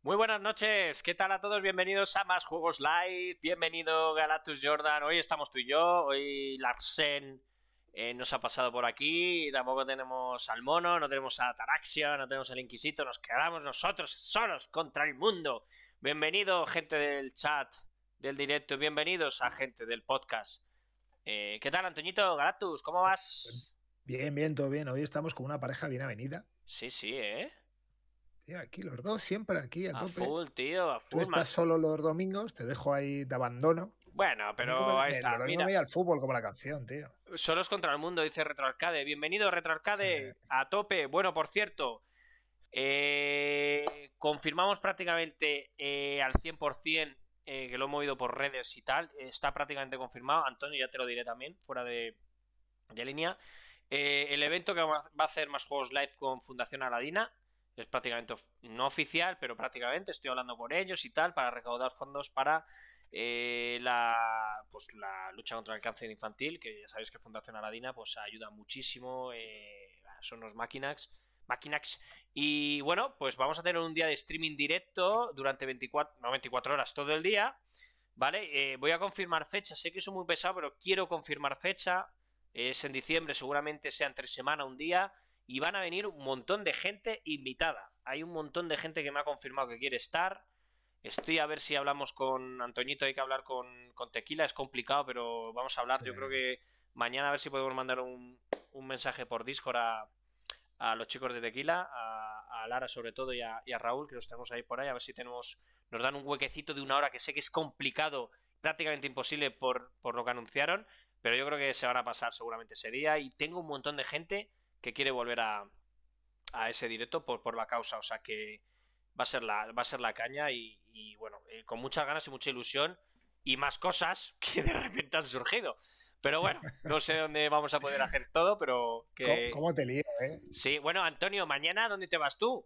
Muy buenas noches, ¿qué tal a todos? Bienvenidos a Más Juegos Live, bienvenido Galactus Jordan, hoy estamos tú y yo, hoy Larsen nos ha pasado por aquí, tampoco tenemos al Mono, no tenemos a Taraxia, no tenemos al Inquisito, nos quedamos nosotros solos contra el mundo. Bienvenido gente del chat, del directo, bienvenidos a gente del podcast. ¿Qué tal Antoñito, Galactus? ¿Cómo vas? Bien, bien, todo bien. Hoy estamos con una pareja bien avenida. Sí, ¿eh? Tío, aquí los dos, siempre aquí a A tope. full, tío, a Tú full, estás más. solo los domingos, te dejo ahí, te abandono. Bueno, Lo único pero ahí lo está, domingo me mira. voy al fútbol como la canción, tío. Solos contra el mundo, dice RetroArcade. Bienvenido, Sí. RetroArcade, a tope. Bueno, por cierto, confirmamos prácticamente al 100% que lo he movido por redes y tal. Está prácticamente confirmado. Antonio, ya te lo diré también, fuera de línea. El evento que va a hacer Más Juegos Live con Fundación Aladina es prácticamente no oficial, pero prácticamente estoy hablando con ellos y tal para recaudar fondos para la lucha contra el cáncer infantil, que ya sabéis que Fundación Aladina pues ayuda muchísimo, son unos máquinas. Y bueno, pues vamos a tener un día de streaming directo durante 24 horas todo el día, ¿vale? Voy a confirmar fecha, sé que soy muy pesado, pero quiero confirmar fecha. Es en diciembre, seguramente sea entre semana, un día, y van a venir un montón de gente invitada. Hay un montón de gente que me ha confirmado que quiere estar. Estoy a ver si hablamos con Antoñito, hay que hablar con Tequila, es complicado, pero vamos a hablar. Sí. Yo creo que mañana a ver si podemos mandar un mensaje por Discord a los chicos de Tequila, a Lara sobre todo y a Raúl, que los tenemos ahí por ahí, a ver si nos dan un huequecito de una hora, que sé que es complicado, prácticamente imposible por lo que anunciaron, pero yo creo que se van a pasar seguramente ese día y tengo un montón de gente que quiere volver a ese directo por la causa, o sea que va a ser la caña y bueno, con muchas ganas y mucha ilusión y más cosas que de repente han surgido. Pero bueno, no sé dónde vamos a poder hacer todo, pero que... ¿Cómo te lío, eh? Sí, bueno, Antonio, mañana, ¿dónde te vas tú?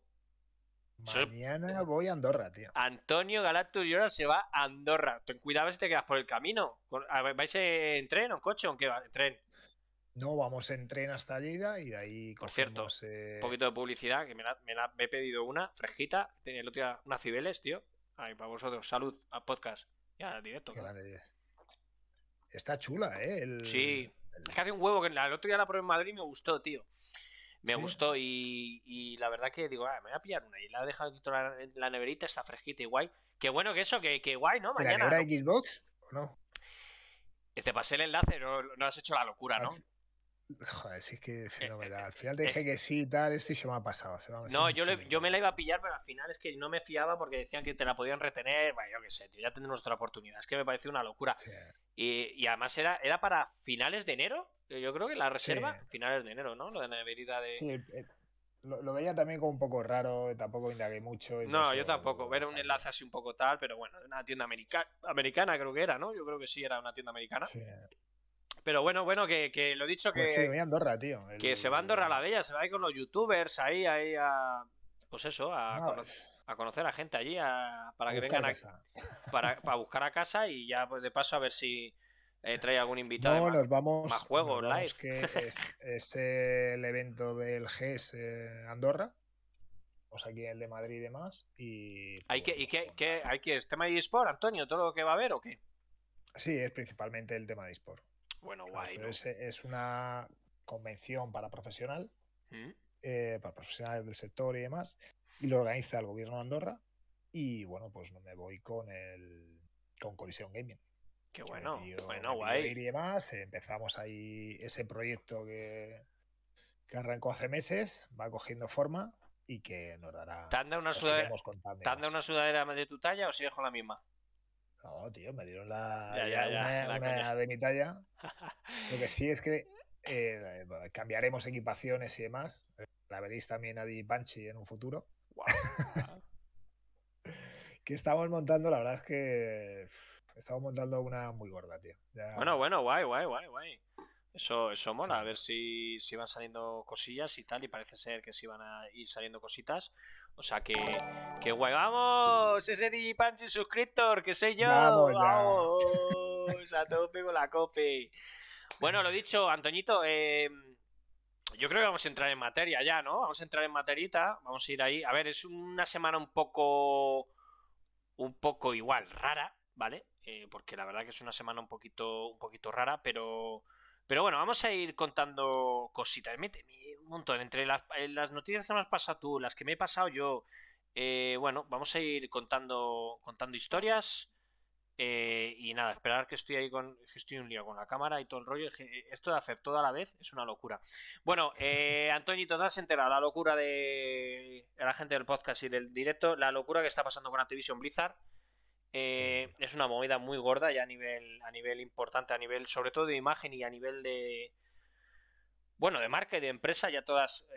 Mañana voy a Andorra, tío. Antonio Galactus y ahora se va a Andorra. Ten cuidado si te quedas por el camino. ¿Vais en tren o en coche o en qué va? En tren. No, vamos en tren hasta Lleida y de ahí Por cierto, cogemos... un poquito de publicidad, que me he pedido una fresquita. Tenía el otro día unas Cibeles, tío. Ay, para vosotros. Salud a podcast. Ya, directo, qué claro. grande. Está chula, ¿eh? Sí. Es que hace un huevo que el otro día la probé en Madrid y me gustó, tío. Me Sí. gustó y la verdad que digo, me voy a pillar una y la he dejado aquí toda en la neverita, está fresquita y guay. Qué bueno que eso, que guay, ¿no? ¿De la Mañana, nevera ¿no? de Xbox o no? Te pasé el enlace, no has hecho la locura, Al ¿no? fi- Joder, sí es que Eh, no me da. Al eh, final te eh, dije que sí y tal, esto y se me ha pasado. Se me ha sido no, un yo me la gilipollas. iba a pillar, pero al final es que no me fiaba porque decían que te la podían retener. Bueno, yo qué sé, tío, ya tendremos otra oportunidad. Es que me pareció una locura. Sí, Y además era para finales de enero. Yo creo que la sí, reserva, finales de enero, ¿no? Lo de la neverita de. sí, lo veía también como un poco raro, tampoco indagué mucho y por No, yo eso tampoco. lo Era un dejé, tío. enlace así un poco tal, pero bueno, una tienda americana creo que era, ¿no? Yo creo que sí era una tienda americana. Sí. Pero bueno, que lo he dicho Pues sí, voy a Andorra, tío. que se va a Andorra la Bella, se va a ir con los youtubers ahí a... Pues eso, No, a conocer a gente allí, para a que buscar vengan casa. para buscar a casa y ya pues de paso a ver si trae algún invitado de No, más nos juegos live. vamos que es el evento del GES Andorra. Vamos aquí el de Madrid y demás. Y ¿Hay que, pues y nos qué, juntamos. hay que, es tema de eSport, Antonio, todo lo que va a haber o qué? Sí, es principalmente el tema de eSport. Bueno, ¿Sabes? guay, Pero ¿no? es una convención ¿Mm? para profesionales del sector y demás, y lo organiza el gobierno de Andorra. Y bueno, pues no me voy con Coliseum Gaming, Qué que bueno, bueno, me pidió ir guay. y demás. Empezamos ahí ese proyecto que arrancó hace meses, va cogiendo forma y que nos ¿Te dará, han dado una os sudadera, iremos contando y ¿te han dado demás. una sudadera de tu talla o sigues con la misma? No, tío, me dieron Ya, la coña. una de mi talla. Lo que sí es que bueno, cambiaremos equipaciones y demás. La veréis también a Di Panchi en un futuro. Guau. Que estamos montando, la verdad es que estamos montando una muy gorda, tío. Bueno, Ya, bueno, guay. Eso sí. mola, a ver si van saliendo cosillas y tal, y parece ser que sí van a ir saliendo cositas. O sea que guay. ¡Vamos! Ese Digipanchi suscriptor, que soy yo. Vamos ya. ¡Vamos! A tope con la cope. Bueno, lo dicho, Antoñito, yo creo que vamos a entrar en materia ya, ¿no? Vamos a entrar en materita, vamos a ir ahí. A ver, es una semana un poco igual, rara, ¿vale? Porque la verdad que es una semana un poquito rara, pero bueno, vamos a ir contando cositas. Un montón, entre las noticias que me has pasado tú, las que me he pasado yo, bueno, vamos a ir contando historias. Y nada, esperar que estoy ahí que estoy un lío con la cámara y todo el rollo. Esto de hacer todo a la vez es una locura. Bueno, Antoñito, ¿te has enterado la locura de la gente del podcast y del directo? La locura que está pasando con Activision Blizzard. Sí. Es una movida muy gorda ya a nivel importante, a nivel sobre todo de imagen y a nivel de, bueno, de marca y de empresa. Ya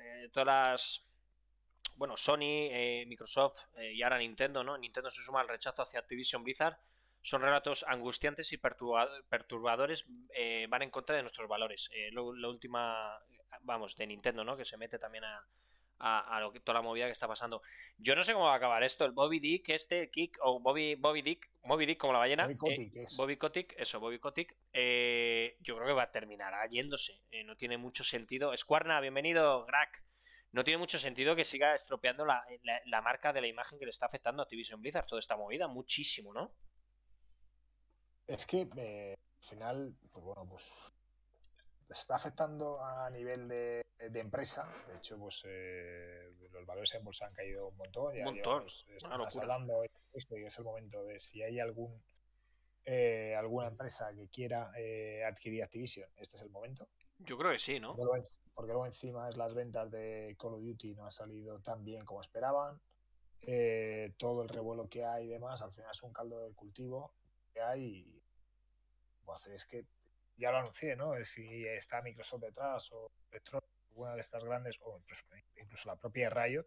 bueno, Sony, Microsoft y ahora Nintendo, ¿no? Nintendo se suma al rechazo hacia Activision Blizzard. Son relatos angustiantes y perturbadores, van en contra de nuestros valores. La última, vamos, de Nintendo, ¿no? Que se mete también toda la movida que está pasando. Yo no sé cómo va a acabar esto. El Bobby Dick, Kick, o Bobby Dick como la ballena. Muy Kotick es. Bobby Kotick, eso, Bobby Kotick. Yo creo que va a terminar yéndose. No tiene mucho sentido. Squarna, bienvenido, Grack. No tiene mucho sentido que siga estropeando la marca de la imagen que le está afectando a Activision Blizzard. Toda esta movida, muchísimo, ¿no? Es que al final, pues bueno, pues está afectando a nivel de empresa. De hecho, pues los valores en bolsa han caído un montón. Un Ya montón. llevamos Una semanas locura. hablando de esto y es el momento de si hay alguna empresa que quiera adquirir Activision, este es el momento. Yo creo que sí, ¿no? Porque luego encima es las ventas de Call of Duty no han salido tan bien como esperaban. Todo el revuelo que hay y demás, al final es un caldo de cultivo que hay y voy a hacer es que ya lo anuncié, ¿no? Si está Microsoft detrás o Electronic, una de estas grandes, o incluso la propia Riot,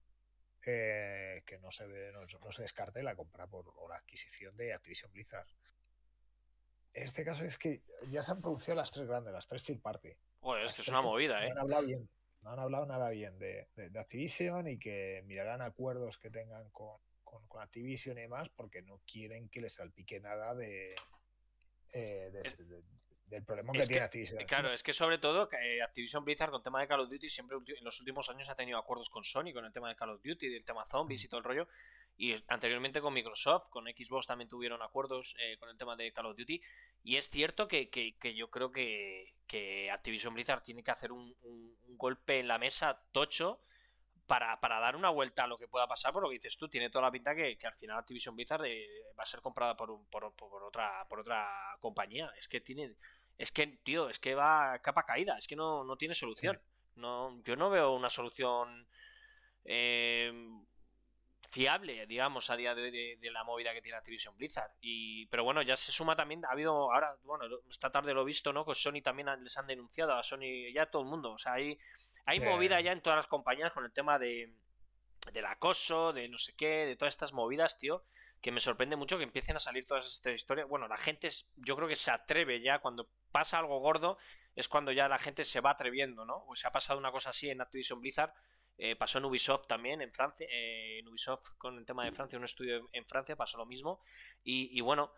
que no se descarte la compra o la adquisición de Activision Blizzard. En este caso es que ya se han producido las tres grandes, las tres first party. Joder, es que Las es una tres movida, no ¿eh? han hablado bien, no han hablado nada bien de Activision y que mirarán acuerdos que tengan con Activision y demás porque no quieren que les salpique nada eh, de- Es, de- de- del problema que Es tiene que, Activision claro, encima. es que sobre todo Activision Blizzard con tema de Call of Duty siempre en los últimos años ha tenido acuerdos con Sony, con el tema de Call of Duty, del tema zombies y todo el rollo. Y anteriormente con Microsoft, con Xbox también tuvieron acuerdos con el tema de Call of Duty. Y es cierto que yo creo que Activision Blizzard tiene que hacer un golpe en la mesa tocho para dar una vuelta a lo que pueda pasar, por lo que dices tú, tiene toda la pinta que al final Activision Blizzard va a ser comprada por otra compañía. Tío, es que va a capa caída, es que no tiene Sí. solución. No, yo no veo una solución eh, fiable, digamos, a día de hoy de la movida que tiene Activision Blizzard. Pero bueno, ya se suma también, ha habido ahora, bueno, esta tarde lo he visto, ¿no? Pues Sony también les han denunciado a Sony, ya todo el mundo, o sea, hay Sí, movida ya en todas las compañías con el tema del acoso, de no sé qué, de todas estas movidas, tío, que me sorprende mucho que empiecen a salir todas estas historias. Bueno, la gente yo creo que se atreve ya cuando pasa algo gordo, es cuando ya la gente se va atreviendo, ¿no? Pues se ha pasado una cosa así en Activision Blizzard, pasó en Ubisoft también, en Francia, en Ubisoft con el tema de Francia, un estudio en Francia pasó lo mismo, y bueno,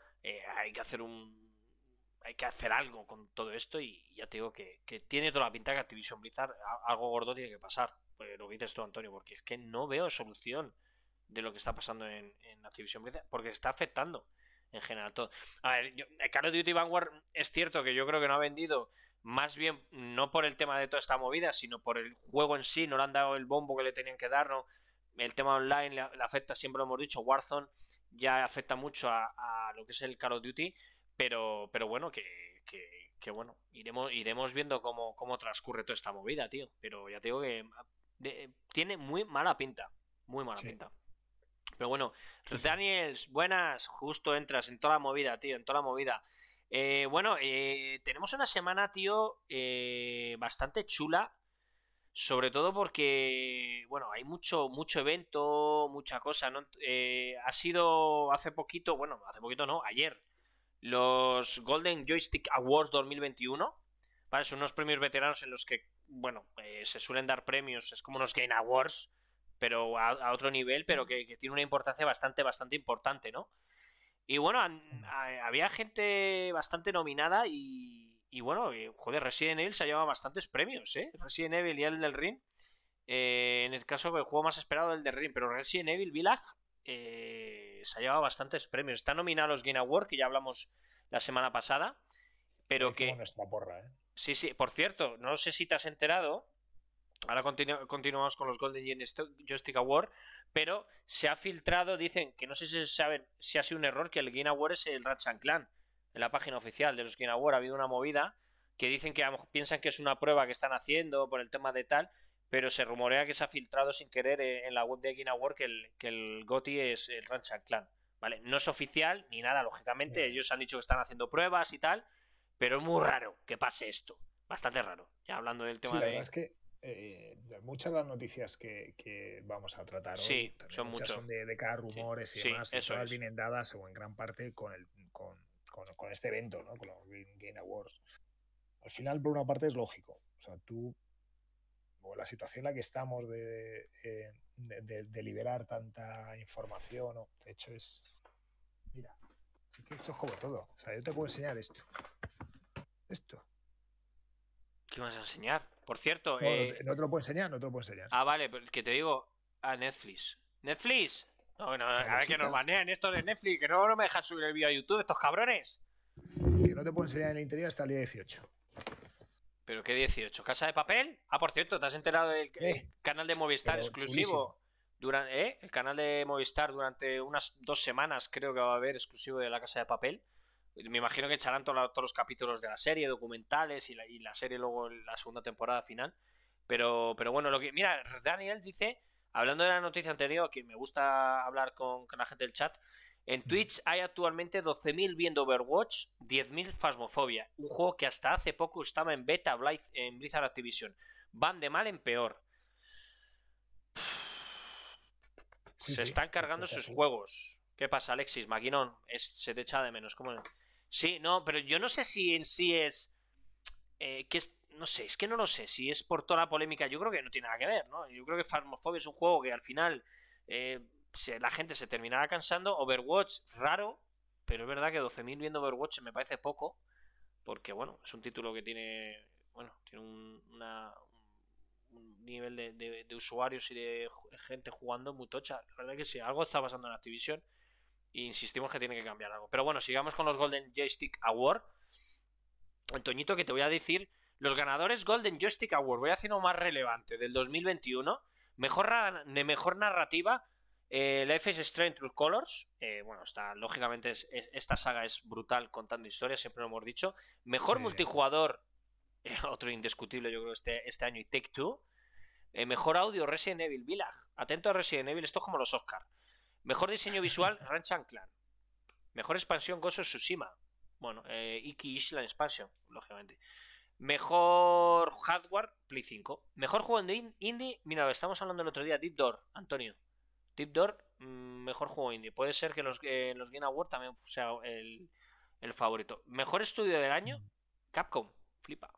hay que hacer algo con todo esto y ya te digo que tiene toda la pinta que Activision Blizzard algo gordo tiene que pasar. Pues lo que dices tú, Antonio, porque es que no veo solución de lo que está pasando en Activision Blizzard, porque está afectando en general todo. A ver, Call of Duty Vanguard es cierto que yo creo que no ha vendido, más bien no por el tema de toda esta movida, sino por el juego en sí, no le han dado el bombo que le tenían que dar, ¿no? El tema online le afecta, siempre lo hemos dicho, Warzone ya afecta mucho a lo que es el Call of Duty, pero bueno, que bueno, iremos viendo cómo transcurre toda esta movida, tío. Pero ya te digo que tiene muy mala pinta. Muy mala sí, pinta. Pero bueno, sí, sí. Daniels, buenas. Justo entras en toda la movida, tío, en toda la movida. Bueno, tenemos una semana, tío, bastante chula. Sobre todo porque, bueno, hay mucho evento, mucha cosa, ¿no? Ha sido hace poquito, bueno, hace poquito no, ayer, los Golden Joystick Awards 2021. ¿Vale? Son unos premios veteranos en los que, bueno, se suelen dar premios, es como unos Game Awards, pero a otro nivel, pero que tiene una importancia bastante importante, ¿no? Y bueno, había gente bastante nominada y bueno, joder, Resident Evil se ha llevado bastantes premios, ¿eh? Resident Evil y el del Ring. En el caso del juego más esperado del Ring, pero Resident Evil Village se ha llevado bastantes premios. Está nominado a los Game Awards, que ya hablamos la semana pasada, pero que... nuestra porra, ¿eh? Sí, sí, por cierto, no sé si te has enterado. Ahora continuamos con los Golden Joystick Award, pero se ha filtrado, dicen que no sé si saben si ha sido un error, que el Game Award es el Ratchet Clank. En la página oficial de los Game Award ha habido una movida que dicen que piensan que es una prueba que están haciendo por el tema de tal, pero se rumorea que se ha filtrado sin querer en la web de Game Award que el GOTY es el Ratchet Clank. ¿Vale? No es oficial ni nada, lógicamente. Ellos han dicho que están haciendo pruebas y tal, pero es muy raro que pase esto. Bastante raro. Ya hablando del tema la verdad es que muchas de las noticias que vamos a tratar hoy son muchas son de cada rumores y demás, y todas vienen dadas o en gran parte con este evento, ¿no? Con los Game Awards. Al final, por una parte, es lógico. O sea, la situación en la que estamos de liberar tanta información, ¿no? De hecho, mira, sí que esto es como todo. O sea, yo te puedo enseñar esto. ¿Qué vas a enseñar? Por cierto... No te lo puedo enseñar, no te lo puedo enseñar. Ah, vale, pero que te digo... A Netflix. ¿Netflix? No, a ver que nos banean esto de Netflix, que no me dejan subir el vídeo a YouTube, estos cabrones. Que no te puedo enseñar en el interior hasta el día 18. ¿Pero qué 18? ¿Casa de papel? Ah, por cierto, ¿te has enterado del canal de Movistar exclusivo? El canal de Movistar durante unas 2 semanas creo que va a haber exclusivo de La Casa de Papel. Me imagino que echarán todos los capítulos de la serie, documentales y la serie luego en la segunda temporada final. Pero bueno, mira, Daniel dice, hablando de la noticia anterior, que me gusta hablar con la gente del chat, en Twitch hay actualmente 12.000 viendo Overwatch, 10.000 Phasmophobia, un juego que hasta hace poco estaba en beta en Blizzard Activision. Van de mal en peor. Se están cargando sus juegos. ¿Qué pasa, Alexis? Maquinón, se te echa de menos. ¿Cómo? Sí, no, pero yo no sé si en sí es... no sé, es que no lo sé. Si es por toda la polémica, yo creo que no tiene nada que ver, ¿no? Yo creo que Phasmophobia es un juego que al final la gente se terminará cansando. Overwatch, raro, pero es verdad que 12.000 viendo Overwatch me parece poco. Porque, bueno, es un título que tiene... Bueno, tiene un nivel de usuarios y de gente jugando muy tocha. La verdad que sí, algo está pasando en Activision e insistimos que tiene que cambiar algo. Pero bueno, sigamos con los Golden Joystick Award. Antoñito, que te voy a decir los ganadores Golden Joystick Award. Voy a hacer uno más relevante del 2021. Mejor narrativa, Life is Strange True Colors. Bueno, lógicamente esta saga es brutal contando historias, siempre lo hemos dicho. Mejor multijugador, otro indiscutible yo creo este año, y Take-Two. Mejor audio, Resident Evil Village. Atento a Resident Evil, esto es como los Oscar. Mejor diseño visual, Ratchet Clank. Mejor expansión, Ghost of Tsushima. Bueno, Iki Island Expansion, lógicamente. Mejor hardware, Play 5. Mejor juego indie, mira, lo estamos hablando el otro día, Deep Door, Antonio. Deep Door, mejor juego indie. Puede ser que los Game Awards también sea el favorito. Mejor estudio del año, Capcom, flipa.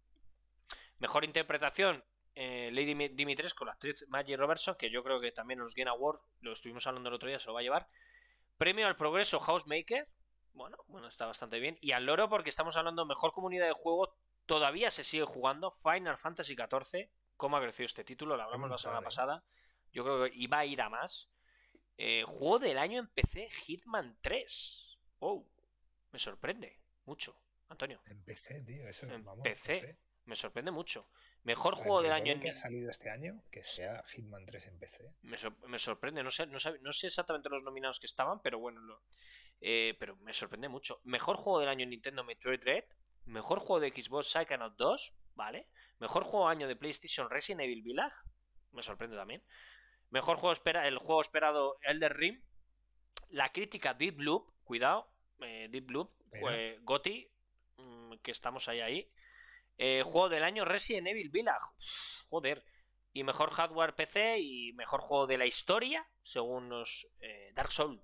Mejor interpretación, Lady Dimitrescu, la actriz Maggie Robertson, que yo creo que también los Game Awards, lo estuvimos hablando el otro día, se lo va a llevar. Premio al progreso, Housemaker. Bueno, está bastante bien. Y al loro, porque estamos hablando mejor comunidad de juego, todavía se sigue jugando, Final Fantasy XIV. ¿Cómo ha crecido este título? Lo hablamos la semana pasada. Yo creo que iba a ir a más. Juego del año en PC, Hitman 3. Oh, me sorprende mucho, Antonio. En PC, tío, eso en vamos, PC. No sé. Me sorprende mucho. Mejor juego del año que ha salido este año, que sea Hitman 3 en PC. Me sorprende, no sé exactamente los nominados que estaban, pero bueno, pero me sorprende mucho. Mejor juego del año en Nintendo, Metroid Dread. Mejor juego de Xbox, Psychonauts 2, ¿vale? Mejor juego del año de PlayStation, Resident Evil Village. Me sorprende también. Mejor juego el juego esperado, Elden Ring. La crítica, Deep Loop, cuidado, Deep Loop, GOTY, que estamos ahí. Juego del año, Resident Evil Village. Joder. Y mejor hardware PC y mejor juego de la historia, según los Dark Souls.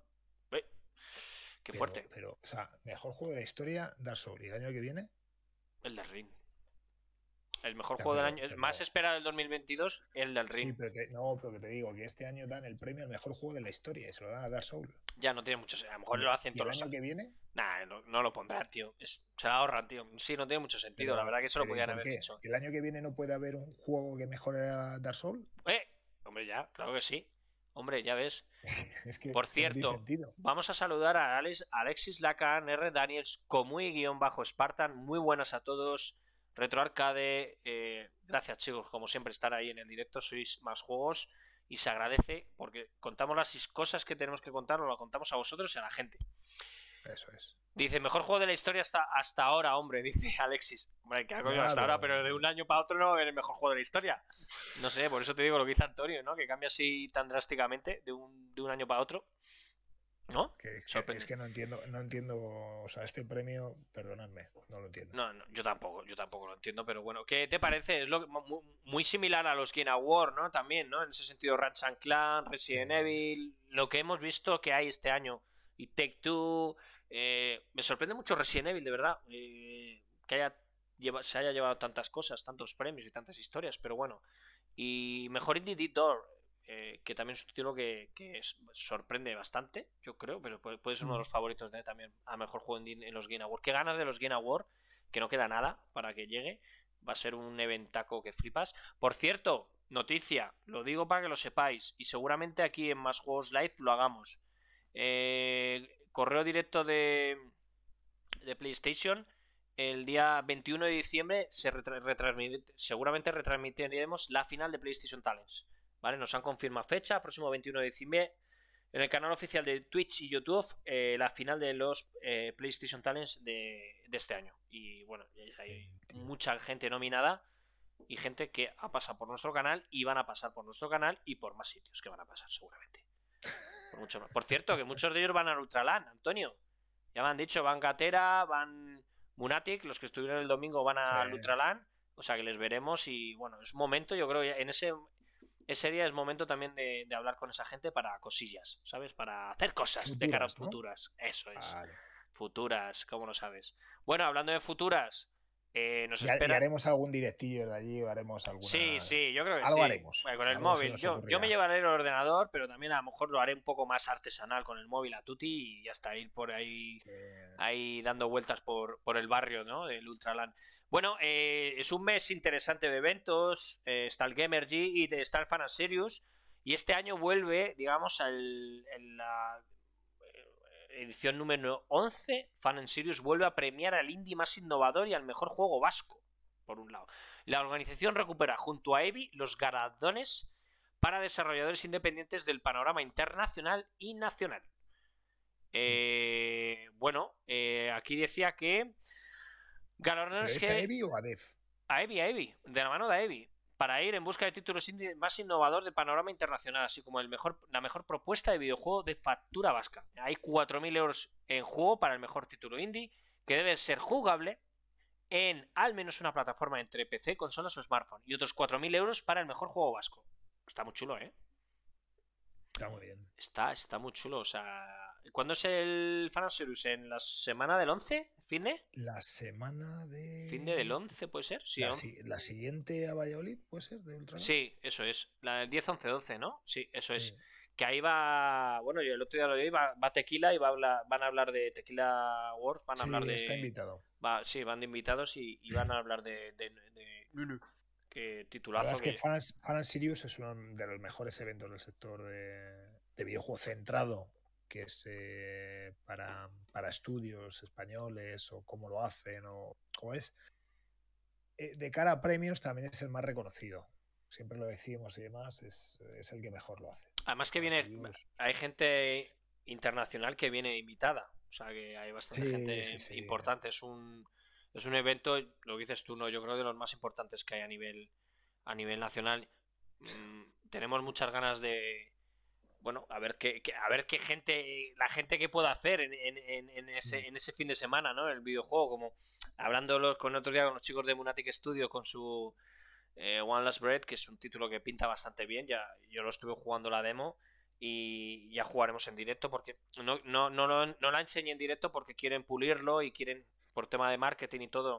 Qué fuerte. Pero, o sea, mejor juego de la historia, Dark Souls. ¿Y el año que viene? El de Ring. El mejor Ya, juego del año, el pero más esperado del 2022, el del sí, Ring. pero que te digo que este año dan el premio al mejor juego de la historia y se lo dan a Dark Souls. Ya no tiene mucho sentido. A lo mejor lo hacen Y el todos los año años. que viene, Nah, no lo pondrán, tío. Se la ahorran, tío. Sí, no tiene mucho sentido. La verdad que eso lo ¿y podían por haber qué? dicho. ¿El año que viene no puede haber un juego que mejore a Dark Souls? ¡Eh! Hombre, ya, claro que sí. Hombre, ya ves. Por Es que no tiene cierto, sentido. vamos a saludar a Alexis Lacan, R. Daniels, Comui-Spartan. Muy buenas a todos. RetroArcade. Gracias, chicos, como siempre, estar ahí en el directo. Sois más juegos y se agradece porque contamos las cosas que tenemos que contar, o lo contamos a vosotros y a la gente. Eso es. Dice, mejor juego de la historia hasta ahora, hombre, dice Alexis. Hombre, que hago yo Ya, hasta ahora, pero de un año para otro no es el mejor juego de la historia. No sé, por eso te digo lo que dice Antonio, ¿no? Que cambia así tan drásticamente de un año para otro. ¿No? Es que no entiendo, o sea, este premio, perdonadme, no lo entiendo. No, yo tampoco lo entiendo, pero bueno, ¿qué te parece? Es muy similar a los Game Awards, ¿no? También, ¿no? En ese sentido, Ratchet Clank, Resident Evil, lo que hemos visto que hay este año. Y Take-Two, me sorprende mucho Resident Evil, de verdad, que se haya llevado tantas cosas, tantos premios y tantas historias, pero bueno. Y mejor Indie Deep Door, que también es un título que sorprende bastante, yo creo, pero puede ser uno de los favoritos de también a mejor juego en los Game Awards. Qué ganas de los Game Awards, que no queda nada para que llegue. Va a ser un eventaco que flipas. Por cierto, noticia, lo digo para que lo sepáis, y seguramente aquí en Más Juegos Live lo hagamos. Correo directo de PlayStation. El día 21 de diciembre seguramente retransmitiremos la final de PlayStation Talents. ¿Vale? Nos han confirmado fecha, próximo 21 de diciembre, en el canal oficial de Twitch y YouTube, la final de los PlayStation Talents de este año. Y bueno, hay mucha gente nominada y gente que ha pasado por nuestro canal y van a pasar por nuestro canal y por más sitios que van a pasar seguramente. Por mucho más. Por cierto, que muchos de ellos van al Ultraland, Antonio. Ya me han dicho, van Gatera, van Munatic, los que estuvieron el domingo van al Ultraland. O sea que les veremos y bueno, es momento, yo creo, en ese día es momento también de hablar con esa gente para cosillas, ¿sabes? Para hacer cosas futuras, de cara a futuras. ¿No? Eso es. Vale. Futuras, ¿cómo lo sabes? Bueno, hablando de futuras, nos espera. Y haremos algún directillo de allí, o haremos alguna. Sí, yo creo que algo sí. haremos. Bueno, con el móvil. Yo me llevaré el ordenador, pero también a lo mejor lo haré un poco más artesanal con el móvil a tutti y ya está, ir por ahí dando vueltas por el barrio, ¿no? Del Ultraland. Bueno, es un mes interesante de eventos. Está el Gamer G y está el Fan and Serious. Y este año vuelve, digamos, en la edición número 11. Fan and Serious vuelve a premiar al indie más innovador y al mejor juego vasco, por un lado. La organización recupera junto a EVI los galardones para desarrolladores independientes del panorama internacional y nacional. Bueno, aquí decía que galardones ¿Pero es a EVI o a Dev? A EVI, de la mano de EVI, para ir en busca de títulos indie más innovador del panorama internacional, así como la mejor propuesta de videojuego de factura vasca. Hay 4.000 euros en juego para el mejor título indie, que debe ser jugable en al menos una plataforma entre PC, consolas o smartphone, y otros 4.000 euros para el mejor juego vasco. Está muy chulo, ¿eh? Está muy bien. Está muy chulo, o sea... ¿Cuándo es el Fan Series? ¿En la semana del 11? ¿Fin de? La semana de... ¿Fin de del 11 puede ser? Sí, la siguiente a Valladolid, ¿puede ser? ¿De Ultraland? Sí, eso es. La del 10, 11, 12, ¿no? Sí, eso es. Sí. Que ahí va... Bueno, yo el otro día lo vi, va Tequila y van a hablar de Tequila Wars, van a hablar de... está invitado. Sí, van de invitados y van a hablar de que titulazo. La verdad es que Fan and Serious es uno de los mejores eventos del sector de videojuego centrado, que es para estudios españoles o cómo lo hacen o cómo es. De cara a premios también es el más reconocido. Siempre lo decimos y demás, es el que mejor lo hace. Además que hay gente internacional que viene invitada. O sea que hay bastante gente importante. Es un evento, lo que dices tú, no, yo creo de los más importantes que hay a nivel nacional. Tenemos muchas ganas de... Bueno, a ver qué gente, la gente que pueda hacer en ese fin de semana, ¿no? El videojuego, como hablando con otro día con los chicos de Munatic Studio con su One Last Breath, que es un título que pinta bastante bien. Ya yo lo estuve jugando la demo y ya jugaremos en directo porque no la enseñé en directo porque quieren pulirlo y quieren, por tema de marketing y todo,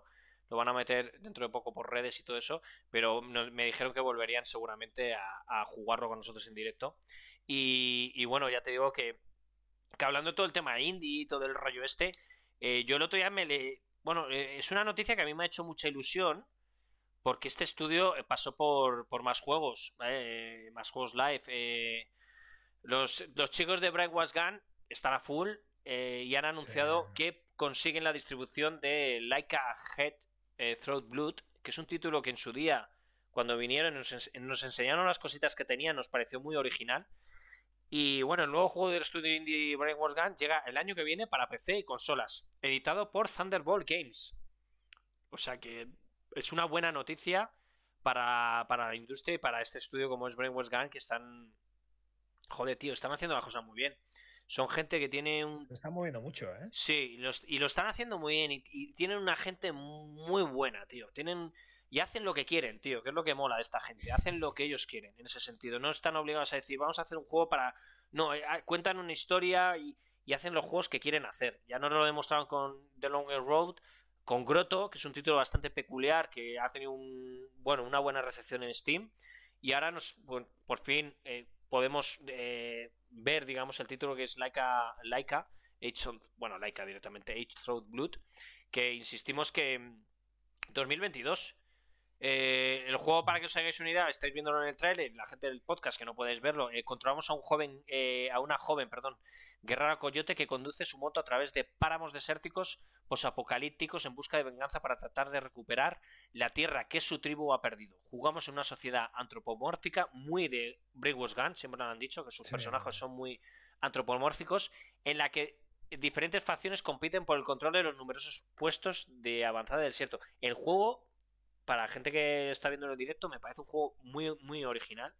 lo van a meter dentro de poco por redes y todo eso, pero me dijeron que volverían seguramente a jugarlo con nosotros en directo. Y bueno, ya te digo que hablando de todo el tema indie y todo el rollo este, yo el otro día Bueno, es una noticia que a mí me ha hecho mucha ilusión, porque este estudio pasó por más juegos, ¿vale? Más juegos live. Los chicos de Brainwash Gun están a full y han Sí. anunciado que consiguen la distribución de Laika Head Throat Blood, que es un título que en su día, cuando vinieron, nos enseñaron las cositas que tenían, nos pareció muy original. Y bueno, el nuevo juego del estudio indie Brainwash Gun llega el año que viene para PC y consolas, editado por Thunderbolt Games. O sea que es una buena noticia para la industria y para este estudio como es Brainwash Gun, que están... Joder, tío, están haciendo las cosas muy bien. Son gente que tiene un... Se está moviendo mucho, ¿eh? Sí, y lo están haciendo muy bien y tienen una gente muy buena, tío. Tienen... Y hacen lo que quieren, tío, que es lo que mola de esta gente. Hacen lo que ellos quieren, en ese sentido. No están obligados a decir, vamos a hacer un juego para... No, cuentan una historia y hacen los juegos que quieren hacer. Ya nos lo demostraron con The Longer Road, con Grotto, que es un título bastante peculiar, que ha tenido una buena recepción en Steam. Y ahora bueno, por fin podemos ver, digamos, el título que es Laika, Laika directamente, Age Throat Blood, que insistimos que 2022. El juego, para que os hagáis una idea, estáis viéndolo en el trailer, la gente del podcast que no podéis verlo, controlamos a una joven, perdón, guerrera coyote que conduce su moto a través de páramos desérticos posapocalípticos en busca de venganza para tratar de recuperar la tierra que su tribu ha perdido. Jugamos en una sociedad antropomórfica muy de Brainwash Gun, siempre nos han dicho que sus personajes son muy antropomórficos, en la que diferentes facciones compiten por el control de los numerosos puestos de avanzada del desierto. El juego, para la gente que está viendo en el directo, me parece un juego muy original.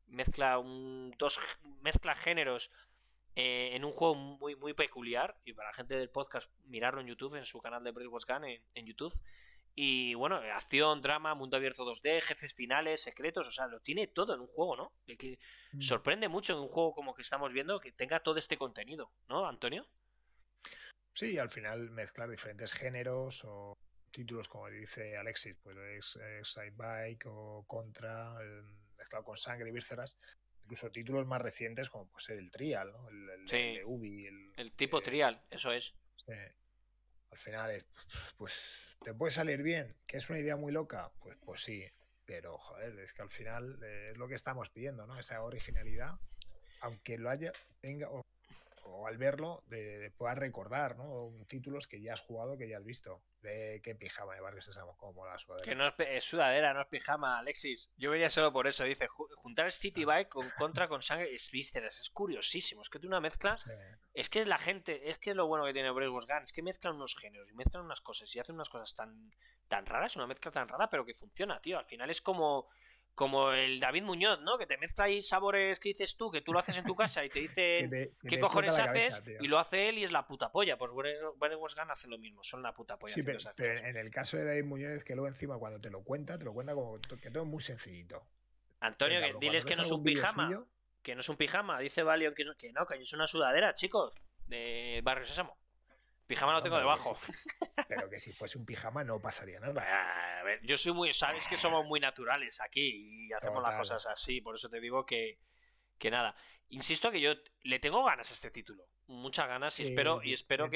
Mezcla géneros en un juego muy peculiar. Y para la gente del podcast, mirarlo en YouTube, en su canal de Brainwash Gun en YouTube. Y bueno, acción, drama, mundo abierto 2D, jefes finales, secretos, o sea, lo tiene todo en un juego, ¿no? Que sorprende mucho en un juego como que estamos viendo que tenga todo este contenido, ¿no, Antonio? Sí, al final mezclar diferentes géneros o títulos, como dice Alexis, pues Side Bike o Contra, mezclado con sangre y vísceras. Incluso títulos más recientes, como puede ser el Trial, ¿no? El de Ubi. El tipo Trial, eso es. Sí. Al final, pues, ¿te puede salir bien? ¿Que es una idea muy loca? Pues sí. Pero, joder, es que al final es lo que estamos pidiendo, ¿no? Esa originalidad, aunque lo tenga, o al verlo puedas recordar, ¿no? Títulos que ya has jugado, que ya has visto. De qué pijama de Barrio Sésamo, como la sudadera. Que no es sudadera, no es pijama, Alexis. Yo vería solo por eso. Dice, juntar City Bike con Contra con sangre es vísceras. Es curiosísimo. Es que tiene una mezcla. Sí. Es que es la gente. Es que es lo bueno que tiene Brainwash Gun. Es que mezclan unos géneros y mezclan unas cosas y hacen unas cosas tan raras. Una mezcla tan rara, pero que funciona, tío. Al final es como el David Muñoz, ¿no? Que te mezcla ahí sabores que dices tú, que tú lo haces en tu casa y te dice qué cojones haces, y lo hace él y es la puta polla. Pues Brainwash Gun hace lo mismo, son la puta polla. Sí, pero en el caso de David Muñoz, que luego encima cuando te lo cuenta como que todo es muy sencillito. Antonio, que diles que no es un pijama. Suyo, que no es un pijama, dice Valion que no, es una sudadera, chicos, de Barrio Sésamo. Pijama lo tengo debajo. Pero que si fuese un pijama no pasaría nada. A ver, yo soy sabes que somos muy naturales aquí y hacemos las cosas así, por eso te digo que nada. Insisto que yo le tengo ganas a este título, muchas ganas, y espero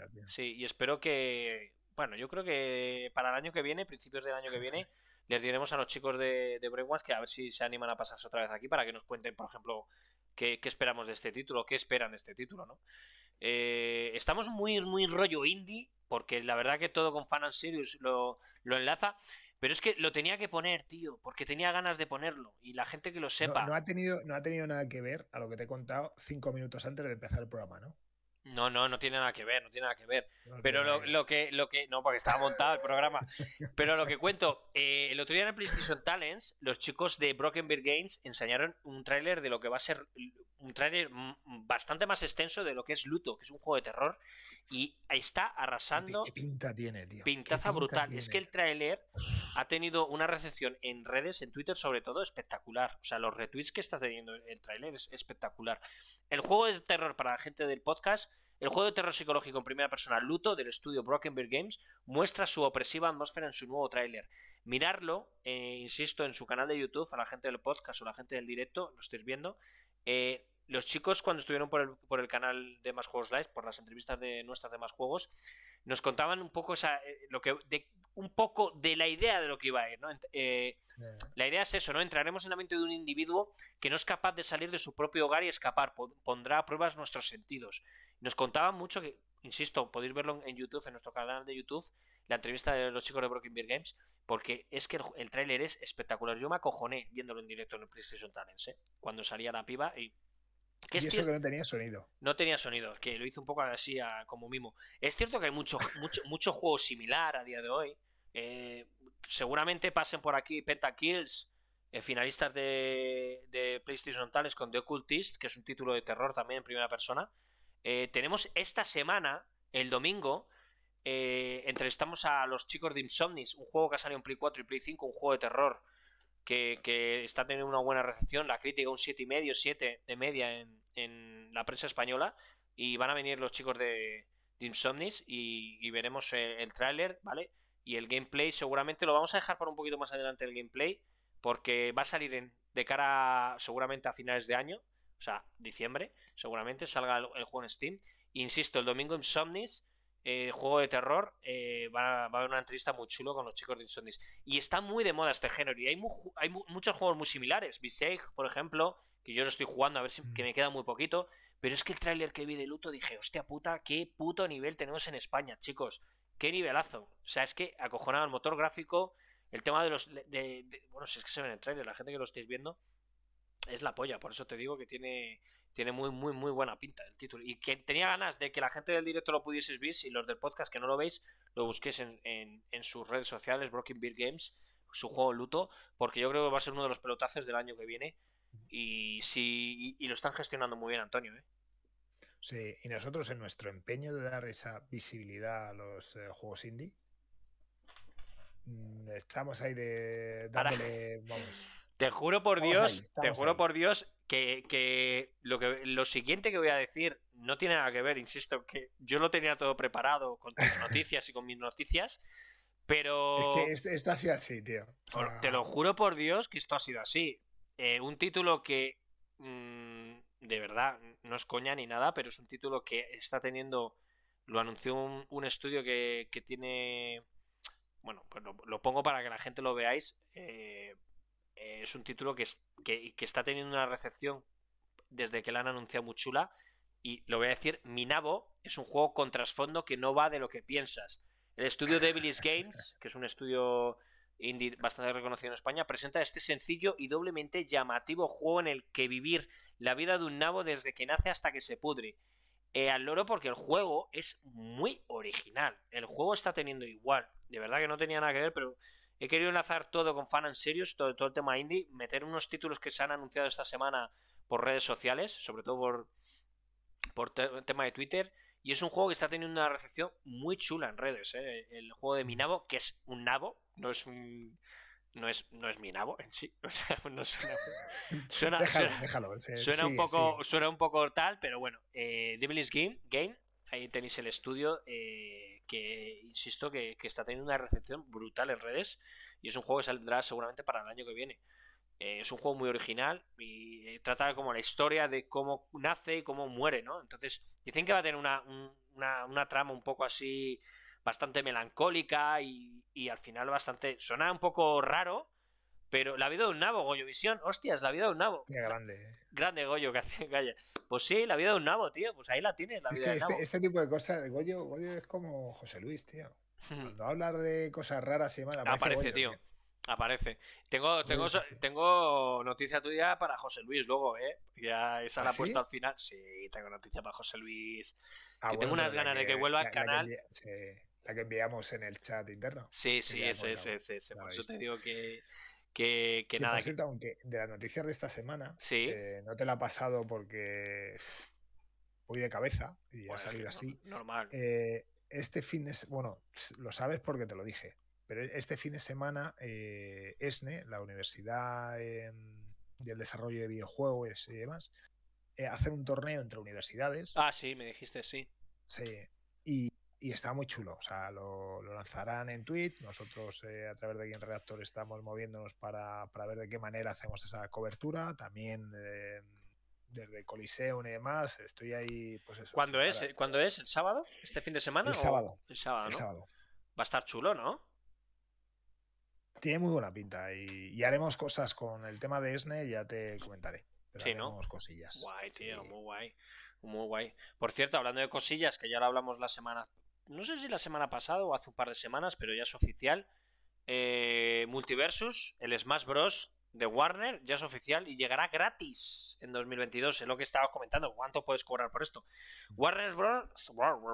que bueno, yo creo que para el año que viene, principios del año que viene, les diremos a los chicos de Brainwash que a ver si se animan a pasarse otra vez aquí para que nos cuenten, por ejemplo, qué esperamos de este título, qué esperan de este título, ¿no? Estamos muy rollo indie, porque la verdad que todo con Fan and Serious lo enlaza, pero es que lo tenía que poner, tío, porque tenía ganas de ponerlo, y la gente que lo sepa. No ha tenido nada que ver a lo que te he contado 5 minutos antes de empezar el programa, ¿no? No tiene nada que ver, pero lo que no, porque estaba montado el programa. Pero lo que cuento, el otro día en el PlayStation Talents, los chicos de Broken Bear Games enseñaron un tráiler de lo que va a ser un tráiler bastante más extenso de lo que es Luto, que es un juego de terror, y está arrasando. ¿Qué pinta tiene, tío? Pintaza brutal. Es que el tráiler ha tenido una recepción en redes, en Twitter sobre todo, espectacular. O sea, los retweets que está teniendo el tráiler es espectacular. El juego de terror para la gente del podcast El juego de terror psicológico en primera persona Luto del estudio Broken Bear Games muestra su opresiva atmósfera en su nuevo tráiler. Mirarlo, insisto, en su canal de YouTube, a la gente del podcast o a la gente del directo, lo estáis viendo. Los chicos cuando estuvieron por el canal de Más Juegos Live, por las entrevistas de nuestras de Más Juegos, nos contaban un poco un poco de la idea de lo que iba a ir, ¿no? La idea es eso, ¿no? Entraremos en la mente de un individuo que no es capaz de salir de su propio hogar y escapar, pondrá a pruebas nuestros sentidos. Nos contaban mucho que, insisto, podéis verlo en YouTube, en nuestro canal de YouTube, la entrevista de los chicos de Broken Bear Games, porque es que el tráiler es espectacular. Yo me acojoné viéndolo en directo en el PlayStation Talents, cuando salía la piba y... Y eso que no tenía sonido. No tenía sonido, que lo hizo un poco así como mimo. Es cierto que hay mucho juego similar a día de hoy. Seguramente pasen por aquí Pentakills, finalistas de PlayStation Talents con The Occultist, que es un título de terror también en primera persona. Tenemos esta semana, el domingo, entrevistamos a los chicos de Insomnis, un juego que ha salido en Play 4 y Play 5, un juego de terror que está teniendo una buena recepción, la crítica un 7,5, 7 de media en la prensa española, y van a venir los chicos de Insomnis y veremos el tráiler, ¿vale? Y el gameplay seguramente lo vamos a dejar para un poquito más adelante el gameplay, porque va a salir de cara seguramente a finales de año, o sea, diciembre, seguramente salga el juego en Steam. Insisto, el domingo Insomnis, juego de terror, va a haber una entrevista muy chulo con los chicos de Insomnis. Y está muy de moda este género, y hay muchos juegos muy similares. Visage, por ejemplo, que yo lo estoy jugando, a ver si que me queda muy poquito, pero es que el tráiler que vi de Luto dije, hostia puta, qué puto nivel tenemos en España, chicos. Qué nivelazo. O sea, es que acojonado el motor gráfico, el tema de los... bueno, si es que se ve en el tráiler, la gente que lo estáis viendo es la polla. Por eso te digo que tiene muy, muy, muy buena pinta el título. Y que tenía ganas de que la gente del directo lo pudieseis ver, y los del podcast que no lo veis, lo busquéis en sus redes sociales, Broken Bear Games, su juego Luto, porque yo creo que va a ser uno de los pelotazos del año que viene. Y lo están gestionando muy bien, Antonio, ¿eh? Sí, y nosotros en nuestro empeño de dar esa visibilidad a los juegos indie, estamos ahí dándole, Ahora, vamos. Te juro por Estamos Dios que lo siguiente que voy a decir no tiene nada que ver, insisto, que yo lo tenía todo preparado con tus noticias y con mis noticias, pero Es que esto ha sido así, tío. O sea, te lo juro por Dios que esto ha sido así. Un título que de verdad no es coña ni nada, pero es un título que está teniendo, lo anunció un estudio que tiene, bueno, pues lo pongo para que la gente lo veáis. Es un título que está teniendo una recepción desde que la han anunciado muy chula. Y lo voy a decir, Minabo es un juego con trasfondo que no va de lo que piensas. El estudio Devilis Games, que es un estudio indie bastante reconocido en España, presenta este sencillo y doblemente llamativo juego en el que vivir la vida de un nabo desde que nace hasta que se pudre. Al loro porque el juego es muy original. El juego está teniendo igual. De verdad que no tenía nada que ver, pero he querido enlazar todo con Fan and Serious, todo el tema indie, meter unos títulos que se han anunciado esta semana por redes sociales, sobre todo por tema de Twitter, y es un juego que está teniendo una recepción muy chula en redes. El juego de Minabo, que es un nabo, no es mi nabo en sí, o sea, no suena, déjalo. Suena un poco tal, pero bueno, Devil's Game, ahí tenéis el estudio, que insisto que está teniendo una recepción brutal en redes, y es un juego que saldrá seguramente para el año que viene. Es un juego muy original y trata como la historia de cómo nace y cómo muere, ¿no? Entonces dicen que va a tener una trama un poco así, bastante melancólica, y al final bastante... Suena un poco raro, pero la vida de un nabo, Goyo Visión, hostias, la vida de un nabo. Qué grande. Grande, Goyo, que hace calla. Pues sí, la vida de un nabo, tío. Pues ahí la tienes, la vida del nabo. Este tipo de cosas, de Goyo es como José Luis, tío. Cuando hablar de cosas raras y demás, aparece, Goyo, tío. Aparece. Tengo noticia tuya para José Luis luego, ¿eh? Ya esa la he puesto al final. Sí, tengo noticia para José Luis. Que tengo unas ganas de que vuelva al canal. La que enviamos en el chat interno. Sí, ese. Por eso te digo que nada. Por cierto, aunque de las noticias de esta semana, sí. No te la ha pasado porque voy de cabeza y bueno, ha salido así. Normal. Este fin de bueno, lo sabes porque te lo dije, pero este fin de semana ESNE, la Universidad del Desarrollo de Videojuegos y demás, hace un torneo entre universidades. Ah, sí, me dijiste, sí. Sí, y está muy chulo. O sea, lo lanzarán en Twitch. Nosotros, a través de Game Reactor, estamos moviéndonos para ver de qué manera hacemos esa cobertura. También desde Coliseum y demás. Estoy ahí, pues eso. ¿Cuándo es? ¿Cuándo es? ¿El sábado? ¿Este fin de semana? El ¿O sábado. el sábado, El no? sábado. Va a estar chulo, ¿no? Tiene muy buena pinta y haremos cosas con el tema de ESNE, ya te comentaré. Pero Sí, ¿no? haremos cosillas. Guay, tío, Sí. muy guay. Muy guay. Por cierto, hablando de cosillas, que ya lo hablamos la semana. No sé si la semana pasada o hace un par de semanas, pero ya es oficial. Multiversus, el Smash Bros. De Warner, ya es oficial y llegará gratis en 2022. Es lo que estabas comentando. ¿Cuánto puedes cobrar por esto? Warner Bros.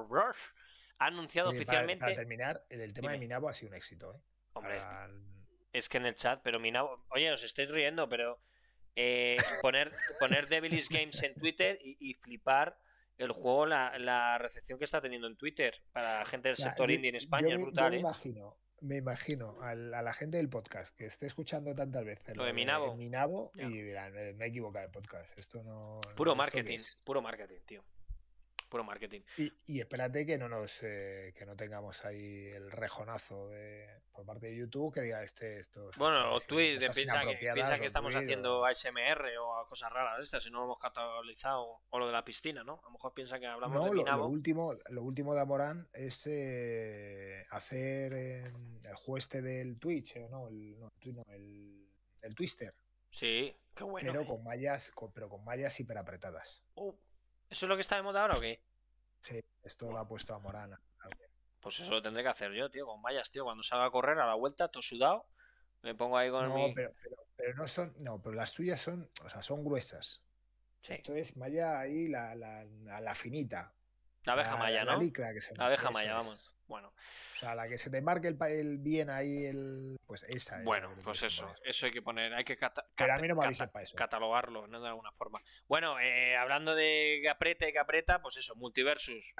Ha anunciado Oye, para oficialmente. terminar, el tema de Dime, Minabo ha sido un éxito, ¿eh? hombre, Para... es que en el chat, pero oye, os estáis riendo, pero poner Devilish Games en Twitter y flipar el juego, la recepción que está teniendo en Twitter para la gente del Ya, sector indie en yo España, es yo brutal, ¿eh? me imagino a la gente del podcast que esté escuchando tantas veces Lo lo de de Minabo, Minabo ya. y dirán, me he equivocado de podcast, esto no, ¿esto qué es? Puro marketing, tío. Puro marketing. Y espérate que que no tengamos ahí el rejonazo por parte de YouTube que diga esto está Bueno, o diciendo tweets de cosas piensa inapropiadas que o estamos tweet haciendo ASMR o cosas raras de estas, si no lo hemos catalogado, o lo de la piscina, ¿no? A lo mejor piensa que hablamos de No, Minabo. lo último de Amorán es hacer el juego este del Twitch, no, el Twister, Sí, qué bueno, pero ¿eh? pero con mallas hiper apretadas. ¿Eso es lo que está de moda ahora o qué? Sí, esto lo Buah, ha puesto Amorán. pues eso lo tendré que hacer yo, tío, con mallas, tío. Cuando salga a correr a la vuelta, todo sudado, me pongo ahí con No, mi... pero no son, no, pero las tuyas son, o sea, son gruesas. Sí, Esto es malla ahí, la finita, la abeja maya, la ¿no? licra que se La llama. abeja Eso maya, vamos. es. Bueno, O sea, la que se te marque el bien ahí, pues esa es la bueno, que te pues tienes que poner. eso hay que poner, hay que Pero a mí no me avises para eso. catalogarlo, ¿no? De alguna forma. Bueno, hablando de que aprieta, pues eso, Multiversus.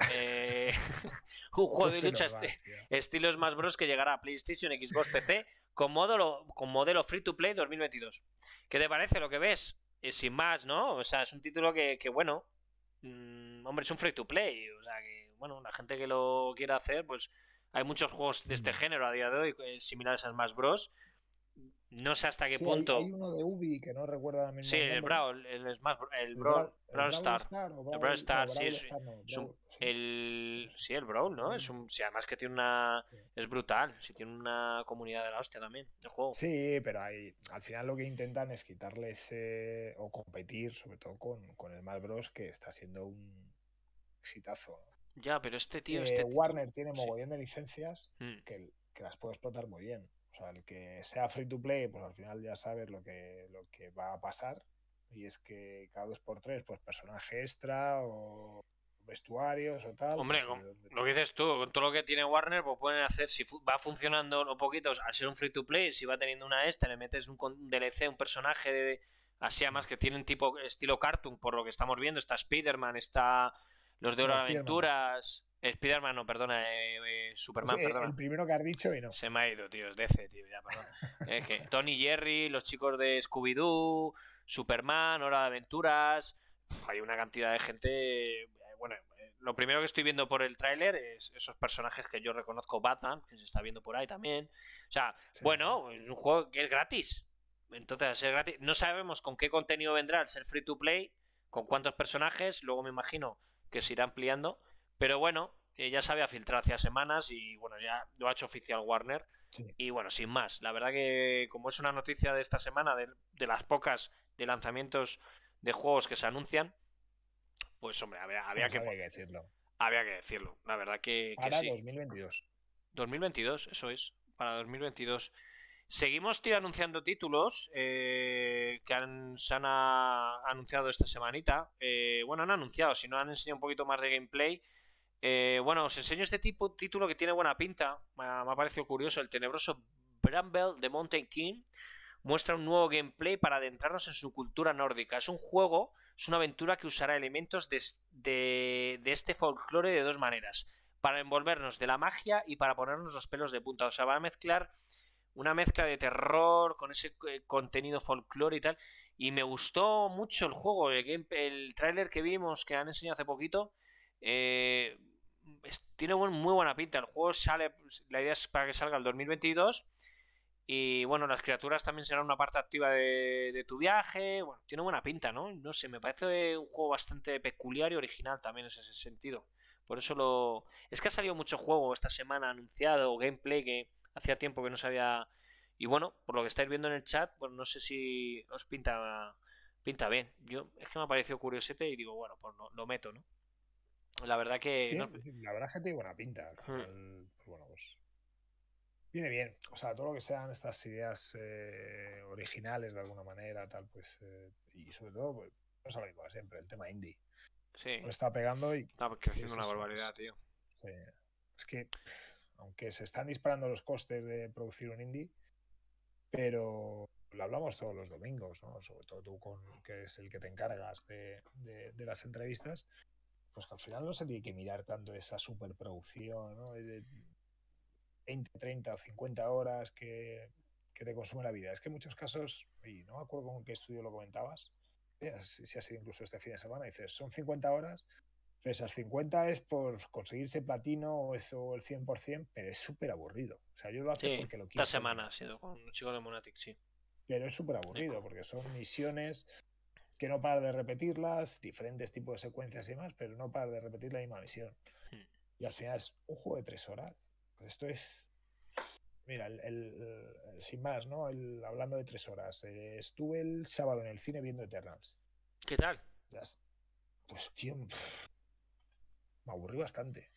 Un juego de Coche lucha normal, tío. estilo Smash Bros. Que llegará a PlayStation, Xbox, PC con modelo free to play 2022. ¿Qué te parece lo que ves? Sin más, ¿no? O sea, es un título que bueno, hombre, es un free to play. O sea, que bueno, la gente que lo quiera hacer, pues hay muchos juegos de este género a día de hoy, similares a Smash Bros. No sé hasta qué Sí, punto. hay uno de Ubi que no recuerdo ahora mismo Sí, el el nombre. Brawl, el Smash, el Brawl, El Brawl Brawl Star. Star o El Brawl Brawl. No, Star, sí, Brawl Star no. Sí, sí, el Brawl, ¿no? Sí, además que tiene una. sí. Es brutal, sí, tiene una comunidad de la hostia también, el juego. Sí, pero al final lo que intentan es quitarles o competir, sobre todo con el Smash Bros, que está siendo un exitazo. Ya, pero este tío, este título. Warner tiene Sí. mogollón de licencias Mm. que las puede explotar muy bien. O sea, el que sea free to play, pues al final ya sabes lo que va a pasar. Y es que cada 2x3, pues personaje extra o vestuarios o tal. Hombre, Pues, lo que dices tú, con todo lo que tiene Warner, pues pueden hacer, si va funcionando un poquito, al ser un free to play, si va teniendo una esta, le metes un DLC, un personaje así además que tiene un tipo estilo cartoon, por lo que estamos viendo, está Spider-Man, está los de Hora no, de Spiderman. Aventuras, Spider-Man, no, perdona, Superman, perdona. El primero que has dicho y no. Se me ha ido, tío, es DC, tío, ya, perdón. Es que Tony Jerry, los chicos de Scooby-Doo, Superman, Hora de Aventuras, hay una cantidad de gente, bueno, lo primero que estoy viendo por el tráiler es esos personajes que yo reconozco, Batman, que se está viendo por ahí también. O sea, Sí. bueno, es un juego que es gratis. Entonces, al ser gratis, no sabemos con qué contenido vendrá al ser free to play, con cuántos personajes, luego me imagino que se irá ampliando. Pero bueno, ya se había filtrado hace semanas y bueno, ya lo ha hecho oficial Warner. Sí. Y bueno, sin más, la verdad que como es una noticia de esta semana, de las pocas de lanzamientos de juegos que se anuncian, pues hombre, Pues había que decirlo. había que decirlo. La verdad que Para sí. 2022. 2022, eso es, para 2022. Seguimos, tío, anunciando títulos se han anunciado esta semanita. Bueno, han anunciado, si no han enseñado un poquito más de gameplay. Bueno, os enseño este título que tiene buena pinta. Me ha parecido curioso. El tenebroso Bramble de Mountain King muestra un nuevo gameplay para adentrarnos en su cultura nórdica. Es un juego, es una aventura que usará elementos de este folclore de dos maneras. Para envolvernos de la magia y para ponernos los pelos de punta. O sea, va a mezclar una mezcla de terror con ese contenido folclore y tal. Y me gustó mucho el juego, el tráiler que vimos, que han enseñado hace poquito. tiene muy buena pinta. El juego sale, la idea es para que salga el 2022. Y bueno, las criaturas también serán una parte activa de tu viaje. Bueno, tiene buena pinta, ¿no? No sé, me parece un juego bastante peculiar y original también en ese sentido. Por eso lo... Es que ha salido mucho juego esta semana anunciado, o gameplay que hacía tiempo que no sabía... Y bueno, por lo que estáis viendo en el chat, pues no sé si os pinta bien. Yo es que me ha parecido curiosete y digo, bueno, pues lo meto, ¿no? La verdad que... No... La verdad es que tiene buena pinta. Al final, pues bueno, pues viene bien. O sea, todo lo que sean estas ideas originales de alguna manera, tal, pues. Y sobre todo, pues, no es lo mismo de siempre, el tema indie. Sí, Lo está pegando y está creciendo es una eso. barbaridad, tío. Es que, aunque se están disparando los costes de producir un indie, pero lo hablamos todos los domingos, ¿no? Sobre todo tú, que es el que te encargas de las entrevistas, pues que al final no se tiene que mirar tanto esa superproducción, ¿no? De 20, 30 o 50 horas que te consume la vida. Es que en muchos casos, y no me acuerdo con qué estudio lo comentabas, si ha sido incluso este fin de semana, dices, son 50 horas, pero esas 50 es por conseguirse platino o eso el 100%, pero es súper aburrido. O sea, yo lo hace Sí, porque lo esta quiero semana terminar. ha sido con un chico de Monatic, sí. Pero es súper aburrido porque son misiones que no paras de repetirlas, diferentes tipos de secuencias y demás, pero no paras de repetir la misma misión. Y al final es un juego de 3 horas. Pues esto es. Mira, sin más, ¿no? Hablando de 3 horas. Estuve el sábado en el cine viendo Eternals. ¿Qué tal? Pues, tío, me aburrí bastante.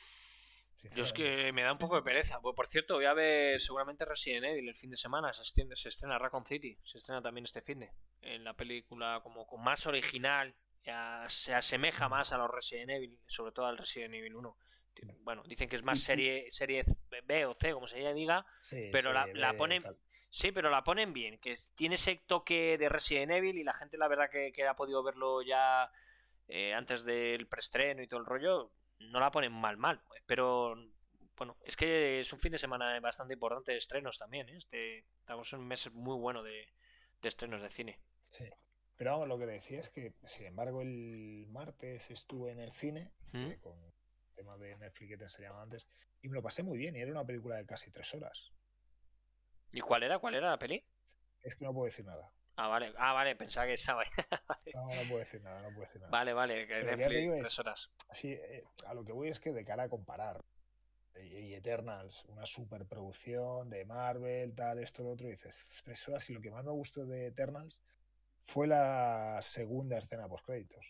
Yo es Sinceramente. que me da un poco de pereza. Pues por cierto, voy a ver seguramente Resident Evil el fin de semana. Se estrena Raccoon City. Se estrena también este fin de. En la película como con más original. Ya se asemeja más a los Resident Evil. Sobre todo al Resident Evil 1. Bueno, dicen que es más serie B o C, como se diga. Sí, Pero serie la B, ponen. tal. Sí, pero la ponen bien. Que tiene ese toque de Resident Evil. Y la gente, la verdad, que ha podido verlo ya antes del preestreno y todo el rollo, no la ponen mal. Pero bueno, es que es un fin de semana bastante importante de estrenos también. Estamos en un mes muy bueno de estrenos de cine. Sí. Pero vamos, lo que decía es que, sin embargo, el martes estuve en el cine ¿Mm? con el tema de Netflix que te enseñaba antes y me lo pasé muy bien y era una película de casi 3 horas. ¿Y cuál era? ¿Cuál era la peli? Es que no puedo decir nada. Vale, pensaba que estaba ahí. Vale. No puedo decir nada, no puedo decir nada. Vale, que Pero lo que ya te Netflix, digo tres es, horas. así, a lo que voy es que de cara a comparar y Eternals, una superproducción de Marvel, tal, esto, lo otro, y dices, 3 horas y lo que más me gustó de Eternals fue la segunda escena post créditos.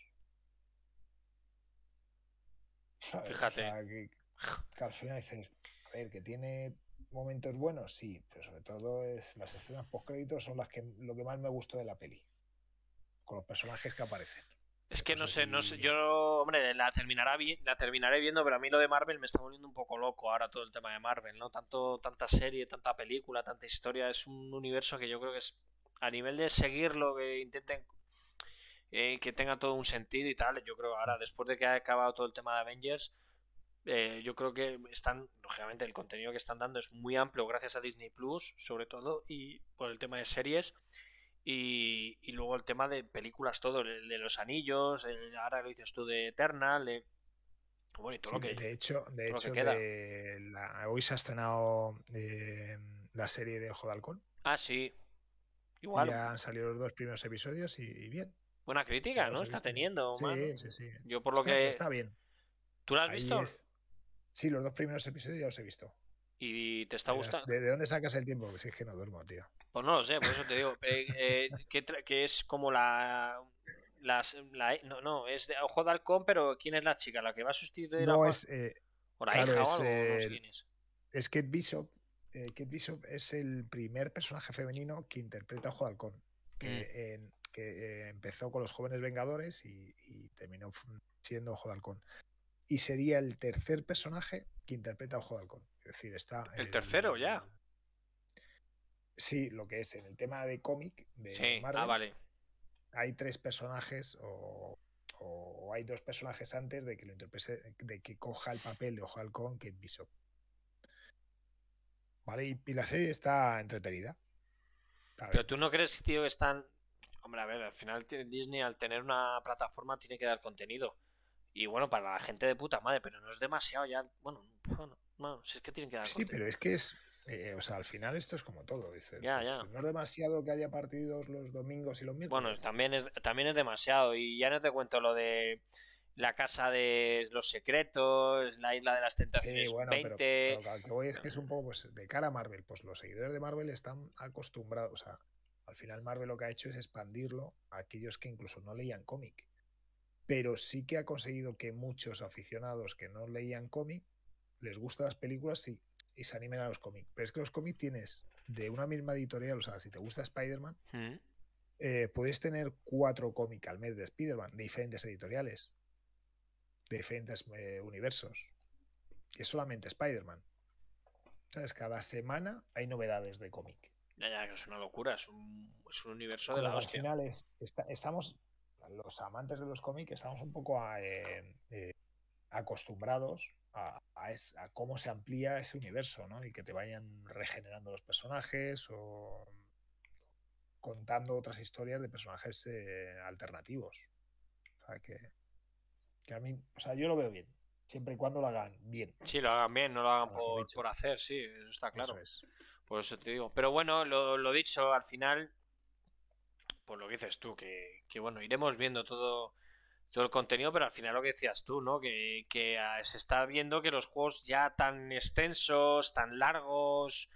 O Fíjate. sea, que al final dices, a ver, que tiene momentos buenos, sí, pero sobre todo es las escenas post créditos son lo que más me gustó de la peli, con los personajes que aparecen. Es que No sé no sé, si. yo, hombre, la terminaré viendo, pero a mí lo de Marvel me está volviendo un poco loco ahora todo el tema de Marvel, ¿no? Tanta serie, tanta película, tanta historia, es un universo que yo creo que es, a nivel de seguirlo, que intenten que tenga todo un sentido y tal, yo creo ahora, después de que ha acabado todo el tema de Avengers, yo creo que están, lógicamente, el contenido que están dando es muy amplio gracias a Disney Plus, sobre todo, y por el tema de series. Y luego el tema de películas, todo, el de los anillos, ahora lo dices tú de Eternal, bueno, y Sí, todo lo que queda. hoy se ha estrenado la serie de Ojo de Halcón Ah, sí, y igual, ya han salido los 2 primeros episodios y bien, buena ya crítica, ¿no? los he Está visto. teniendo, mano. Sí, sí, sí. Yo por lo Está, que... está bien. ¿Tú la has Ahí visto? es. Sí, los 2 primeros episodios ya los he visto. ¿Y te está Verás, gustando? ¿de dónde sacas el tiempo? Pues es que no duermo, tío. Pues no lo sé, por eso te digo. Que es como no, es de Ojo de Halcón, pero ¿quién es la chica? ¿La que va a sustituir a No Ojo? es. ¿O la Claro, hija o algo? No sé quién es. es Kate Bishop. Kate Bishop es el primer personaje femenino que interpreta a Ojo de Halcón, Mm. que empezó con los Jóvenes Vengadores y terminó siendo Ojo de Halcón. Y sería el tercer personaje que interpreta a Ojo de Halcón. Es decir, está El tercero ya. Sí, lo que es en el tema de cómic de Sí, Marvel, vale. hay 3 personajes o hay 2 personajes antes de que lo interprete, de que coja el papel de Ojo de Halcón, Kate Bishop. ¿Vale? Y la serie está entretenida. Está Pero bien. tú no crees, tío, que están... Hombre, a ver, al final Disney al tener una plataforma tiene que dar contenido. Y bueno, para la gente de puta madre, pero no es demasiado ya. Bueno, si es que tienen que dar Sí, contenido. pero es que es, o sea, al final esto es como todo, dices, Ya, pues ya. no es demasiado que haya partidos los domingos y los Bueno, miércoles. también es demasiado. Y ya no te cuento lo de la casa de los secretos, la isla de las Sí, tentaciones bueno, pero 20. lo que voy es que es un poco, pues, de cara a Marvel, pues los seguidores de Marvel están acostumbrados, o sea, al final Marvel lo que ha hecho es expandirlo a aquellos que incluso no leían cómic, pero sí que ha conseguido que muchos aficionados que no leían cómic les gustan las películas sí, y se animen a los cómics. Pero es que los cómics tienes de una misma editorial, o sea, si te gusta Spider-Man, Mm. puedes tener 4 cómics al mes de Spider-Man, de diferentes editoriales, de diferentes universos. Es solamente Spider-Man. ¿Sabes? Cada semana hay novedades de cómic. Ya, ya, que es una locura. Es un universo de Como la que al hostia. final estamos, los amantes de los cómics, estamos un poco acostumbrados a cómo se amplía ese universo, ¿no? Y que te vayan regenerando los personajes o contando otras historias de personajes alternativos. O sea, que a mí, o sea, yo lo veo bien, siempre y cuando lo hagan bien, Sí, lo hagan bien, no lo hagan mejor por, dicho. por hacer, sí, eso está Eso claro. es. Por eso te digo. Pero bueno, lo dicho, al final, pues lo que dices tú, que bueno, iremos viendo todo el contenido, pero al final lo que decías tú, ¿no? Que se está viendo que los juegos ya tan extensos, tan largos,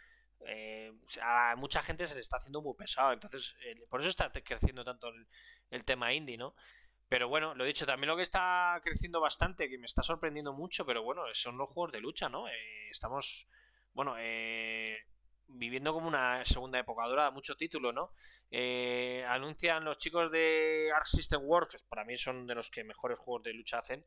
a mucha gente se le está haciendo muy pesado. Entonces, por eso está creciendo tanto el tema indie, ¿no? Pero bueno, lo dicho, también lo que está creciendo bastante, que me está sorprendiendo mucho, pero bueno, son los juegos de lucha, ¿no? Estamos, bueno, viviendo como una segunda época dorada, mucho título, ¿no? Anuncian los chicos de Arc System Works, que para mí son de los que mejores juegos de lucha hacen,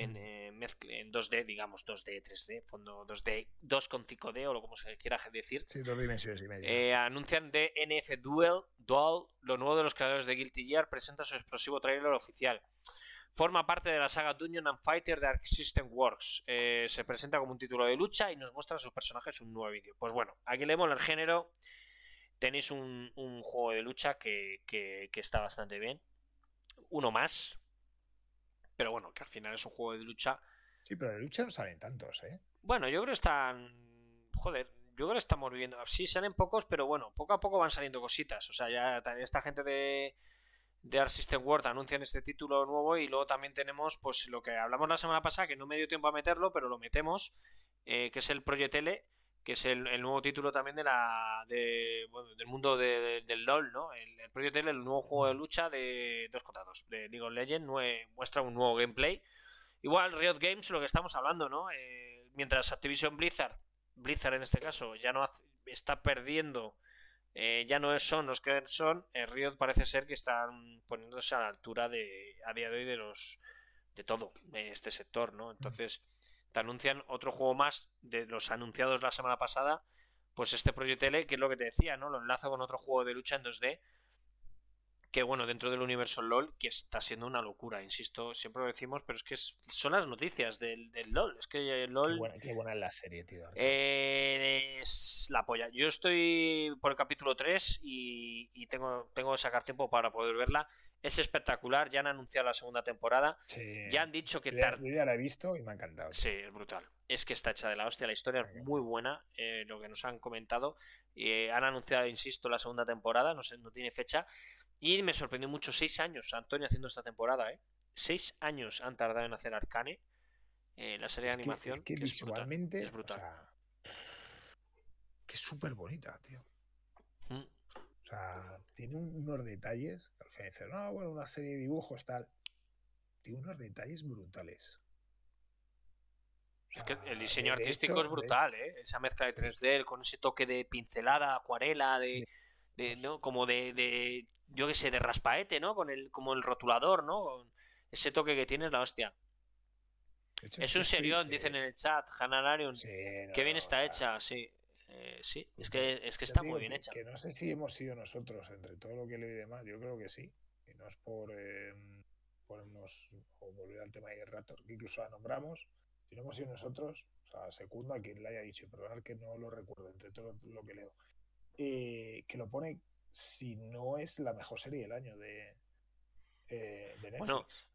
en 2D, digamos, 2D, 3D, fondo 2D, 2,5D o lo como se quiera decir. Sí, 2 dimensiones y media. Anuncian DNF Duel, lo nuevo de los creadores de Guilty Gear, presenta su explosivo trailer oficial. Forma parte de la saga Dungeon and Fighter de Arc System Works. Se presenta como un título de lucha y nos muestra a sus personajes un nuevo vídeo. Pues bueno, aquí leemos el género. Tenéis un juego de lucha que está bastante bien. Uno más. Pero bueno, que al final es un juego de lucha. Sí, pero de lucha no salen tantos, ¿eh? Bueno, yo creo que están. Joder, yo creo que estamos viviendo. Sí, salen pocos, pero bueno, poco a poco van saliendo cositas. O sea, ya esta gente de Arc System Works anuncian este título nuevo y luego también tenemos pues lo que hablamos la semana pasada, que no me dio tiempo a meterlo, pero lo metemos, que es el Project L, que es el nuevo título también bueno, del mundo del LoL, ¿no? El Project L, el nuevo juego de lucha de 2 contra 2 de League of Legends, muestra un nuevo gameplay. Igual Riot Games, lo que estamos hablando, ¿no? Mientras Activision Blizzard en este caso, ya no está perdiendo, ya no son los que son, Riot parece ser que están poniéndose a la altura a día de hoy de todo, de este sector, ¿no? Entonces, te anuncian otro juego más de los anunciados la semana pasada, pues este Project L, que es lo que te decía, ¿no? Lo enlazo con otro juego de lucha en 2D, que bueno, dentro del universo LOL, que está siendo una locura, insisto, siempre lo decimos, pero es que son las noticias del LOL, es que el LOL Qué buena es la serie, tío. es la polla. Yo estoy por el capítulo 3 y tengo que sacar tiempo para poder verla. Es espectacular, ya han anunciado la segunda temporada, Sí. ya han dicho que Yo ya la he visto y me ha encantado, Sí, tío. es brutal. Es que está hecha de la hostia, la historia Me ha es muy encantado. buena, lo que nos han comentado. Han anunciado, insisto, la segunda temporada, no sé, no tiene fecha. Y me sorprendió mucho, 6 años, Antonio, haciendo esta temporada, ¿eh? 6 años han tardado en hacer Arcane, la serie de Es animación, que que es brutal. Es visualmente, o brutal. sea, que es súper bonita, tío. Mm. O sea, tiene unos detalles. Al final dices, no, bueno, una serie de dibujos, tal. Tiene unos detalles brutales. O Es que el sea, diseño de artístico hecho, es brutal, ¿eh? Esa mezcla de 3D con ese toque de pincelada, acuarela, de- ¿no? Como yo qué sé, de raspaete, ¿no? Como el rotulador, ¿no? Con ese toque que tiene es la hostia. de hecho, Es yo un estoy. serión, dicen en el chat, Hananarium. Sí, Qué no, bien no, o está sea, hecha, sí. Sí, es brutal. que, es que Ya está te muy digo bien hecha. que no sé si hemos sido nosotros, entre todo lo que leo y demás, yo creo que sí. Y no es por ponernos o volver al tema de Raptor, que incluso la nombramos. Si no hemos sido nosotros, o sea, segundo a quien le haya dicho, perdonad que no lo recuerdo, entre todo lo que leo, que lo pone, si no es la mejor serie del año de Bueno, Netflix.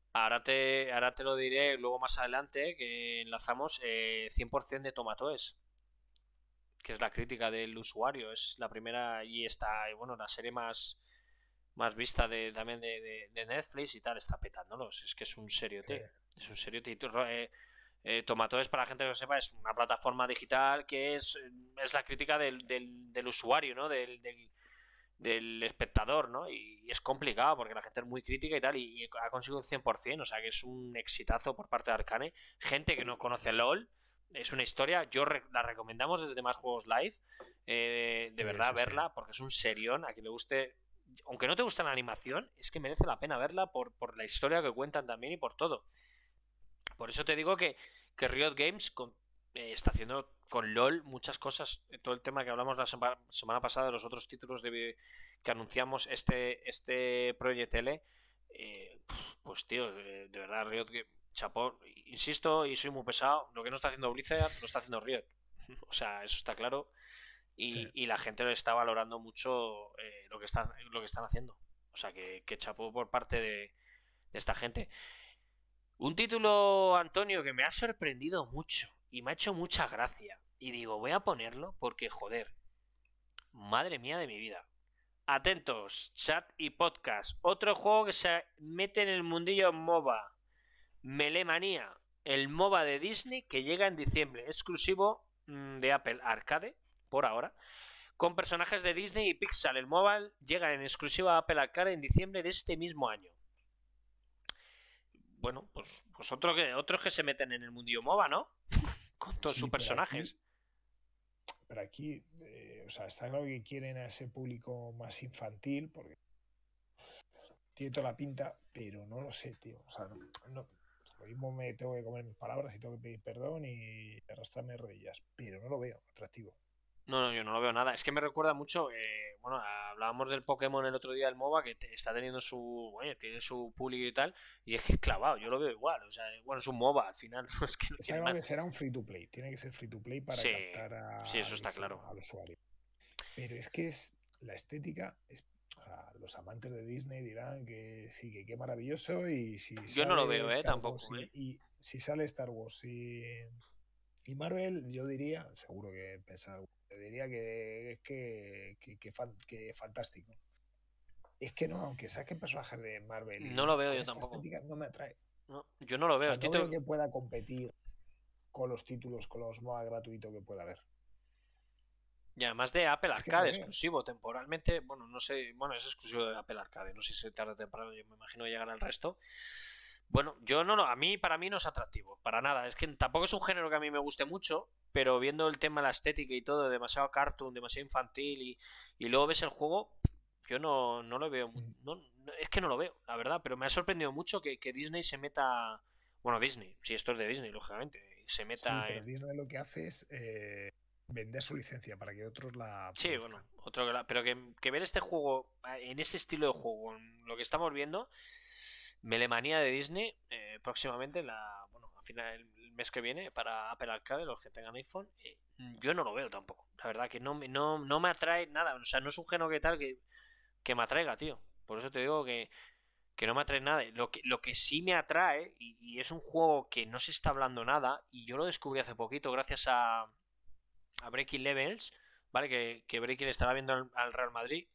ahora te lo diré luego más adelante, que enlazamos 100% de Tomatoes, que es la crítica del usuario. Es la primera y está, y bueno, la serie más vista también de Netflix y tal, está petándolos. Es que es un seriote. Es un seriote. Tomatoes, para la gente que lo sepa, es una plataforma digital que es la crítica del usuario, ¿no? Del espectador, ¿no? Y es complicado porque la gente es muy crítica y tal, y ha conseguido un 100%, o sea que es un exitazo por parte de Arcane. Gente que no conoce LOL, es una historia, la recomendamos desde Más Juegos Live, de verdad Eso sí. verla, porque es un serión, a quien le guste, aunque no te guste la animación, es que merece la pena verla por la historia que cuentan también y por todo. Por eso te digo que Riot Games está haciendo con LOL muchas cosas. Todo el tema que hablamos la semana pasada de los otros títulos que anunciamos este Project L. Pues tío, de verdad, Riot Games, chapó. Insisto, y soy muy pesado, lo que no está haciendo Blizzard lo está haciendo Riot. O sea, eso está claro. Sí. Y la gente lo está valorando mucho lo que están haciendo. O sea, que chapó por parte de esta gente. Un título, Antonio, que me ha sorprendido mucho y me ha hecho mucha gracia. Y digo, voy a ponerlo porque, joder, madre mía de mi vida. Atentos, chat y podcast. Otro juego que se mete en el mundillo MOBA. Melemanía, el MOBA de Disney que llega en diciembre, exclusivo de Apple Arcade, por ahora. Con personajes de Disney y Pixar, el mobile llega en exclusiva a Apple Arcade en diciembre de este mismo año. Bueno, pues otros que se meten en el mundillo MOBA, ¿no? Con todos sus Sí, personajes. pero aquí o sea, está claro que quieren a ese público más infantil, porque tiene toda la pinta, pero no lo sé, tío. O sea, lo mismo me tengo que comer mis palabras y tengo que pedir perdón y arrastrarme de rodillas, pero no lo veo atractivo. No, yo no lo veo nada. Es que me recuerda mucho. Bueno, hablábamos del Pokémon el otro día, el MOBA, que está teniendo tiene su público y tal. Y es que es clavado, yo lo veo igual. O sea, bueno, es un MOBA al final, es que no Está tiene claro más. que será un free to play, tiene que ser free to play para Sí, captar sí, eso está claro. al usuario. Pero es que la estética, o sea, los amantes de Disney dirán que sí, que qué maravilloso, y si Yo no lo veo, sale Star Wars tampoco, y si sale Star Wars y Marvel, yo diría, seguro que pensar, yo diría que fantástico. Es que no, aunque saquen personajes de Marvel No lo veo con yo esta tampoco. estética, no me atrae. No, yo no lo O veo. sea, El no veo título. que pueda competir con los títulos, con los MOA gratuitos que pueda haber. Y además de Apple Es que no lo Arcade, veo. exclusivo, temporalmente, bueno, no sé, bueno, es exclusivo de Apple Arcade, no sé si tarde o temprano, yo me imagino llegará al resto. Bueno, yo no, para mí no es atractivo, para nada, es que tampoco es un género que a mí me guste mucho, pero viendo el tema, la estética y todo, demasiado cartoon, demasiado infantil y luego ves el juego, yo no lo veo, es que no lo veo, la verdad, pero me ha sorprendido mucho que Disney se meta, bueno, Disney, si esto es de Disney, lógicamente, se Sí, meta pero en... Disney lo que hace es vender su licencia para que otros la Sí, bueno, produzcan. pero que ver este juego en este estilo de juego, en lo que estamos viendo, Melemanía de Disney, próximamente, bueno, al final el mes que viene, para Apple Arcade, los que tengan iPhone, yo no lo veo tampoco. La verdad que no me atrae nada, o sea, no es un género que tal que me atraiga, tío. Por eso te digo que no me atrae nada. Lo que sí me atrae, y es un juego que no se está hablando nada, y yo lo descubrí hace poquito gracias a Breaking Levels, ¿vale? Que Breaking estará viendo al Real Madrid.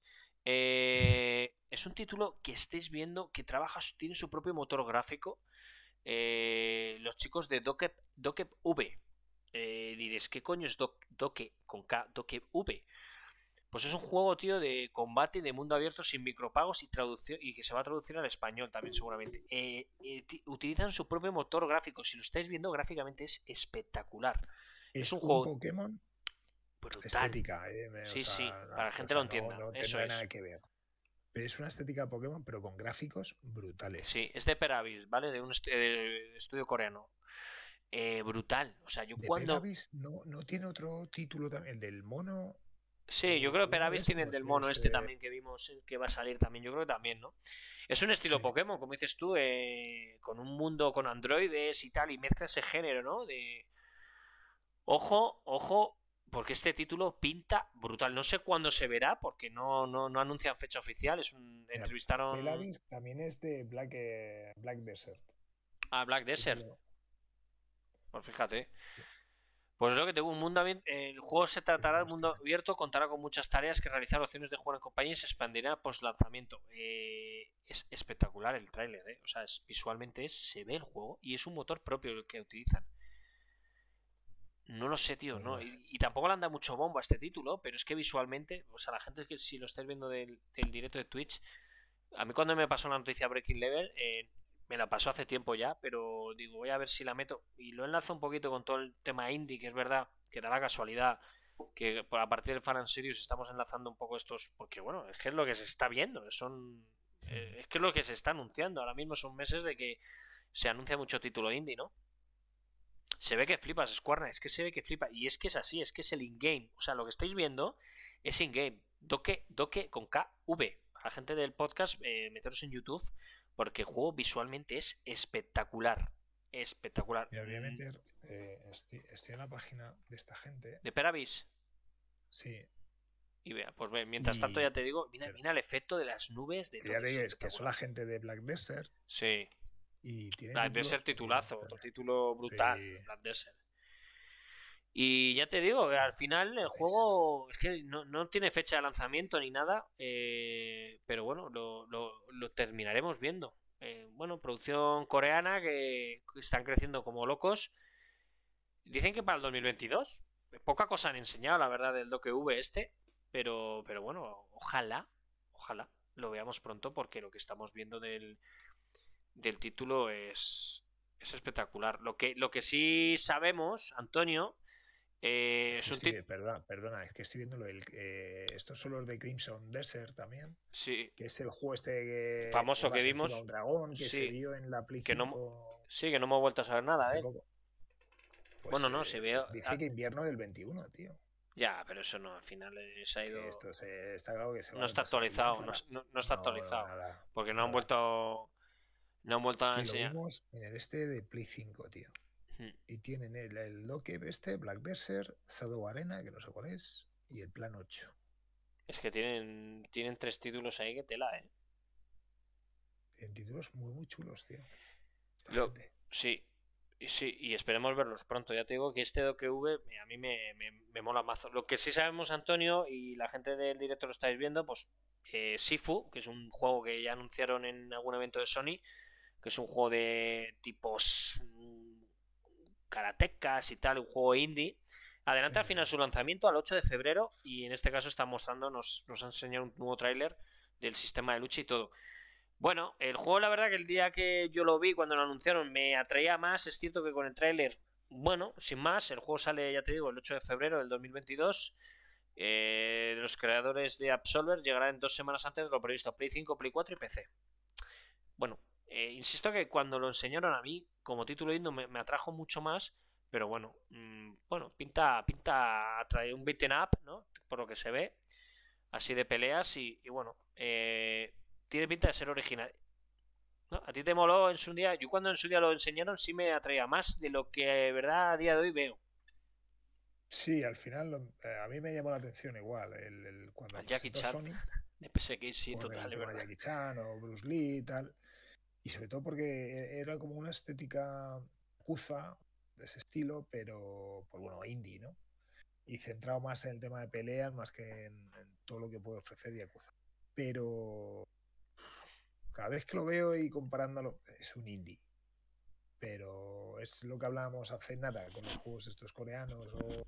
Es un título que estéis viendo que tiene su propio motor gráfico. Los chicos de Dokep V. Diréis, ¿qué coño es Doke con K? Dokep V. Pues es un juego, tío, de combate de mundo abierto sin micropagos y traducción, y que se va a traducir al español también, seguramente. Utilizan su propio motor gráfico. Si lo estáis viendo, gráficamente es espectacular. Es Es un un juego Pokémon brutal. estética, o Sí, sí, sea, para que la o gente lo sea, no, entienda. no Eso tendrá nada es. que ver. Pero es una estética Pokémon, pero con gráficos Sí, brutales. es de Peravis, ¿vale? De un estudio coreano. Brutal. O sea, yo De cuando. Peravis no tiene otro título también, el del mono, Sí, yo creo que uno de Peravis tiene el estos del mono es este también que vimos que va a salir también. Yo creo que también, ¿no? Es un estilo sí, Pokémon, como dices tú, con un mundo con androides y tal, y mezcla ese género, ¿no? Ojo, ojo, porque este título pinta brutal. No sé cuándo se verá, porque no anuncian fecha oficial. Mira, Entrevistaron Telaris también es de Black Desert. a Black Desert. Título. Pues fíjate. Pues lo que tengo un mundo abierto. El juego se tratará de mundo abierto, contará con muchas tareas que realizar, opciones de juego en compañía y se expandirá post lanzamiento. Es espectacular el tráiler, ¿eh? O sea, visualmente se ve el juego y es un motor propio el que utilizan. No lo sé, tío, ¿no? Y tampoco le han dado mucho bombo a este título, pero es que visualmente, o sea, la gente que si lo estáis viendo del directo de Twitch, a mí cuando me pasó la noticia Breaking Level, me la pasó hace tiempo ya, pero digo, voy a ver si la meto. Y lo enlazo un poquito con todo el tema indie, que es verdad, que da la casualidad que a partir del Fan and Serious estamos enlazando un poco estos, porque bueno, es que es lo que se está viendo, es que es lo que se está anunciando. Ahora mismo son meses de que se anuncia mucho título indie, ¿no? Se ve que flipas, Squarna, es que se ve que flipa. Y es que es así, es que es el in-game. O sea, lo que estáis viendo es in-game. Doke con KV. A la gente del podcast, meteros en YouTube, porque el juego visualmente es espectacular. Espectacular. Mira, voy a meter. Estoy en la página de esta gente. ¿De Peravis? Sí. Y vea, pues ve, mientras tanto ya te digo, mira el efecto de las nubes de todo. Ya te digo, es que son la gente de Black Desert. Sí. Y tienen Black Desert titulazo, otro título brutal. Sí. Black Desert. Y ya te digo, al final el juego es que no tiene fecha de lanzamiento ni nada, pero bueno, lo terminaremos viendo. Bueno, producción coreana que están creciendo como locos. Dicen que para el 2022. Poca cosa han enseñado, la verdad, del DokeV pero bueno, ojalá lo veamos pronto porque lo que estamos viendo del título es espectacular. Lo que sí sabemos, Antonio, perdona, es que estoy viendo estos son los de Crimson Desert también. Sí. Que es el juego que famoso que vimos. Un dragón que sí, se vio en la Play 5. Que no hemos vuelto a saber nada de él. Pues, bueno, no, se ve. Dice que invierno del 21, tío. Ya, pero eso no, al final se ha ido. Está claro que se no está actualizado, no está actualizado. Porque no han vuelto. No han vuelto a enseñar. Lo vimos en el de Play 5, tío. Y tienen el Doke Black Desert, Shadow Arena, que no sé cuál es, y el Plan 8. Es que tienen 3 títulos ahí que tela, Tienen títulos muy chulos, tío. Sí, y esperemos verlos pronto. Ya te digo que este DokeV a mí me mola mazo. Lo que sí sabemos, Antonio, y la gente del directo lo estáis viendo, pues Sifu, que es un juego que ya anunciaron en algún evento de Sony, que es un juego de tipos karatecas y tal, un juego indie. Adelanta al final su lanzamiento al 8 de febrero y en este caso está mostrando, nos ha enseñado un nuevo tráiler del sistema de lucha y todo. Bueno, el juego la verdad que el día que yo lo vi cuando lo anunciaron me atraía más. Es cierto que con el tráiler, bueno, sin más, el juego sale, ya te digo, el 8 de febrero del 2022. Los creadores de Absolver llegarán 2 semanas antes de lo previsto, Play 5, Play 4 y PC. Bueno, insisto que cuando lo enseñaron a mí como título indie me atrajo mucho más, pero bueno, pinta atrae un beat'em up, ¿no? Por lo que se ve, así de peleas y bueno, tiene pinta de ser original. ¿No? ¿A ti te moló en su día? Yo cuando en su día lo enseñaron sí me atraía más de lo que de verdad a día de hoy veo. Sí, al final a mí me llamó la atención igual cuando el Jackie Chan Sony, de PSX, sí, total, el tema Jackie Chan o Bruce Lee y tal, y sobre todo porque era como una estética yakuza de ese estilo, pero pues bueno, indie, ¿no? Y centrado más en el tema de peleas más que en todo lo que puede ofrecer Yakuza. Pero cada vez que lo veo y comparándolo, es un indie. Pero es lo que hablábamos hace nada con los juegos estos coreanos o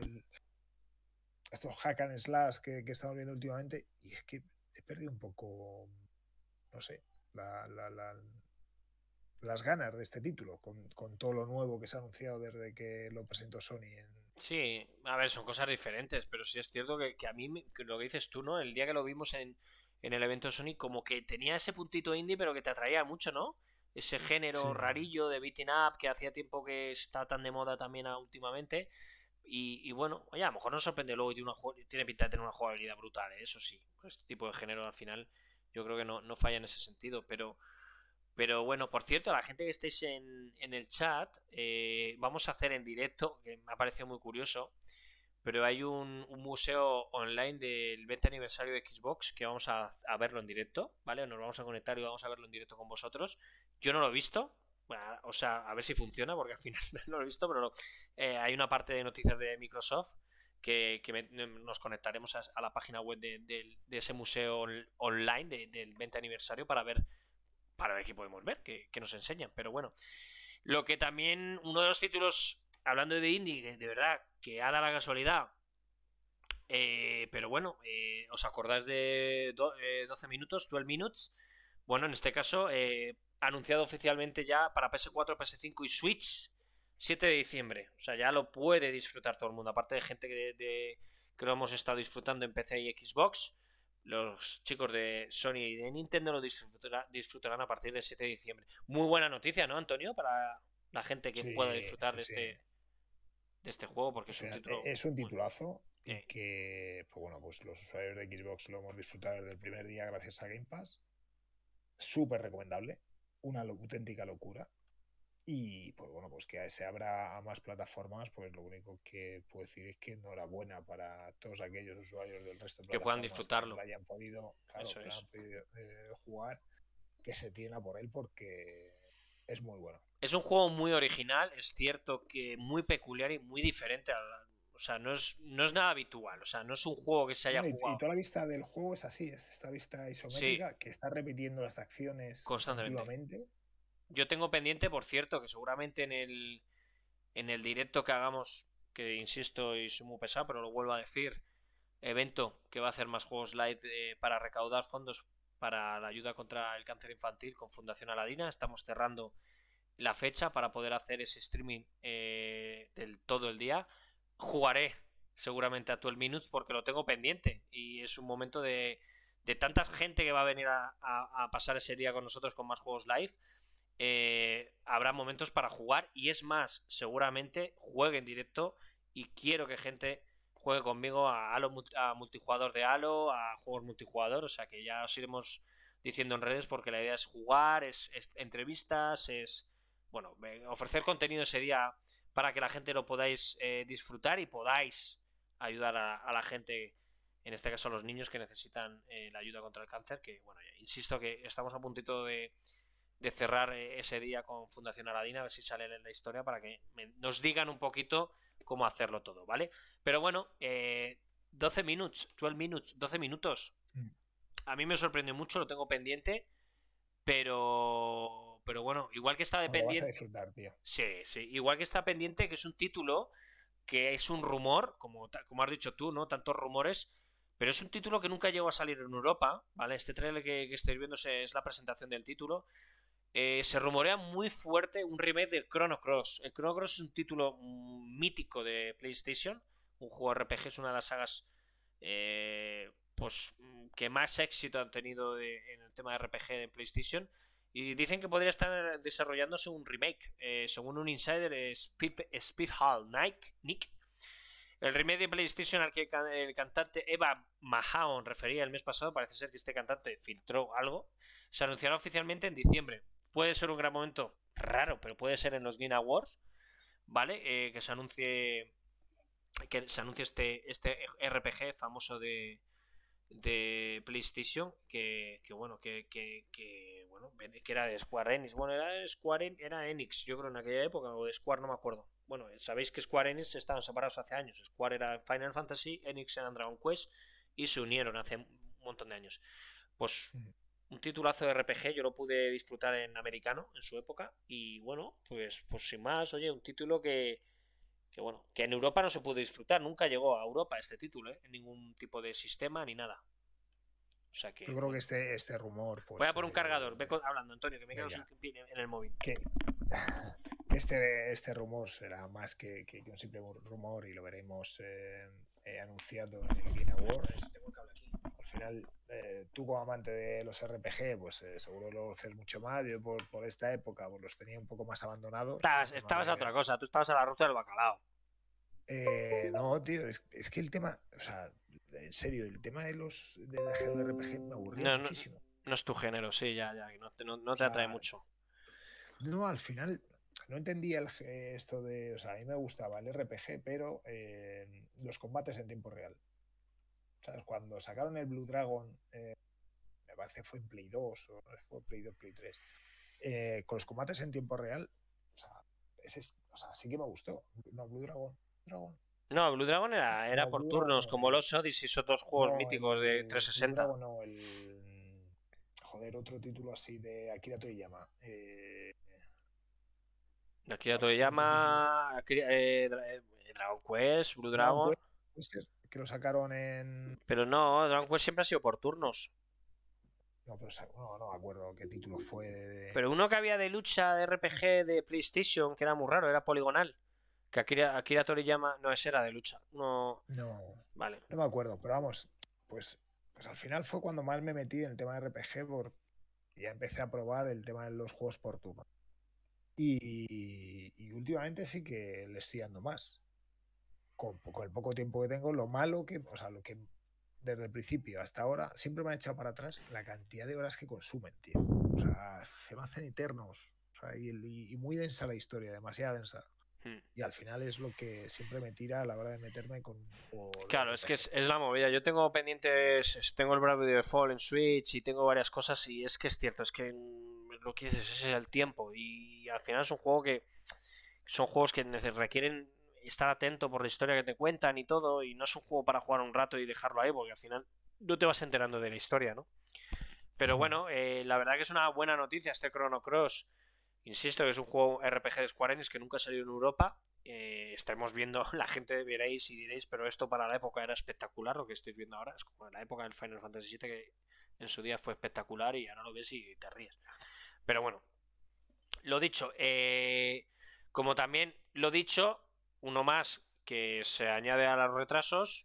estos hack and slash que estamos viendo últimamente. Y es que he perdido un poco, no sé, las ganas de este título con todo lo nuevo que se ha anunciado desde que lo presentó Sony Sí, a ver, son cosas diferentes, pero sí es cierto que a mí, que lo que dices tú, ¿no? El día que lo vimos en el evento de Sony, como que tenía ese puntito indie, pero que te atraía mucho, ¿no? Ese género rarillo de beating up que hacía tiempo que está tan de moda también últimamente. Y bueno, oye, a lo mejor nos sorprende luego y tiene pinta de tener una jugabilidad brutal, eso sí. Este tipo de género al final yo creo que no falla en ese sentido, pero bueno, por cierto, a la gente que estéis en el chat, vamos a hacer en directo, que me ha parecido muy curioso, pero hay un museo online del 20 aniversario de Xbox que vamos a verlo en directo, ¿vale? Nos vamos a conectar y vamos a verlo en directo con vosotros. Yo no lo he visto, bueno, o sea, a ver si funciona, porque al final no lo he visto, pero hay una parte de noticias de Microsoft nos conectaremos a la página web de ese museo online del 20 aniversario para ver qué podemos ver, qué nos enseñan. Pero bueno, lo que también, uno de los títulos, hablando de indie, de verdad, que ha dado la casualidad, pero bueno, ¿os acordáis de 12 minutos, 12 minutes? Bueno, en este caso, anunciado oficialmente ya para PS4, PS5 y Switch, 7 de diciembre. O sea, ya lo puede disfrutar todo el mundo. Aparte de gente que lo hemos estado disfrutando en PC y Xbox, los chicos de Sony y de Nintendo lo disfrutarán a partir del 7 de diciembre. Muy buena noticia, ¿no, Antonio? Para la gente que pueda Sí, disfrutar sí, sí. de este juego, porque Al es un final, título es un muy... titulazo y Eh, que, pues bueno, pues los usuarios de Xbox lo hemos disfrutado desde el primer día gracias a Game Pass. Súper recomendable, una auténtica locura. Y pues bueno, pues que se abra a más plataformas, pues lo único que puedo decir es que enhorabuena para todos aquellos usuarios del resto de que puedan plataformas que no lo disfrutarlo. hayan podido, claro, Eso que no es. han podido jugar, que se tiren a por él porque es muy bueno. Es un juego muy original, es cierto que muy peculiar y muy diferente o sea, no es nada habitual, o sea, no es un juego que se haya No, y jugado. toda la vista del juego es así, es esta vista Sí, isométrica que está repitiendo las acciones constantemente. continuamente. Yo tengo pendiente, por cierto, que seguramente en el directo que hagamos, que insisto y soy muy pesado, pero lo vuelvo a decir, evento que va a hacer más juegos live para recaudar fondos para la ayuda contra el cáncer infantil con Fundación Aladina. Estamos cerrando la fecha para poder hacer ese streaming del todo el día. Jugaré seguramente a 12 Minutes porque lo tengo pendiente y es un momento de tanta gente que va a venir a pasar ese día con nosotros con más juegos live. Habrá momentos para jugar y es más, seguramente juegue en directo y quiero que gente juegue conmigo a multijugador de Halo, a juegos multijugador, o sea que ya os iremos diciendo en redes porque la idea es jugar, es entrevistas, es bueno, ofrecer contenido ese día para que la gente lo podáis disfrutar y podáis ayudar a la gente, en este caso a los niños que necesitan la ayuda contra el cáncer, que bueno, ya, insisto que estamos a puntito de cerrar ese día con Fundación Aladina, a ver si sale en la historia para que nos digan un poquito cómo hacerlo todo, ¿vale? Pero bueno, 12 minutos, 12 minutes, 12 minutos. Mm. A mí me sorprendió mucho, lo tengo pendiente, pero bueno, igual que está No, lo vas a pendiente, disfrutar, tío. sí, sí, igual que está pendiente que es un título que es un rumor, como has dicho tú, ¿no? Tantos rumores, pero es un título que nunca llegó a salir en Europa, ¿vale? Este trailer que estáis viendo es la presentación del título. Se rumorea muy fuerte un remake del Chrono Cross. El Chrono Cross es un título mítico de PlayStation, un juego RPG, es una de las sagas pues que más éxito han tenido en el tema de RPG de PlayStation. Y dicen que podría estar desarrollándose un remake. Según un insider, Speed Hall Nick. El remake de PlayStation al que el cantante Eva Mahone refería el mes pasado, parece ser que este cantante filtró algo, se anunciará oficialmente en diciembre. Puede ser un gran momento raro, pero puede ser en los Game Awards, ¿vale? Que se anuncie este RPG famoso de PlayStation bueno bueno que era de Square Enix, bueno era Enix, yo creo en aquella época, o de Square, no me acuerdo. Bueno, sabéis que Square Enix estaban separados hace años. Square era Final Fantasy, Enix era Dragon Quest y se unieron hace un montón de años. Pues Mm. un titulazo de RPG, yo lo pude disfrutar en americano en su época y bueno, pues sin más, oye, un título que bueno, que en Europa no se pudo disfrutar, nunca llegó a Europa este título, en ningún tipo de sistema ni nada. O sea Yo que, creo que bueno. este rumor, Voy a pues por un cargador, hablando, Antonio, que me quedo sin venga, pin en el móvil. que este rumor será más que un simple rumor y lo veremos anunciado en el Game Awards. Tengo el cable aquí. Al final, tú como amante de los RPG, pues seguro lo haces mucho más. Yo por esta época pues, los tenía un poco más abandonados. No Estabas a otra cosa, tú estabas a la ruta del bacalao. no, tío, es que el tema, o sea, en serio, el tema de los del género RPG me aburría No, no, muchísimo. no es tu género, sí, ya, que no O te atrae sea, mucho. no, al final. no entendía esto de, o sea, a mí me gustaba el RPG, pero los combates en tiempo real. ¿Sabes? Cuando sacaron el Blue Dragon, me parece fue en Play 2 o fue Play 2, Play 3, con los combates en tiempo real, o sea, o sea, sí que me gustó. No, Dragon. No, Blue Dragon era No, por Blue Dragon turnos, no, como los Odyssey y otros juegos no, míticos de Blue 360. Dragon no, joder, otro título así de Akira Toriyama. Akira Otro título. Toriyama, Dragon Quest, Blue Dragon Dragon. Quest, puede ser, que lo sacaron en. Pero no, Dragon Quest siempre ha sido por turnos. No, pero no me acuerdo qué título fue Pero uno que había de lucha de RPG de PlayStation, que era muy raro, era poligonal. Que Akira Toriyama. No, ese era de lucha. No. No, Vale. no me acuerdo, pero vamos, pues al final fue cuando más me metí en el tema de RPG, y ya empecé a probar el tema de los juegos por turno. Y últimamente sí que le estoy dando más. Con el poco tiempo que tengo, lo malo que, o sea, lo que desde el principio hasta ahora siempre me han echado para atrás la cantidad de horas que consumen, tío. O sea, se me hacen eternos. O sea, y muy densa la historia, demasiado densa. Y al final es lo que siempre me tira a la hora de meterme con un juego de Claro, es que RPG. es la movida. Yo tengo pendientes, tengo el Bravely Default en Switch y tengo varias cosas y es que es cierto, es que lo que dices es el tiempo y al final es un juego que son juegos que requieren estar atento por la historia que te cuentan y todo y no es un juego para jugar un rato y dejarlo ahí porque al final no te vas enterando de la historia, ¿no? Pero bueno, la verdad que es una buena noticia este Chrono Cross. Insisto que es un juego RPG de Square Enix que nunca ha salido en Europa. Estaremos viendo, la gente veréis y diréis, pero esto para la época era espectacular, lo que estáis viendo ahora. Es como en la época del Final Fantasy VII que en su día fue espectacular y ahora lo ves y te ríes. Pero bueno, lo dicho, como también lo dicho, uno más que se añade a los retrasos,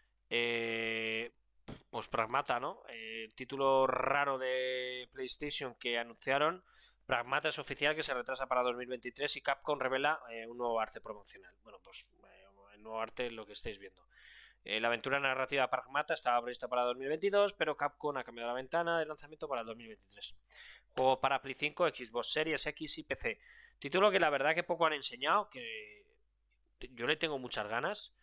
eh, pues Pragmata, ¿no? El título raro de PlayStation que anunciaron. Pragmata es oficial que se retrasa para 2023 y Capcom revela un nuevo arte promocional. Bueno, pues el nuevo arte es lo que estáis viendo. La aventura narrativa Pragmata estaba prevista para 2022, pero Capcom ha cambiado la ventana de lanzamiento para 2023. Juego para Play 5, Xbox Series X y PC. Título que la verdad que poco han enseñado, que yo le tengo muchas ganas.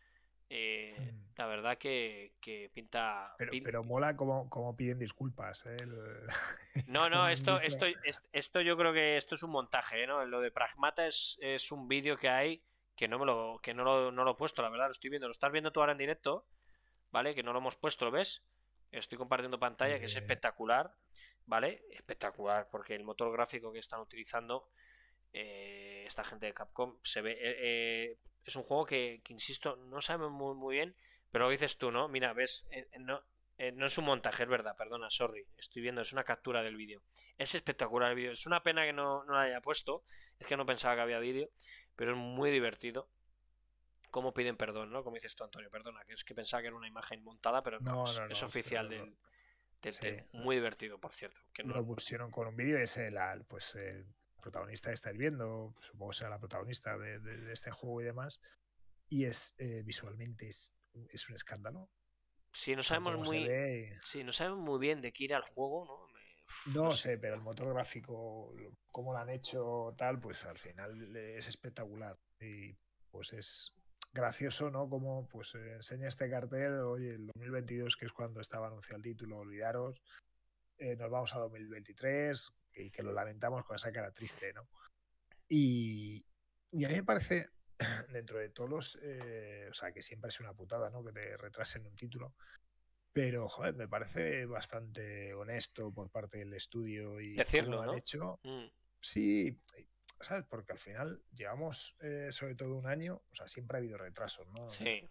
La verdad que pinta. Pero mola como piden disculpas, ¿eh? No, Como no, han dicho. esto yo creo que esto es un montaje, ¿no? Lo de Pragmata es un vídeo que hay que no lo he puesto, la verdad, lo estoy viendo. Lo estás viendo tú ahora en directo, ¿vale? Que no lo hemos puesto, ¿lo ves? Estoy compartiendo pantalla, que es espectacular, ¿vale? Espectacular, porque el motor gráfico que están utilizando esta gente de Capcom se ve. Es un juego que, insisto, no sabemos muy bien, pero lo dices tú, ¿no? Mira, ves, no es un montaje, es verdad, perdona, sorry. Estoy viendo, es una captura del vídeo. Es espectacular el vídeo. Es una pena que no lo haya puesto. Es que no pensaba que había vídeo. Pero es muy divertido. Cómo piden perdón, ¿no? Como dices tú, Antonio, perdona. Que es que pensaba que era una imagen montada, pero no, No, es oficial del sí, tema. Muy divertido, por cierto. Que no... lo pusieron con un vídeo y es pues, el protagonista que estáis viendo, supongo que será la protagonista de este juego y demás. Y visualmente es un escándalo. Si no O sea, sabemos cómo se muy. ve. Si no sabemos muy bien de qué ir al juego, ¿no? No No sé. sé, pero el motor gráfico, cómo lo han hecho tal, pues al final es espectacular. Y pues es gracioso, ¿no? Como pues enseña este cartel, oye, el 2022, que es cuando estaba anunciado el título, olvidaros, nos vamos a 2023 y que lo lamentamos con esa cara triste, ¿no? Y a mí me parece, dentro de todos los, o sea, que siempre es una putada, ¿no? Que te retrasen un título. Pero, joder, me parece bastante honesto por parte del estudio y cómo Decirlo, lo han ¿no? hecho. Mm, Sí, ¿sabes? Porque al final llevamos sobre todo un año, o sea, siempre ha habido retrasos, ¿no? sí,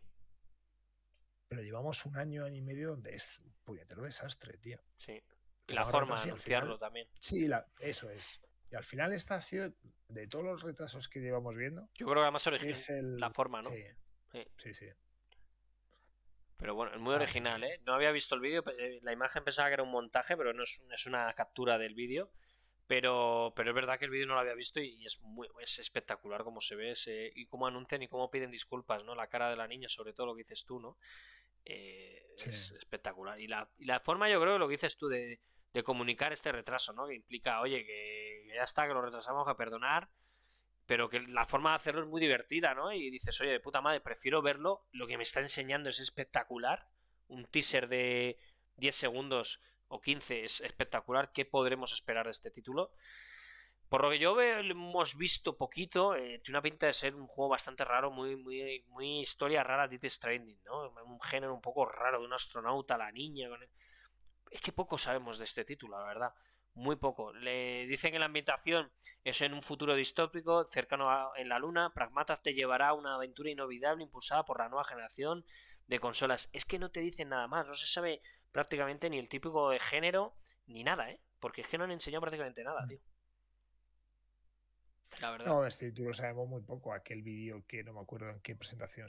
Pero llevamos un año y medio donde es un puñetero desastre, tío. sí. Y la Tenemos forma de retrasos y al anunciarlo final, también. sí, eso es. Y al final esta ha sido, de todos los retrasos que llevamos viendo, Yo creo que además es la el. forma, ¿no? Sí, Sí. sí, sí. Pero bueno, es muy Así original, que. ¿eh? No había visto el vídeo, la imagen pensaba que era un montaje, pero no es una captura del vídeo. Pero es verdad que el vídeo no lo había visto y es espectacular cómo se ve y cómo anuncian y cómo piden disculpas, ¿no? La cara de la niña, sobre todo lo que dices tú, ¿no? Sí, Es espectacular. Y la forma, yo creo, lo que dices tú de comunicar este retraso, ¿no? Que implica, oye, que ya está, que lo retrasamos, a perdonar, pero que la forma de hacerlo es muy divertida, ¿no? Y dices, oye, de puta madre, prefiero verlo, lo que me está enseñando es espectacular, un teaser de 10 segundos o 15 es espectacular, ¿qué podremos esperar de este título? Por lo que yo veo, hemos visto poquito, tiene una pinta de ser un juego bastante raro, muy historia rara de Death Stranding, ¿no? Un género un poco raro de un astronauta, la niña. Es que poco sabemos de este título, la verdad. Muy poco. Le dicen que la ambientación es en un futuro distópico, en la luna. Pragmatas te llevará a una aventura inolvidable impulsada por la nueva generación de consolas. Es que no te dicen nada más, no se sabe prácticamente ni el típico de género ni nada, ¿eh? Porque es que no han enseñado prácticamente nada, tío. La verdad. No, de este título sabemos muy poco. Aquel vídeo que no me acuerdo en qué presentación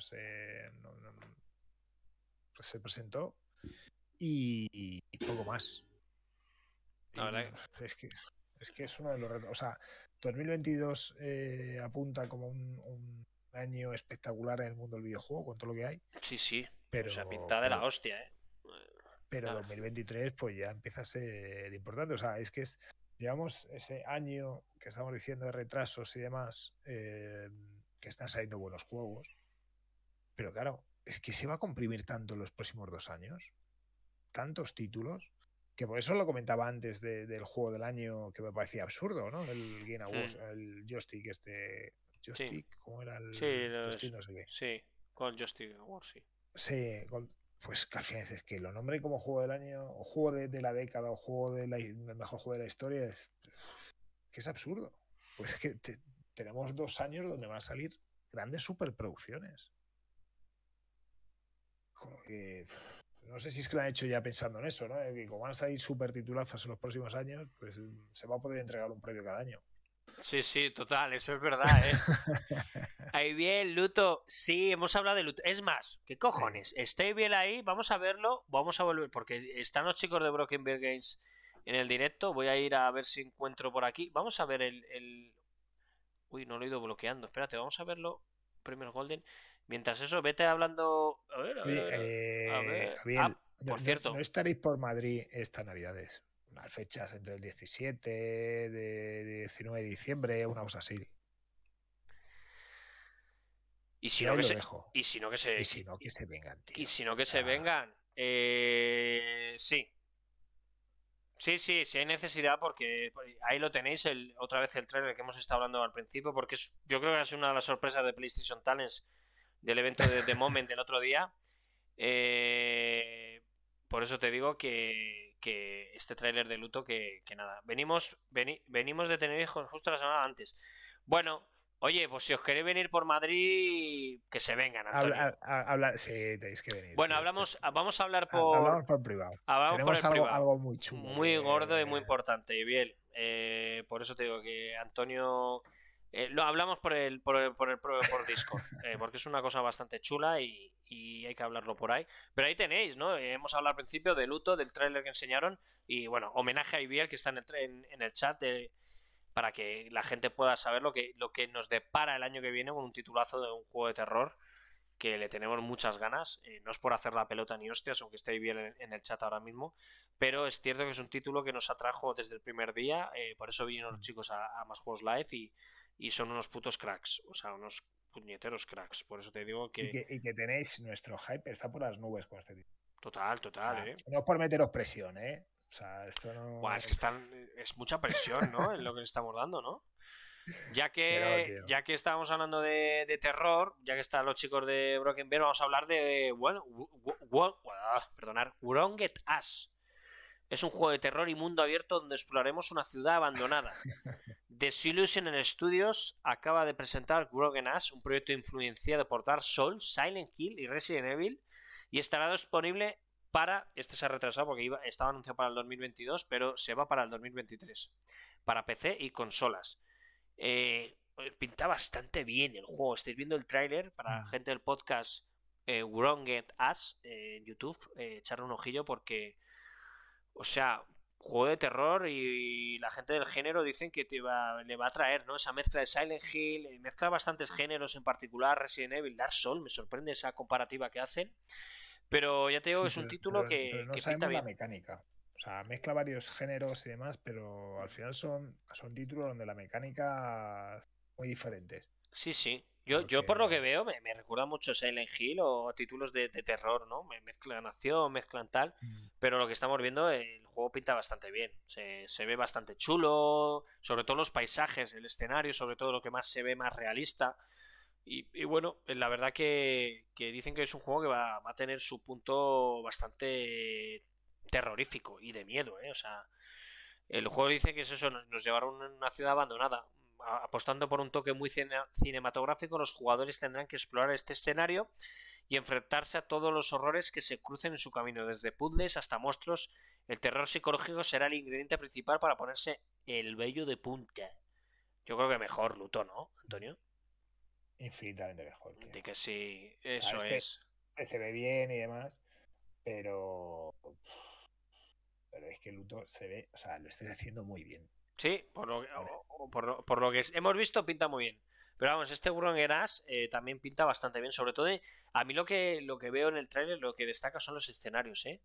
se presentó y poco más. La verdad Es que es uno de los retos. O sea, 2022 apunta como un año espectacular en el mundo del videojuego con todo lo que hay. sí. Pero, O sea, pintada de la hostia, ¿eh? pero Claro. 2023 pues ya empieza a ser importante. O sea, llevamos ese año que estamos diciendo de retrasos y demás, que están saliendo buenos juegos. Pero claro, es que se va a comprimir tanto en los próximos 2 años. Tantos títulos. Que por eso lo comentaba antes del juego del año que me parecía absurdo, ¿no? El Game Awards, el joystick Sí. ¿cómo era el Sí, joystick? No sé qué. sí, con Joystick Award, sí. Sí, pues que al final dices que lo nombre como juego del año, o juego de la década, o juego el mejor juego de la historia, que es absurdo. Pues es que tenemos 2 años donde van a salir grandes superproducciones. Con lo que, no sé si es que lo han hecho ya pensando en eso, ¿no? Que como van a salir super titulazos en los próximos años, pues se va a poder entregar un premio cada año. Sí, total, eso es verdad, ¿eh? Ahí bien, Luto. Sí, hemos hablado de Luto. Es más, ¿qué cojones? Estoy bien ahí, vamos a verlo, vamos a volver, porque están los chicos de Broken Bear Games en el directo. Voy a ir a ver si encuentro por aquí. Vamos a ver el... Uy, no lo he ido bloqueando. Espérate, vamos a verlo. Premios Golden. Mientras eso, vete hablando... Oye, A ver... Gabriel, Ah, por cierto. no estaréis por Madrid estas Navidades. Unas fechas entre el 17 de 19 de diciembre, una cosa así. Y si Yo no ahí que lo se... dejo. Y si no que Y se... si no, que se vengan, Y tío. si no que O se sea, vengan. Sí. Sí, hay necesidad porque ahí lo tenéis, otra vez el trailer que hemos estado hablando al principio, porque yo creo que ha sido una de las sorpresas de PlayStation Talents del evento de The Moment del otro día. Por eso te digo que este tráiler de luto que nada. Venimos de tener hijos justo la semana antes. Bueno, oye, pues si os queréis venir por Madrid, que se vengan, Antonio. sí, tenéis que venir, Bueno, tío. vamos a hablar Hablamos por privado. Hablamos por Tenemos el privado. algo muy chulo. Muy gordo y muy importante. Y bien, por eso te digo que Antonio. Lo hablamos por Discord, porque es una cosa bastante chula y hay que hablarlo por ahí. Pero ahí tenéis, ¿no? Hemos hablado al principio de luto, del tráiler que enseñaron. Y bueno, homenaje a Ibiel que está en el chat para que la gente pueda saber lo que nos depara el año que viene con un titulazo de un juego de terror que le tenemos muchas ganas. No es por hacer la pelota ni hostias, aunque esté bien en el chat ahora mismo, pero es cierto que es un título que nos atrajo desde el primer día. Por eso vinieron los chicos a Más Juegos Live y son unos putos cracks, o sea, unos puñeteros cracks. Por eso te digo que. Y que tenéis nuestro hype, está por las nubes con este título. Total, O sea, ¿eh? no es por meteros presión, ¿eh? O sea, esto no. Buah, es que es mucha presión, ¿no? En lo que le estamos dando, ¿no? Ya tío. que estábamos hablando de terror, ya que están los chicos de Broken Bear, vamos a hablar de, bueno, perdonar, Wronged Us. Es un juego de terror y mundo abierto donde exploraremos una ciudad abandonada. Desillusion Studios acaba de presentar Wronged Us, un proyecto influenciado por Dark Souls, Silent Hill y Resident Evil, y estará disponible este se ha retrasado porque estaba anunciado para el 2022, pero se va para el 2023, para PC y consolas. Pinta bastante bien el juego. Estáis viendo el tráiler para gente del podcast Wronged Us en YouTube. Echarle un ojillo porque, o sea, juego de terror y la gente del género dicen que le va a traer, ¿no? Esa mezcla de Silent Hill, mezcla bastantes géneros, en particular Resident Evil, Dark Souls. Me sorprende esa comparativa que hacen. Pero ya te digo, es un título pero no que sabemos pinta bien. la mecánica. O sea, mezcla varios géneros y demás, pero al final son títulos donde la mecánica muy diferentes. Sí, sí. Yo por lo que Porque veo me recuerda mucho Silent Hill o títulos de terror, ¿no? Me mezclan acción, mezclan tal. mm, Pero lo que estamos viendo, el juego pinta bastante bien. Se ve bastante chulo. Sobre todo los paisajes, el escenario, sobre todo lo que más se ve más realista. Y bueno, la verdad que dicen que es un juego que va a tener su punto bastante terrorífico y de miedo, ¿eh? O sea, el juego dice que es eso, nos llevaron a una ciudad abandonada. Apostando por un toque muy cinematográfico, los jugadores tendrán que explorar este escenario y enfrentarse a todos los horrores que se crucen en su camino, desde puzzles hasta monstruos. El terror psicológico será el ingrediente principal para ponerse el vello de punta. Yo creo que mejor, Luto, ¿no, Antonio? infinitamente mejor, tío. De que sí, O sea, eso este es. se ve bien y demás, pero, pero es que Luto se ve, o sea, lo estoy haciendo muy bien. Sí, por lo, Ahora, por lo que hemos visto, pinta muy bien. Pero vamos, este Burro en también pinta bastante bien. Sobre todo, a mí lo que veo en el tráiler, lo que destaca son los escenarios, ¿eh?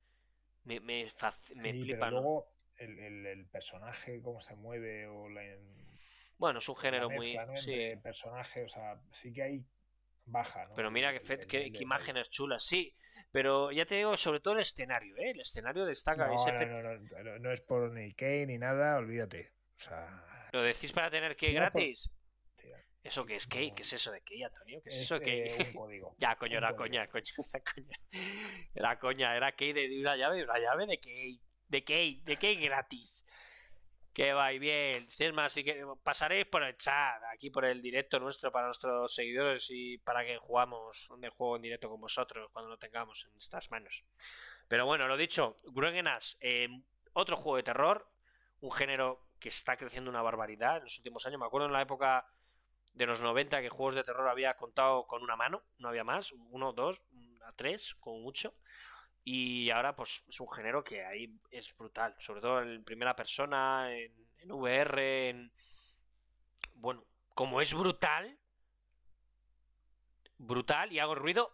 Me sí, pero flipan, ¿no? luego el personaje, cómo se mueve o Bueno, es un la género muy... mezcla, ¿no? Sí, Entre personajes, o sea, sí que hay baja, ¿no? pero mira El nivel qué de detalle. imágenes chulas, sí. Pero ya te digo, sobre todo el escenario, ¿eh? El escenario destaca ese No, no, efecto. no, no, no, no es por ni Kane ni nada, olvídate. O sea, ¿Lo decís para tener que encima por. gratis? Tío, ¿Eso qué es Key? no, ¿Qué es eso de Key, Antonio? ¿Qué es eso es de Key? un código. Ya, coño, Un era código. coña, coño, era coña. Era coña, era Key de una llave de Key. De Key gratis. Que va y bien. Si es más, si que pasaréis por el chat, aquí por el directo nuestro para nuestros seguidores y para que jugamos un juego en directo con vosotros cuando lo tengamos en nuestras manos. Pero bueno, lo dicho, Gruegenas, otro juego de terror, un género que está creciendo una barbaridad en los últimos años. Me acuerdo en la época de los 90 que juegos de terror había contado con una mano, no había más, uno, dos, a tres, como mucho. Y ahora pues es un género que ahí es brutal, sobre todo en primera persona, en VR, Bueno, como es brutal, brutal, y hago ruido...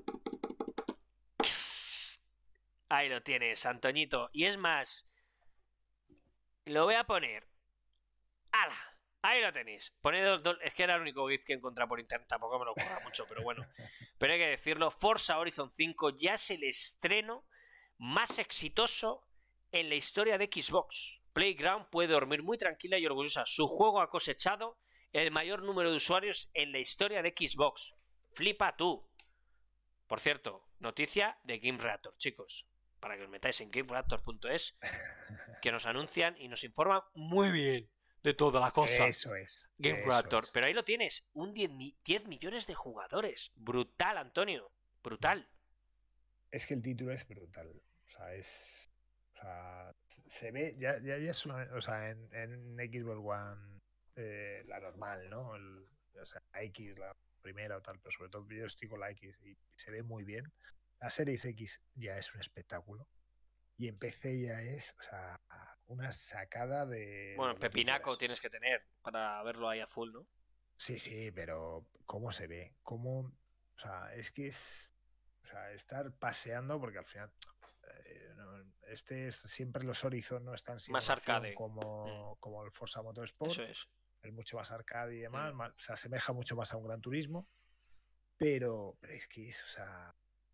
Ahí lo tienes, Antoñito. Y es más, lo voy a poner. ¡Hala! Ahí lo tenéis. Poned es que era el único GIF que encontré por internet. Tampoco me lo ocurra mucho, pero bueno. Pero hay que decirlo. Forza Horizon 5 ya es el estreno más exitoso en la historia de Xbox. Playground puede dormir muy tranquila y orgullosa. Su juego ha cosechado el mayor número de usuarios en la historia de Xbox. Flipa tú. Por cierto, noticia de Game Reactor, chicos. Para que os metáis en gamereactor.es, que nos anuncian y nos informan muy bien de toda la cosa. Eso es. Game Eso Reactor. es. Pero ahí lo tienes, un 10 millones de jugadores. Brutal, Antonio. Brutal. Es que el título es brutal. O sea, es. O sea, se ve. Ya es una. O sea, en Xbox One, la normal, ¿no? O sea, la X, la primera o tal, pero sobre todo yo estoy con la X y se ve muy bien. La Series X ya es un espectáculo. Y en PC ya es, o sea, una sacada Bueno, de lo que pepinaco quieras. tienes que tener para verlo ahí a full, ¿no? Sí, sí, pero ¿cómo se ve? ¿Cómo? O sea, es que es. O sea, estar paseando, porque al final. Este es siempre los Horizon no están Más simulación arcade. Mm, como el Forza eso Motorsport, es. es mucho más arcade y Mm. demás, se asemeja mucho más a un Gran Turismo, pero es que es, o sea,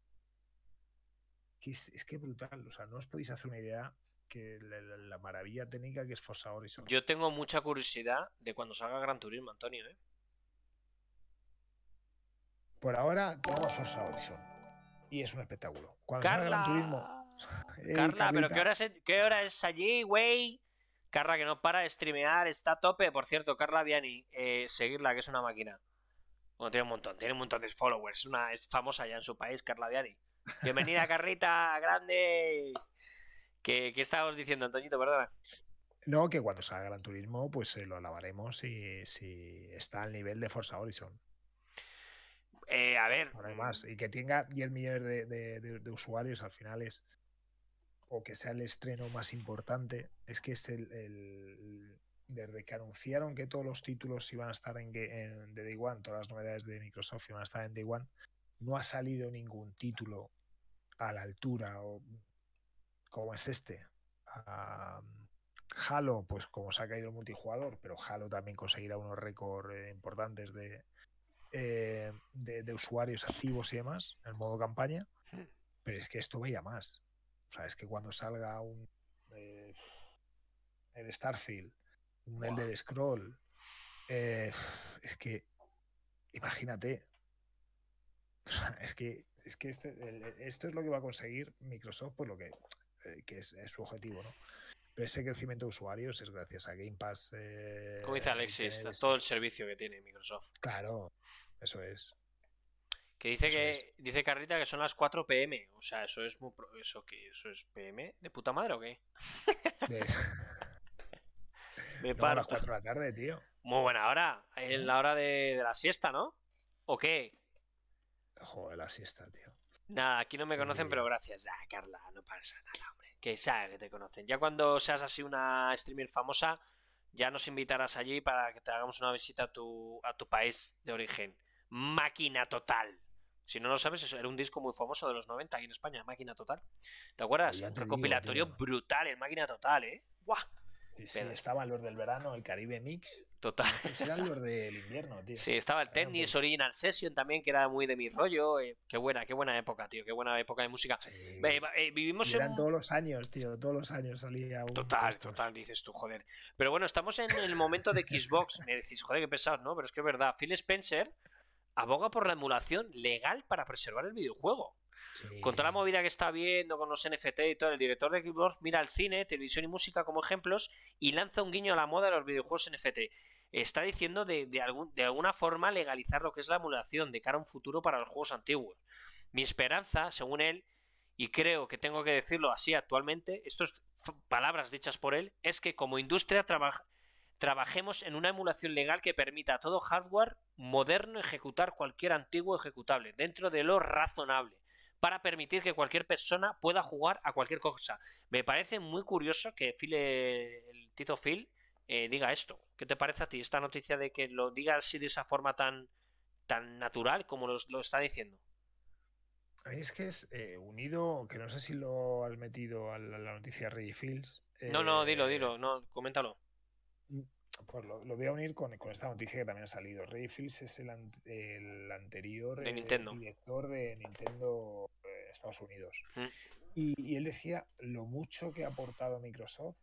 es que brutal, o sea, no os podéis hacer una idea que la maravilla técnica que es Forza Horizon. Yo tengo mucha curiosidad de cuando salga Gran Turismo, Antonio, ¿eh? Por ahora tenemos Forza Horizon y es un espectáculo. Cuando salga Gran Turismo, Carla. ¡hey, Carla, pero Carlita! qué hora es allí, güey? Carla, que no para de streamear, está a tope. Por cierto, Carla Viani, seguirla, que es una máquina. Bueno, tiene un montón de followers. Es famosa ya en su país, Carla Viani. Bienvenida, Carlita, grande. ¿Qué estábamos diciendo, Antoñito? Perdona. No, que cuando salga Gran Turismo, pues lo alabaremos si está al nivel de Forza Horizon. A ver. Ahora hay más. Y que tenga 10 millones de usuarios al final es, o que sea el estreno más importante, es que es desde que anunciaron que todos los títulos iban a estar de Day One, todas las novedades de Microsoft iban a estar en Day One, no ha salido ningún título a la altura o como es este. Halo, pues como se ha caído el multijugador, pero Halo también conseguirá unos récords importantes de usuarios activos y demás, en modo campaña. Pero es que esto va a ir a más. O sea, es que cuando salga el Starfield, un Elder Scroll, es que imagínate. O sea, es que esto es lo que va a conseguir Microsoft, por lo que es su objetivo, ¿no? Pero ese crecimiento de usuarios es gracias a Game Pass Como dice y Alexis, tener a todo ese... el servicio que tiene Microsoft. Claro, eso es. Que dice Eso es. dice Carrita que son las 4 pm. O sea, eso es eso es PM de puta madre o qué? De... Me No, a las parto. 4 de la tarde, tío. Muy buena hora. Es ¿No? la hora de la siesta, ¿no? ¿O qué? Joder, la siesta, tío. Nada, aquí no me Qué conocen, pero envidia. gracias. Ah, Carla, no pasa nada, hombre. Que sabe que te conocen. Ya cuando seas así una streamer famosa, ya nos invitarás allí para que te hagamos una visita a tu país de origen. Máquina Total. Si no lo sabes, era un disco muy famoso de los 90 aquí en España, Máquina Total. ¿Te Pues acuerdas? ya Un te digo, recopilatorio tío. brutal en Máquina Total, ¿eh? ¡Buah! Sí, sí, Pero, estaban los del verano, el Caribe Mix, total. y estos eran los del invierno, tío. Sí, estaba el Eran Tennis pues, Original Session también, que era muy de mi rollo. Qué buena época, tío. Qué buena época de música. sí. Vivimos Y en eran un... todos los años, tío. Todos los años salía uno de Total, estos. total, dices tú, joder. Pero bueno, estamos en el momento de Xbox. Me decís, joder, qué pesados, ¿no? Pero es que es verdad. Phil Spencer aboga por la emulación legal para preservar el videojuego. Con toda la Sí. movida que está viendo con los NFT y todo, el director de Xbox mira el cine, televisión y música como ejemplos y lanza un guiño a la moda de los videojuegos NFT. Está diciendo de alguna forma legalizar lo que es la emulación de cara a un futuro para los juegos antiguos. Mi esperanza, según él, y creo que tengo que decirlo así actualmente, estas palabras dichas por él, es que como industria trabajemos en una emulación legal que permita a todo hardware moderno ejecutar cualquier antiguo ejecutable, dentro de lo razonable, para permitir que cualquier persona pueda jugar a cualquier cosa. Me parece muy curioso que el Tito Phil diga esto. ¿Qué te parece a ti esta noticia de que lo diga así de esa forma tan natural como lo está diciendo? A mí es que es unido, que no sé si lo has metido a la noticia Reggie Fields. No, no, dilo, no, coméntalo. Pues lo voy a unir con esta noticia que también ha salido. Reggie Fields es el anterior De Nintendo. director de Nintendo Estados Unidos. Mm. Y él decía lo mucho que ha aportado Microsoft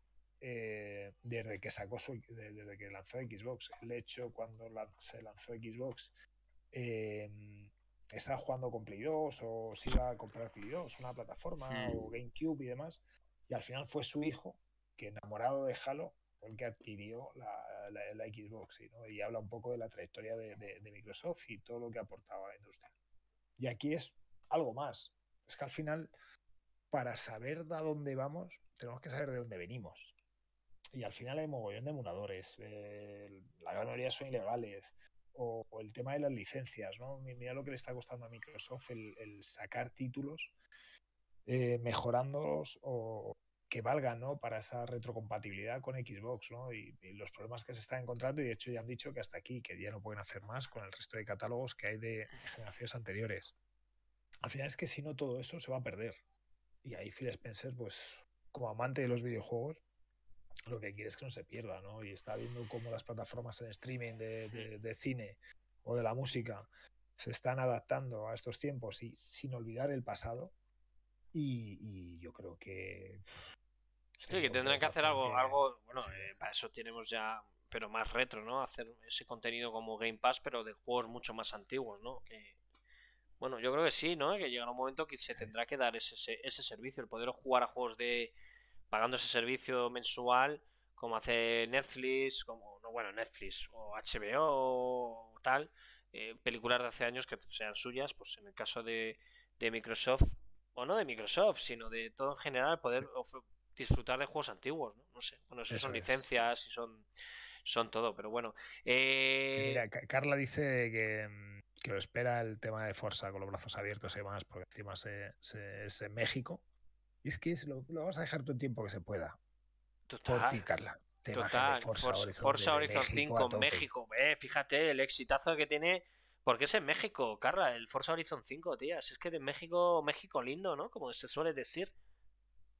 desde que desde que lanzó Xbox. El hecho, cuando se lanzó Xbox, eh, estaba jugando con Play 2 o se iba a comprar Play 2, una plataforma, o GameCube y demás. Y al final fue su hijo, que enamorado de Halo, fue el que adquirió la Xbox. ¿No? Y habla un poco de la trayectoria de Microsoft y todo lo que ha aportado a la industria. Y aquí es algo más. Es que al final, para saber de dónde vamos, tenemos que saber de dónde venimos. Y al final hay mogollón de emuladores. La gran mayoría son ilegales. O el tema de las licencias, ¿no? Mira lo que le está costando a Microsoft el sacar títulos, mejorándolos o que valgan, ¿no? Para esa retrocompatibilidad con Xbox, ¿no? Y los problemas que se están encontrando, y de hecho ya han dicho que hasta aquí, que ya no pueden hacer más con el resto de catálogos que hay de generaciones anteriores. Al final es que si no, todo eso se va a perder. Y ahí Phil Spencer, pues como amante de los videojuegos, lo que quiere es que no se pierda, ¿no? Y está viendo cómo las plataformas en streaming de cine o de la música se están adaptando a estos tiempos y sin olvidar el pasado. Y yo creo que se Sí, que encuentra tendrán que hacer razón que... bueno, Sí, para eso tenemos ya, pero más retro, ¿no? Hacer ese contenido como Game Pass, pero de juegos mucho más antiguos, ¿no? Bueno, yo creo que sí, ¿no? Que llegará un momento que se sí. tendrá que dar ese servicio, el poder jugar a juegos pagando ese servicio mensual, como hace Netflix, como, no, bueno, Netflix o HBO o tal, películas de hace años que sean suyas, pues en el caso de Microsoft, o no de Microsoft, sino de todo en general, poder disfrutar de juegos antiguos, ¿no? No sé, bueno, eso son Eso es. licencias y son todo, pero bueno. Mira, Carla dice que lo espera el tema de Forza con los brazos abiertos y demás, porque encima es en México. Y es que lo vamos a dejar todo el tiempo que se pueda. Por Total, ti, Carla. Te imagen de total. Forza Horizon Forza desde Horizon México 5 a en tope. México. Fíjate el exitazo que tiene. Porque es en México, Carla, el Forza Horizon 5, tía. Si es que de México, México lindo, ¿no? Como se suele decir.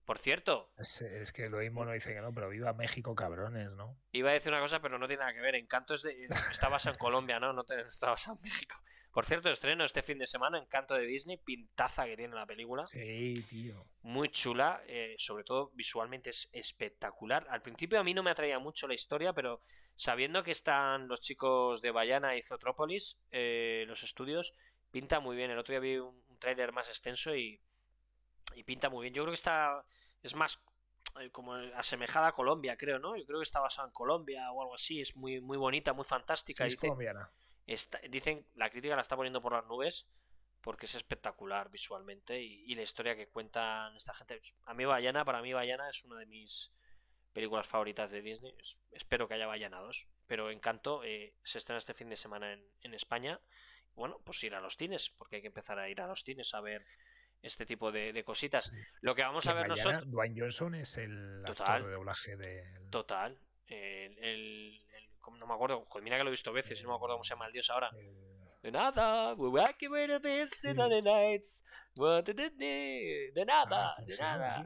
Por cierto, Es que lo mismo no dice que no, pero viva México, cabrones, ¿no? iba a decir una cosa, pero no tiene nada que ver. Encanto está basado en Colombia, ¿no? Está basado en México. Por cierto, estreno este fin de semana Encanto de Disney, pintaza que tiene la película. Sí, tío. Muy chula, sobre todo visualmente es espectacular. Al principio a mí no me atraía mucho la historia, pero sabiendo que están los chicos de Bayana y Zootropolis, los estudios, pinta muy bien. El otro día vi un tráiler más extenso y pinta muy bien. Yo creo que es más como asemejada a Colombia, creo, ¿no? Yo creo que está basada en Colombia o algo así. Es muy, muy bonita, muy fantástica. Sí, es colombiana. Dicen, la crítica la está poniendo por las nubes porque es espectacular visualmente y la historia que cuentan esta gente. Para mí Bayana es una de mis películas favoritas de Disney. Espero que haya Bayana 2. Pero Encanto se estrena este fin de semana en España. Bueno, pues ir a los cines, porque hay que empezar a ir a los cines a ver este tipo de cositas. Sí. Lo que vamos a ver nosotros... Dwayne Johnson es el actor de doblaje de... Total. No me acuerdo. Joder, mira que lo he visto veces y no me acuerdo cómo se llama el dios ahora. De nada, we're walking with a visit on the nights. De nada, de nada.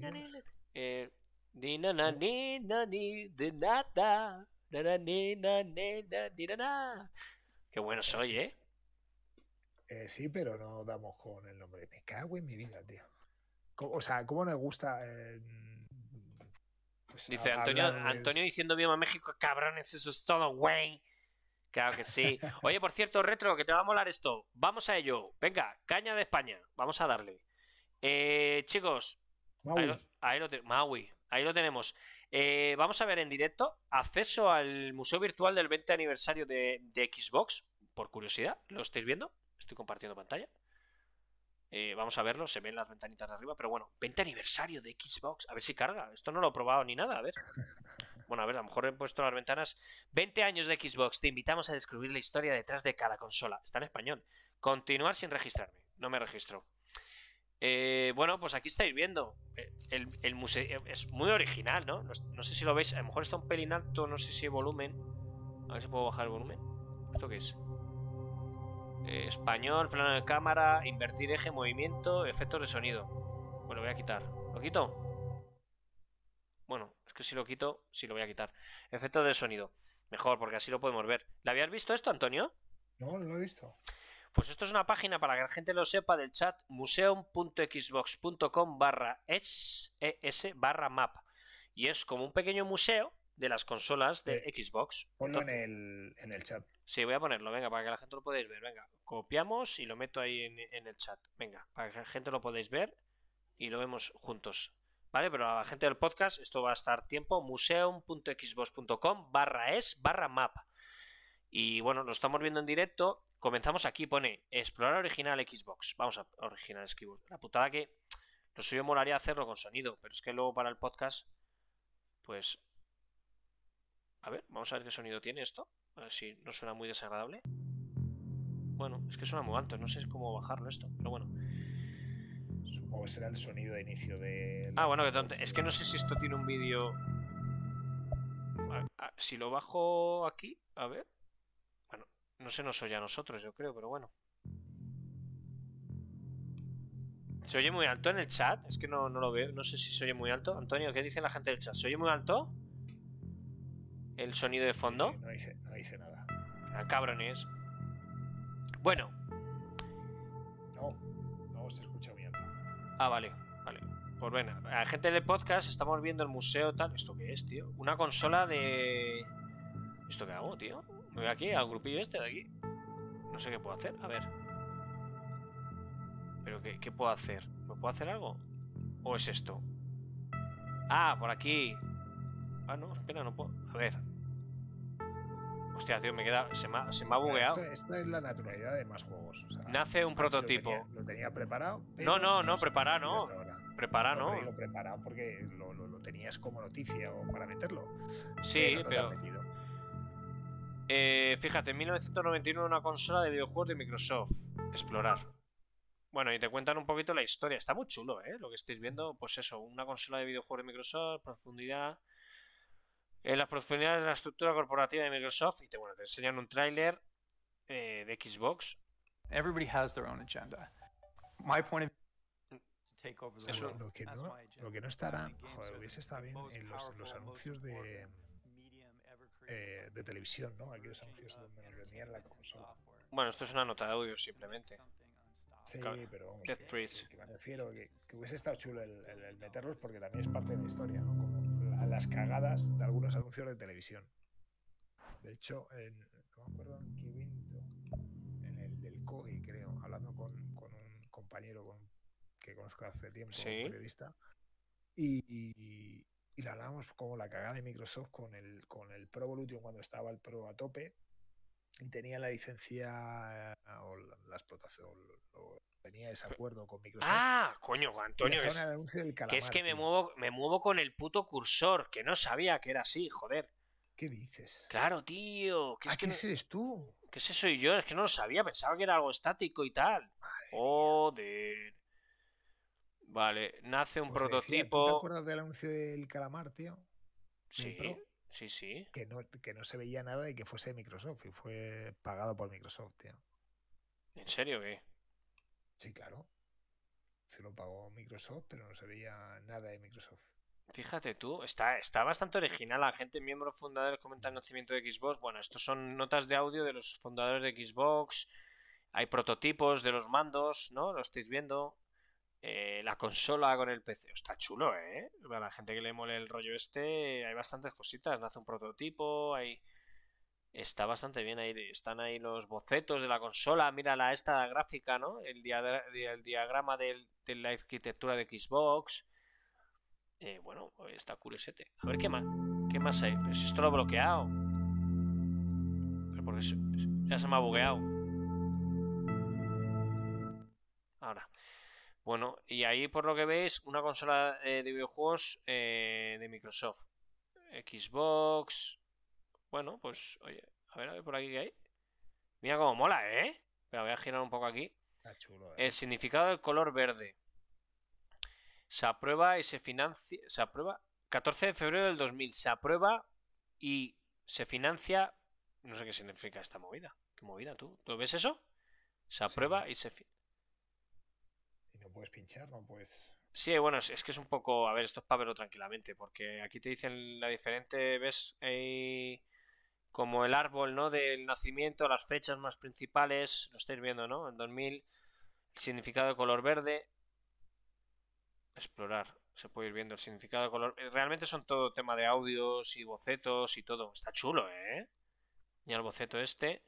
De nada. De nada. Qué bueno soy, ¿eh? Sí, pero no damos con el nombre. Me cago en mi vida, tío. O sea, ¿cómo nos gusta? Pues dice Antonio diciendo viva México, cabrones, eso es todo, güey. Claro que sí. Oye, por cierto, Retro, que te va a molar esto. Vamos a ello. Venga, caña de España. Vamos a darle. Chicos, Maui. Ahí lo tenemos. Vamos a ver en directo acceso al museo virtual del 20 aniversario de Xbox. Por curiosidad, ¿lo estáis viendo? Estoy compartiendo pantalla. Vamos a verlo, se ven las ventanitas de arriba. Pero bueno, 20 aniversario de Xbox. A ver si carga. Esto no lo he probado ni nada, a ver. Bueno, a ver, a lo mejor he puesto las ventanas. 20 años de Xbox. Te invitamos a descubrir la historia detrás de cada consola. Está en español. Continuar sin registrarme. No me registro. Bueno, pues aquí estáis viendo. El museo es muy original, ¿no? No sé si lo veis. A lo mejor está un pelín alto. No sé si hay volumen. A ver si puedo bajar el volumen. ¿Esto qué es? Español, plano de cámara, invertir eje, movimiento, efectos de sonido. Pues lo voy a quitar. ¿Lo quito? Bueno, es que si lo quito, sí lo voy a quitar. Efectos de sonido. Mejor, porque así lo podemos ver. ¿Le habías visto esto, Antonio? No, no lo he visto. Pues esto es una página, para que la gente lo sepa, del chat, museum.xbox.com/es/map. Y es como un pequeño museo de las consolas de Xbox. Ponlo en el chat. Sí, voy a ponerlo, venga, para que la gente lo podáis ver. Venga, copiamos y lo meto ahí en el chat. Venga, para que la gente lo podáis ver y lo vemos juntos. ¿Vale? Pero a la gente del podcast esto va a estar tiempo. museum.xbox.com/es/map. Y bueno, lo estamos viendo en directo. Comenzamos aquí, pone explorar original Xbox. Vamos a original Xbox. La putada que lo suyo molaría hacerlo con sonido, pero es que luego para el podcast, pues... A ver, vamos a ver qué sonido tiene esto. A ver si no suena muy desagradable. Bueno, es que suena muy alto, no sé cómo bajarlo esto, pero bueno. Supongo que será el sonido de inicio de... Bueno, que tonto. Es que no sé si esto tiene un vídeo... Si lo bajo aquí, a ver. Bueno, no se nos oye a nosotros, yo creo, pero bueno. ¿Se oye muy alto en el chat? Es que no lo veo, no sé si se oye muy alto. Antonio, ¿qué dice la gente del chat? ¿Se oye muy alto el sonido de fondo? No dice nada. Cabrones. Bueno. No se escucha muy alto. Vale. Pues bueno, a la gente del podcast estamos viendo el museo tal. ¿Esto qué es, tío? Una consola de... ¿Esto qué hago, tío? Me voy aquí al grupillo este de aquí. No sé qué puedo hacer, a ver. ¿Pero qué puedo hacer? ¿Me puedo hacer algo? ¿O es esto? Por aquí. No, espera, no puedo. A ver. Hostia, tío, se me ha bugueado. Esta es la naturalidad de más juegos. O sea, nace un prototipo. Lo tenía preparado. No, preparar no. Preparar no. Digo preparado porque lo tenías como noticia o para meterlo. Sí, pero... fíjate, en 1991 una consola de videojuegos de Microsoft. Explorar. Bueno, y te cuentan un poquito la historia. Está muy chulo, lo que estáis viendo. Pues eso, una consola de videojuegos de Microsoft, profundidad... En las profundidades de la estructura corporativa de Microsoft. Y te enseñan un tráiler de Xbox. Everybody has their own agenda. My point of... Eso. Lo que no estará, joder, hubiese estado bien en los anuncios de televisión, ¿no? Aquellos anuncios donde nos vendían la consola. Bueno, esto es una nota de audio simplemente. Sí, pero vamos, Death Freeze. que me refiero que hubiese estado chulo el meterlos porque también es parte de la historia, ¿no? Como las cagadas de algunos anuncios de televisión. De hecho, no me acuerdo en qué evento, en el del COI, creo, hablando con un compañero que conozco hace tiempo, Sí. un periodista, y le hablábamos como la cagada de Microsoft con el Pro Evolution cuando estaba el Pro a tope y tenía la licencia o la explotación, tenía ese acuerdo con Microsoft. Ah, coño, Antonio, el anuncio del calamar, que es que me muevo con el puto cursor, que no sabía que era así, joder. ¿Qué dices? Claro, tío. ¿Qué eres tú? ¿Qué ese soy yo? Es que no lo sabía, pensaba que era algo estático y tal. Joder. Vale, nace un pues prototipo. Decía, ¿tú te acuerdas del anuncio del calamar, tío? Sí, Pro? sí. Que no se veía nada y que fuese de Microsoft y fue pagado por Microsoft, tío. ¿En serio qué? Sí, claro. Se lo pagó Microsoft, pero no se veía nada de Microsoft. Fíjate tú, está bastante original. La gente, miembros fundadores, comenta el nacimiento de Xbox. Bueno, estos son notas de audio de los fundadores de Xbox. Hay prototipos de los mandos, ¿no? Lo estáis viendo. La consola con el PC. Está chulo, ¿eh? Para la gente que le mole el rollo hay bastantes cositas. Nace un prototipo, está bastante bien ahí. Están ahí los bocetos de la consola. Mira esta gráfica, ¿no? El diagrama de la arquitectura de Xbox. Bueno, está curiosete. A ver qué más hay. Pero si esto lo he bloqueado. Pero porque ya se me ha bugueado. Ahora. Bueno, y ahí por lo que veis, una consola de videojuegos de Microsoft. Xbox. Bueno, pues, oye, a ver por aquí qué hay. Mira cómo mola, ¿eh? Pero voy a girar un poco aquí. Está chulo, El significado del color verde. Se aprueba y se financia. Se aprueba 14 de febrero del 2000. Se aprueba y se financia. No sé qué significa esta movida. ¿Qué movida tú? ¿Tú ves eso? Se aprueba y se financia. Y no puedes pinchar, no puedes. Sí, bueno, es que es un poco. A ver, esto es para verlo tranquilamente. Porque aquí te dicen la diferente. ¿Ves? Como el árbol, ¿no? Del nacimiento, las fechas más principales. Lo estáis viendo, ¿no? En 2000. El significado de color verde. Explorar. Se puede ir viendo el significado de color. Realmente son todo tema de audios y bocetos y todo. Está chulo, ¿eh? Y el boceto este.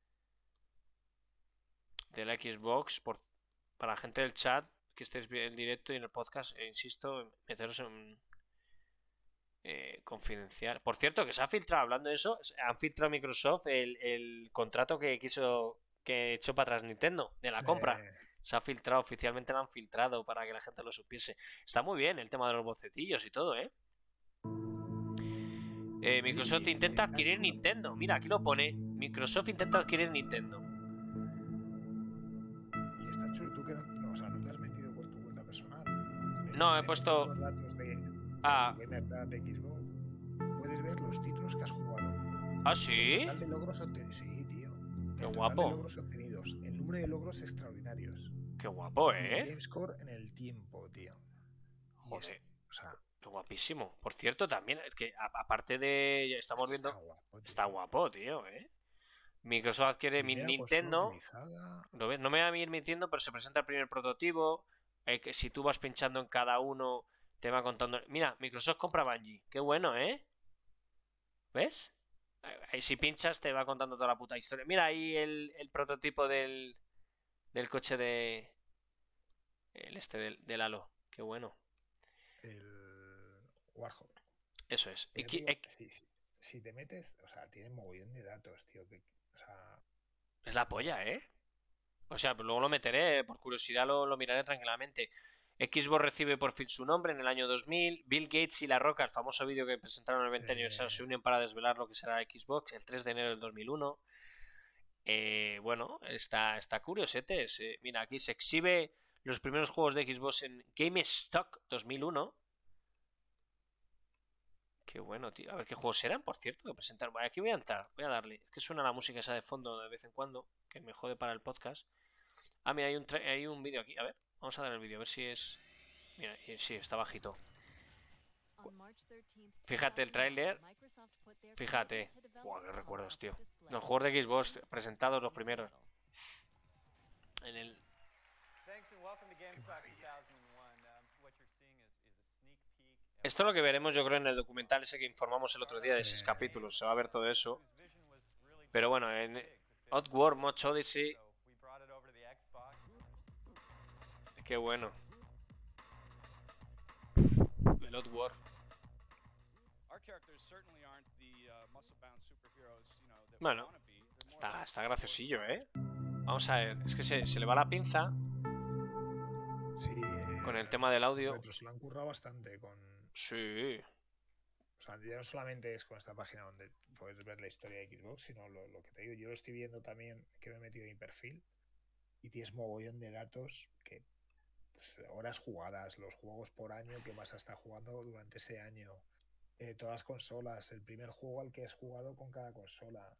De la Xbox. Para la gente del chat. Que estéis en directo y en el podcast. Insisto, meteros en. Confidencial. Por cierto, que se ha filtrado, hablando de eso, han filtrado Microsoft el contrato que echó para atrás Nintendo de la compra. Se ha filtrado, oficialmente lo han filtrado para que la gente lo supiese. Está muy bien el tema de los bocetillos y todo, ¿eh? Microsoft intenta adquirir Nintendo. Mira, aquí lo pone. Microsoft intenta adquirir Nintendo. Y está chulo. Tú que no te has metido con tu cuenta personal. No, he puesto. Los datos de Gamertag de Xbox. Puedes ver los títulos que has jugado. ¿Ah, sí? El total de logros obtenidos. Sí, tío. Qué guapo. De logros obtenidos. El número de logros extraordinarios. Qué guapo, ¿eh? El game score en el tiempo, tío. Joder. O sea, qué guapísimo. Por cierto, también, es que aparte de. Estamos viendo. Está guapo, tío, ¿eh? Microsoft adquiere Nintendo. ¿Lo ves? No me voy a ir mintiendo, pero se presenta el primer prototipo. Que si tú vas pinchando en cada uno, te va contando. Mira, Microsoft compra Bungie. Qué bueno, ¿eh? ¿Ves? Ahí si pinchas, te va contando toda la puta historia. Mira ahí el prototipo del coche de. Del Halo. Qué bueno. El Warhol. Eso es. Si te metes, o sea, tiene mogollón de datos, tío. O sea, es la polla, ¿eh? O sea, luego lo meteré, por curiosidad lo miraré tranquilamente. Xbox recibe por fin su nombre en el año 2000. Bill Gates y La Roca, el famoso vídeo que presentaron en el 20 aniversario, se unen para desvelar lo que será Xbox el 3 de enero del 2001. Bueno, está curiosete. Mira, aquí se exhibe los primeros juegos de Xbox en GameStop 2001. Qué bueno, tío. A ver qué juegos eran, por cierto, que presentaron. Aquí voy a entrar, voy a darle. Es que suena la música esa de fondo de vez en cuando, que me jode para el podcast. Ah, mira, hay un vídeo aquí. A ver, vamos a dar el vídeo, a ver si es. Mira, sí, está bajito. Fíjate el tráiler. Fíjate. Buah, qué recuerdos, tío. Los juegos de Xbox presentados los primeros. En el... Esto es lo que veremos, yo creo, en el documental ese que informamos el otro día de 6 capítulos. Se va a ver todo eso. Pero bueno, en Oddworld, Mod Odyssey. Qué bueno. El Oddworld. Bueno, está graciosillo, ¿eh? Vamos a ver. Es que se le va la pinza. Sí. Con el tema del audio. Se lo han currado bastante con... Sí. O sea, ya no solamente es con esta página donde puedes ver la historia de Xbox, sino lo que te digo, yo lo estoy viendo también, que me he metido en mi perfil, y tienes mogollón de datos que pues, horas jugadas, los juegos por año que vas a estar jugando durante ese año, todas las consolas, el primer juego al que has jugado con cada consola,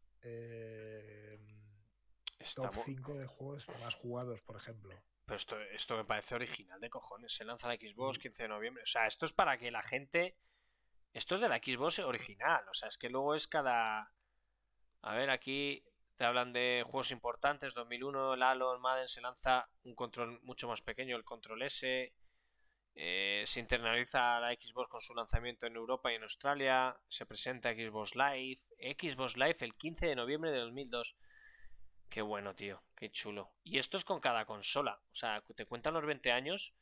top 5 de juegos más jugados, por ejemplo. Pero esto me parece original de cojones. Se lanza la Xbox 15 de noviembre. O sea, esto es para que la gente... Esto es de la Xbox original. O sea, es que luego es cada... A ver, aquí te hablan de juegos importantes. 2001, el Halo, el Madden. Se lanza un control mucho más pequeño, el Control S. Se internaliza la Xbox con su lanzamiento en Europa y en Australia. Se presenta Xbox Live. Xbox Live el 15 de noviembre de 2002. Qué bueno, tío. Qué chulo. Y esto es con cada consola. O sea, te cuentan los 20 años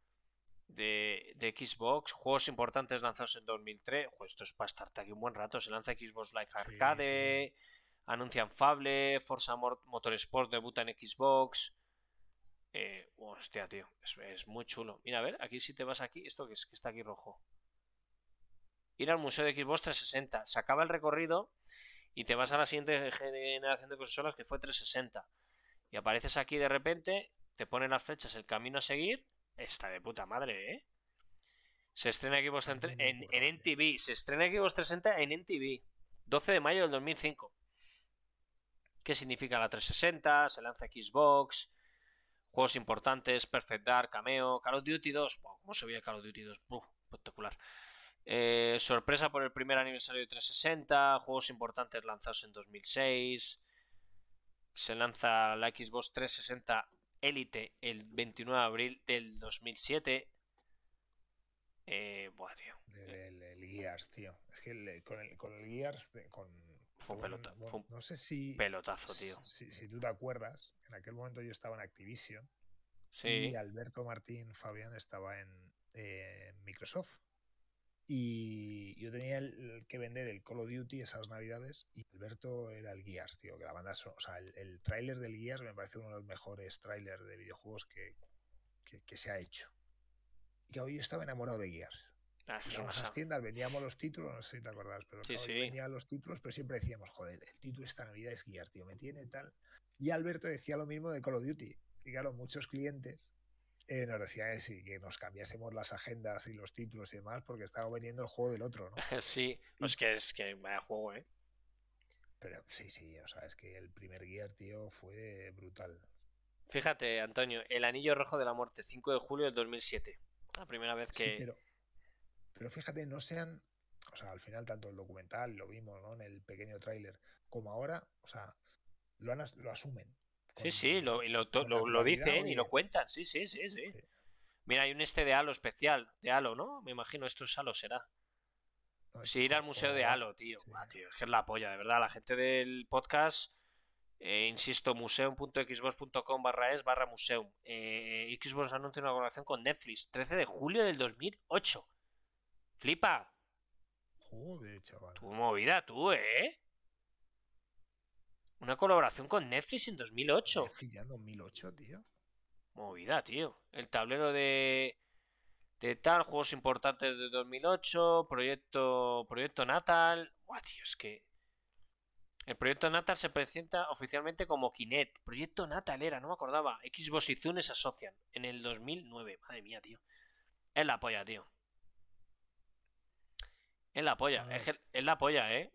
de Xbox. Juegos importantes lanzados en 2003. Joder, esto es para estarte aquí un buen rato. Se lanza Xbox Live Arcade. Sí. Anuncian Fable. Forza Motorsport debuta en Xbox. Hostia, tío. Es muy chulo. Mira, a ver. Aquí si te vas aquí. Esto que está aquí rojo. Ir al museo de Xbox 360. Se acaba el recorrido. Y te vas a la siguiente generación de consolas, que fue 360. Y apareces aquí de repente, te ponen las flechas, el camino a seguir. Está de puta madre, ¿eh? Se estrena Xbox en NTV. Se estrena Xbox 360 en NTV. 12 de mayo del 2005. ¿Qué significa la 360? Se lanza Xbox. Juegos importantes, Perfect Dark, Cameo, Call of Duty 2. Wow, ¿cómo se veía Call of Duty 2? Espectacular. Sorpresa por el primer aniversario de 360. Juegos importantes lanzados en 2006. Se lanza la Xbox 360 Elite el 29 de abril del 2007. Buah, tío. El Gears, tío. Es que con el Gears... Fue un pelotazo. Bueno, no sé si... Pelotazo, tío. Si tú te acuerdas, en aquel momento yo estaba en Activision. Sí. Y Alberto Martín Fabián estaba en Microsoft. Y yo tenía que vender el Call of Duty esas navidades y Alberto era el Gears, tío, que la banda o sea, el tráiler del Gears me parece uno de los mejores tráilers de videojuegos que se ha hecho. Y que hoy yo estaba enamorado de Gears. En esas tiendas vendíamos los títulos, no sé si te acordás, pero sí, claro, sí. yo vendía los títulos, pero siempre decíamos, joder, el título esta Navidad es Gears, tío, me tiene tal. Y Alberto decía lo mismo de Call of Duty. Y claro, muchos clientes nos decían que nos cambiásemos las agendas y los títulos y demás porque estaba vendiendo el juego del otro, ¿no? Sí, es que vaya juego, ¿eh? Pero sí, o sea, es que el primer Gear, tío, fue brutal. Fíjate, Antonio, El Anillo Rojo de la Muerte, 5 de julio del 2007. La primera vez que... Sí, pero fíjate, no sean... O sea, al final tanto el documental, lo vimos, ¿no? En el pequeño tráiler, como ahora, o sea, lo asumen. Sí, lo dicen y lo cuentan, sí. Mira, hay un de Halo especial, de Halo, ¿no? Me imagino, esto es Halo, será. No, sí, ir al museo de Halo, tío. Sí. Tío. Es que es la polla, de verdad. La gente del podcast, insisto, museum.xbox.com/es/museum. Xbox anuncia una colaboración con Netflix, 13 de julio del 2008. ¡Flipa! Joder, chaval. Tu movida, tú, ¿eh? Una colaboración con Netflix en 2008. Netflix ya en 2008, tío. Movida, tío. El tablero de tal, juegos importantes de 2008, proyecto Natal. Buah, tío, es que... El proyecto Natal se presenta oficialmente como Kinect. Proyecto Natal era, no me acordaba. Xbox y Zune se asocian en el 2009. Madre mía, tío. Es la polla, tío. Es la polla. Es la polla, ¿eh?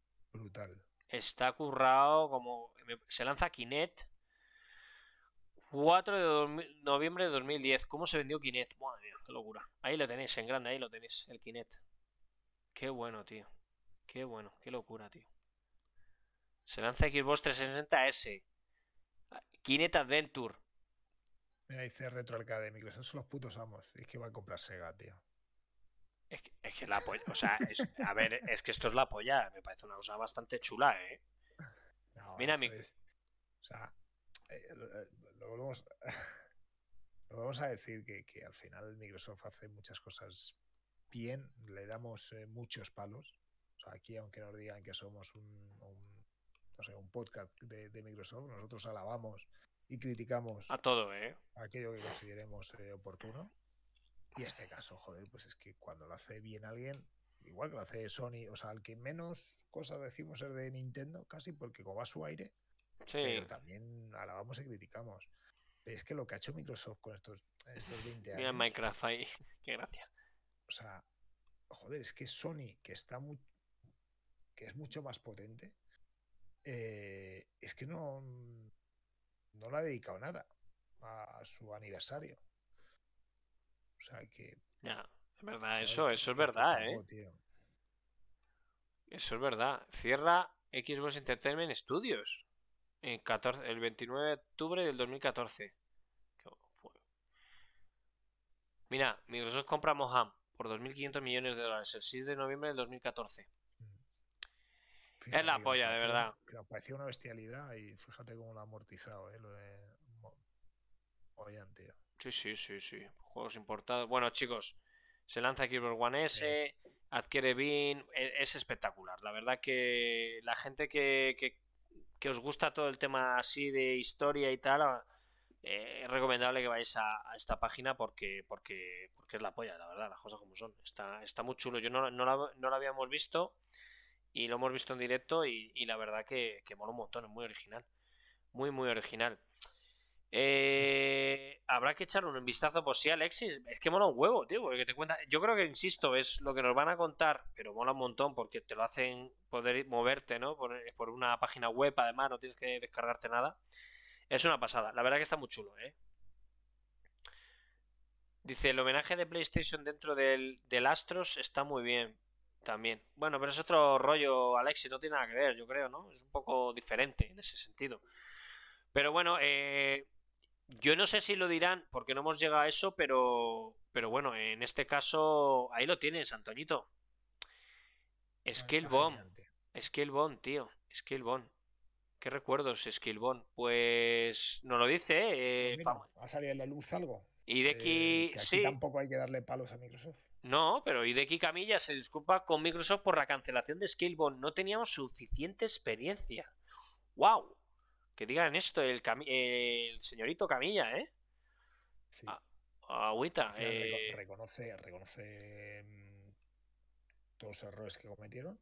Brutal. Está currado como... Se lanza Kinect. 4 de noviembre de 2010. ¿Cómo se vendió Kinect? Madre mía, qué locura. Ahí lo tenéis, en grande, ahí lo tenéis, el Kinect. Qué bueno, tío. Qué bueno, qué locura, tío. Se lanza Xbox 360 S. Kinect Adventure. Mira, dice Retro Arcade, Microsoft son los putos amos. Es que va a comprar Sega, tío. Es que la polla. O sea, a ver, es que esto es la polla. Me parece una cosa bastante chula, ¿eh? No, Mira, eso es. O sea, lo volvemos, lo vamos a decir que al final Microsoft hace muchas cosas bien, le damos muchos palos. O sea, aquí, aunque nos digan que somos no sé, un podcast de Microsoft, nosotros alabamos y criticamos a todo, ¿eh? aquello que consideremos oportuno. Y este caso, joder, pues es que cuando lo hace bien alguien, igual que lo hace Sony, o sea, al que menos cosas decimos es de Nintendo, casi porque como va a su aire, Sí. pero también alabamos y criticamos. Pero es que lo que ha hecho Microsoft con estos 20 Mira años, Minecraft ahí. Qué gracia. o sea, joder, es que Sony, que es mucho más potente, es que no le ha dedicado nada a su aniversario. O sea, que, Ya, es verdad, joder, eso es que verdad, ¿eh? chungó, tío. Eso es verdad. Cierra Xbox Entertainment Studios el 29 de octubre del 2014. Mira, Microsoft compra Moham por 2.500 millones de dólares el 6 de noviembre del 2014. Es Fíjate la polla, de verdad. que nos parecía una bestialidad y fíjate cómo lo ha amortizado, lo de Oyan, tío. Sí, sí, sí, sí. Juegos importados. Bueno, chicos, se lanza Xbox One S, adquiere Beam, es espectacular. La verdad que la gente que os gusta todo el tema así de historia y tal, es recomendable que vayáis a esta página porque es la polla, la verdad, las cosas como son. Está muy chulo. Yo no la habíamos visto y lo hemos visto en directo y la verdad que mola un montón, es muy original. Muy, muy original. Sí. Habrá que echar un vistazo por si Alexis. Es que mola un huevo, tío, porque te cuenta. Yo creo que, insisto, es lo que nos van a contar, pero mola un montón porque te lo hacen poder moverte, ¿no? Por una página web, además, no tienes que descargarte nada. Es una pasada. La verdad que está muy chulo, ¿eh? Dice, el homenaje de PlayStation dentro del Astros está muy bien. También. Bueno, pero es otro rollo, Alexis, no tiene nada que ver, yo creo, ¿no? Es un poco diferente en ese sentido. Pero bueno, yo no sé si lo dirán porque no hemos llegado a eso, pero bueno, en este caso, ahí lo tienes, Antoñito. No, Skill está Bomb. genial, tío. Skill Bomb, tío. Skill Bomb. ¿Qué recuerdos, Skill Bomb? Pues nos lo dice, Pues ¿eh? mira, ha salido en la luz algo. Hideki, Que aquí sí. tampoco hay que darle palos a Microsoft. No, pero Hideki Kamiya se disculpa con Microsoft por la cancelación de Scalebound. No teníamos suficiente experiencia. ¡Wow! Que digan esto el señorito Camilla, ¿eh? Sí. Agüita. Al final reconoce todos los errores que cometieron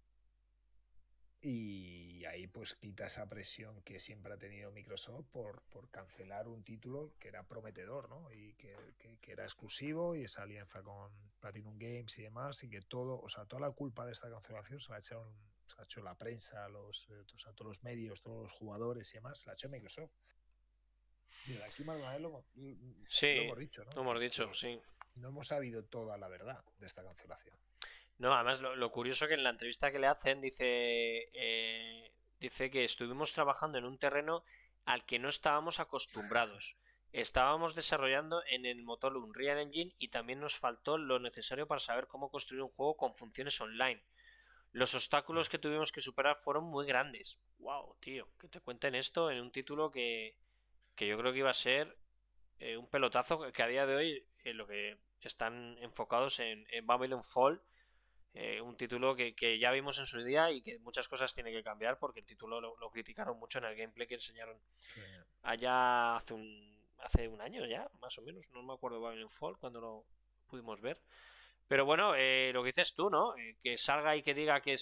y ahí pues quita esa presión que siempre ha tenido Microsoft por cancelar un título que era prometedor, ¿no? Y que era exclusivo y esa alianza con Platinum Games y demás y que todo, o sea, toda la culpa de esta cancelación se la ha hecho la prensa, o sea, todos los medios, todos los jugadores y demás, se la ha hecho Microsoft. Desde aquí, más lo Sí, hemos dicho, ¿no? lo hemos dicho, Que sí. no hemos sabido toda la verdad de esta cancelación. No, además lo curioso que en la entrevista que le hacen dice que estuvimos trabajando en un terreno al que no estábamos acostumbrados. Estábamos desarrollando en el motor Unreal Engine y también nos faltó lo necesario para saber cómo construir un juego con funciones online. Los obstáculos que tuvimos que superar fueron muy grandes. Wow, tío, que te cuenten esto en un título que yo creo que iba a ser un pelotazo que a día de hoy lo que están enfocados en Babylon Fall, un título que ya vimos en su día y que muchas cosas tiene que cambiar porque el título lo criticaron mucho en el gameplay que enseñaron Sí. allá hace un año ya, más o menos. No me acuerdo de Babylon Fall cuando lo pudimos ver. Pero bueno, lo que dices tú, ¿no? Que salga y que diga que